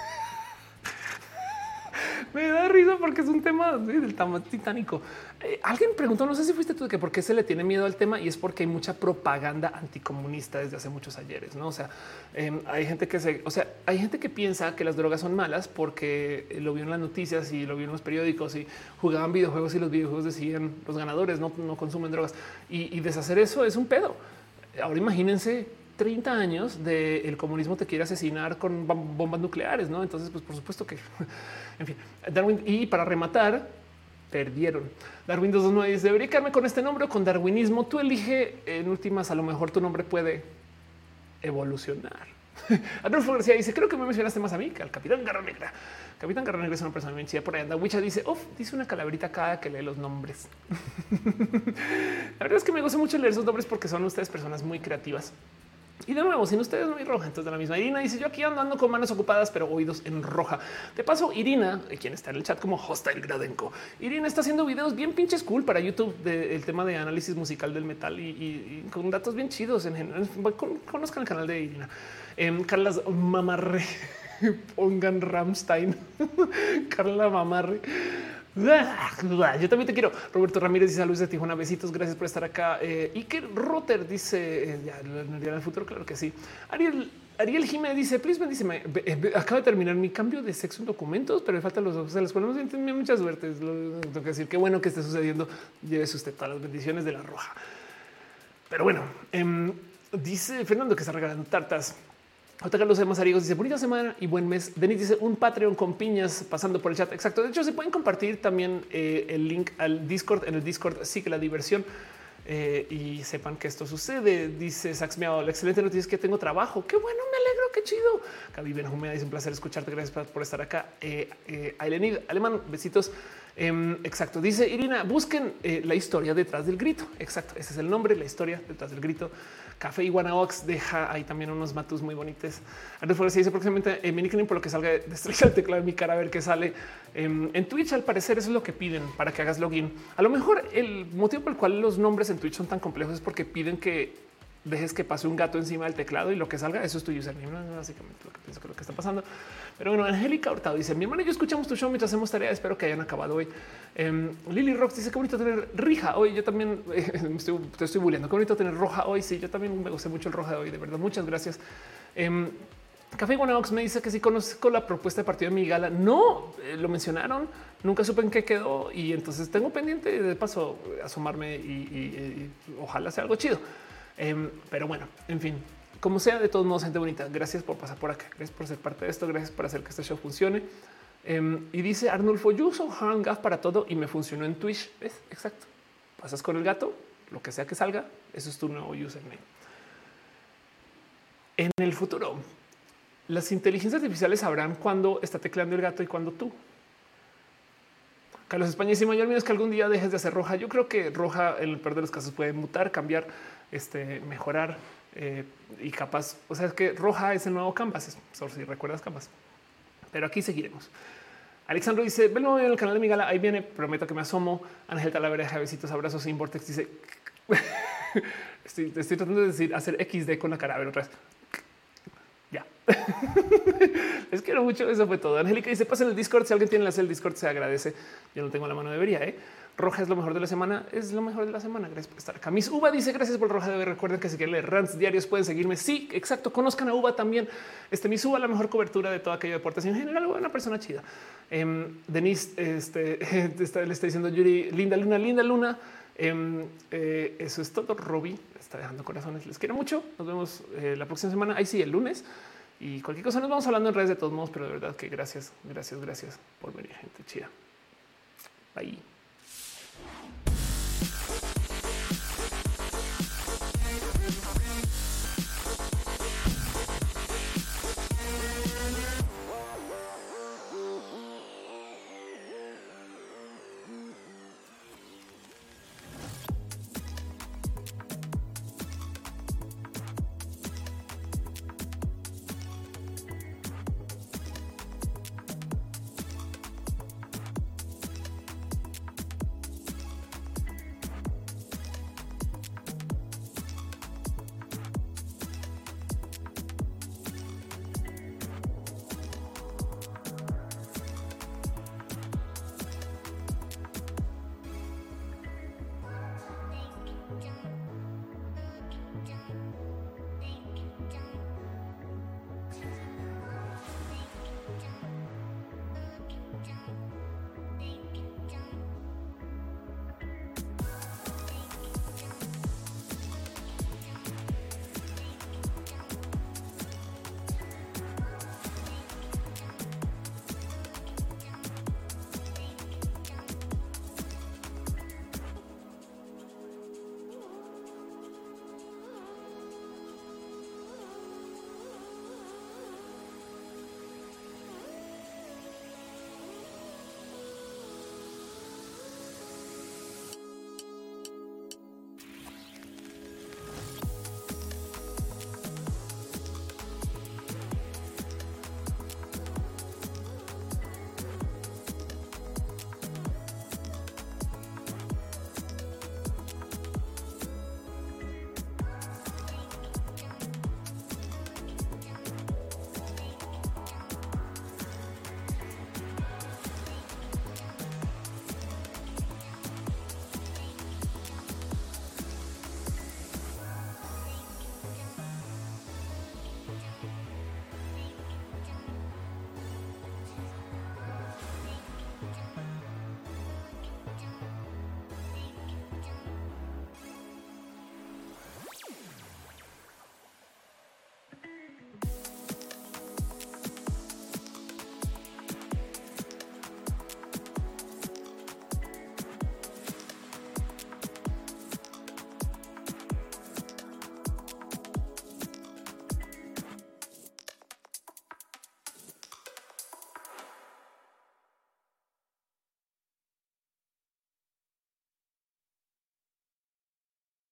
Me da risa porque es un tema del tamaño titánico. Alguien preguntó, no sé si fuiste tú, de que por qué se le tiene miedo al tema y es porque hay mucha propaganda anticomunista desde hace muchos ayeres, ¿no? O sea, hay gente hay gente que piensa que las drogas son malas porque lo vio en las noticias y lo vio en los periódicos y jugaban videojuegos y los videojuegos decían los ganadores no consumen drogas y deshacer eso es un pedo. Ahora imagínense 30 años del comunismo te quiere asesinar con bombas nucleares, ¿no? Entonces, pues por supuesto que, en fin, Darwin, y para rematar, perdieron. Darwin 229 dice, debería quedarme con este nombre o con darwinismo. Tú elige, en últimas, a lo mejor tu nombre puede evolucionar. Adolfo García dice, creo que me mencionaste más a mí que al Capitán Garra Negra. Capitán Garra Negra es una persona bien chida. Por ahí anda Wicha dice, dice una calaverita cada que lee los nombres. La verdad es que me gusta mucho leer sus nombres porque son ustedes personas muy creativas. Y de nuevo, sin ustedes no hay roja. Entonces de la misma Irina dice yo aquí ando con manos ocupadas, pero oídos en roja. De paso, Irina, quien está en el chat como Hostile Gradenko, Irina está haciendo videos bien pinches cool para YouTube del tema de análisis musical del metal y con datos bien chidos. En general, conozcan el canal de Irina. Carlas Mamarre, pongan Rammstein. Carla Mamarre. Yo también te quiero. Roberto Ramírez dice saludos de Tijuana, besitos, gracias por estar acá. Y que Rotter dice ya en el futuro, claro que sí. Ariel Jiménez dice please bendíceme. Acabo de terminar mi cambio de sexo en documentos, pero me faltan los ojos a las cuales mucha suerte. Tengo que decir qué bueno que esté sucediendo. Llévese usted todas las bendiciones de la roja. Pero bueno, dice Fernando que está regalando tartas. J. Carlos Mazarigos dice bonita semana y buen mes. Denis dice un Patreon con piñas pasando por el chat. Exacto. De hecho, se pueden compartir también el link al Discord. En el Discord sigue la diversión y sepan que esto sucede. Dice Sax Miao, la excelente noticia es que tengo trabajo. Qué bueno, me alegro, qué chido. Gaby Benjumea dice un placer escucharte. Gracias por estar acá. Ailenid Alemán, besitos. Exacto. Dice Irina, busquen la historia detrás del grito. Exacto. Ese es el nombre, la historia detrás del grito. Café Iguana Ox deja ahí también unos matus muy bonitos. Andrés Flores dice próximamente mi nickname por lo que salga de estrella el teclado en mi cara a ver qué sale. En Twitch al parecer eso es lo que piden para que hagas login. A lo mejor el motivo por el cual los nombres en Twitch son tan complejos es porque piden que dejes que pase un gato encima del teclado y lo que salga, eso es tu username. No, básicamente lo que pienso que es lo que está pasando. Pero bueno, Angélica Hurtado dice: mi hermana y yo escuchamos tu show mientras hacemos tarea. Espero que hayan acabado hoy. Lily Rocks dice: qué bonito tener rija hoy. Yo también te estoy bulleando. Qué bonito tener roja hoy. Sí, yo también me gusté mucho el roja de hoy. De verdad, muchas gracias. Café Guanabox me dice que sí conozco la propuesta de partido de mi gala. No lo mencionaron, nunca supe en qué quedó y entonces tengo pendiente de paso asomarme y ojalá sea algo chido. Pero bueno, en fin, como sea, de todos modos, gente bonita, gracias por pasar por acá, gracias por ser parte de esto, gracias por hacer que este show funcione. Y dice Arnulfo: yo uso Hangaf para todo y me funcionó en Twitch. ¿Ves? Exacto. Pasas con el gato, lo que sea que salga, eso es tu nuevo username. En el futuro, las inteligencias artificiales sabrán cuándo está tecleando el gato y cuándo tú. Carlos España dice: mayor miedo es que algún día dejes de hacer roja. Yo creo que roja en el peor de los casos puede mutar, cambiar, mejorar y capaz. O sea, es que roja es el nuevo Canvas, si recuerdas Canvas. Pero aquí seguiremos. Alexandro dice: venlo en el canal de mi gala, ahí viene, prometo que me asomo. Ángel Talavera, besitos, abrazos sin vortex, dice: estoy tratando de decir hacer XD con la cara. A ver, otra vez. Ya. Les quiero mucho. Eso fue todo. Angélica dice: pasen el Discord. Si alguien tiene el Discord, se agradece. Yo no tengo la mano, debería. Roja es lo mejor de la semana. Es lo mejor de la semana. Gracias por estar acá. Miss Uva dice: gracias por el roja de hoy. Recuerden que si quieren leer rants diarios pueden seguirme. Sí, exacto. Conozcan a Uva también. Miss Uva, la mejor cobertura de todo aquello de deportes y en general una persona chida. Denise le está diciendo Yuri: linda luna. Eso es todo. Robbie está dejando corazones. Les quiero mucho. Nos vemos la próxima semana. Ahí sí, el lunes. Y cualquier cosa nos vamos hablando en redes de todos modos, pero de verdad que gracias por venir, gente chida. Bye.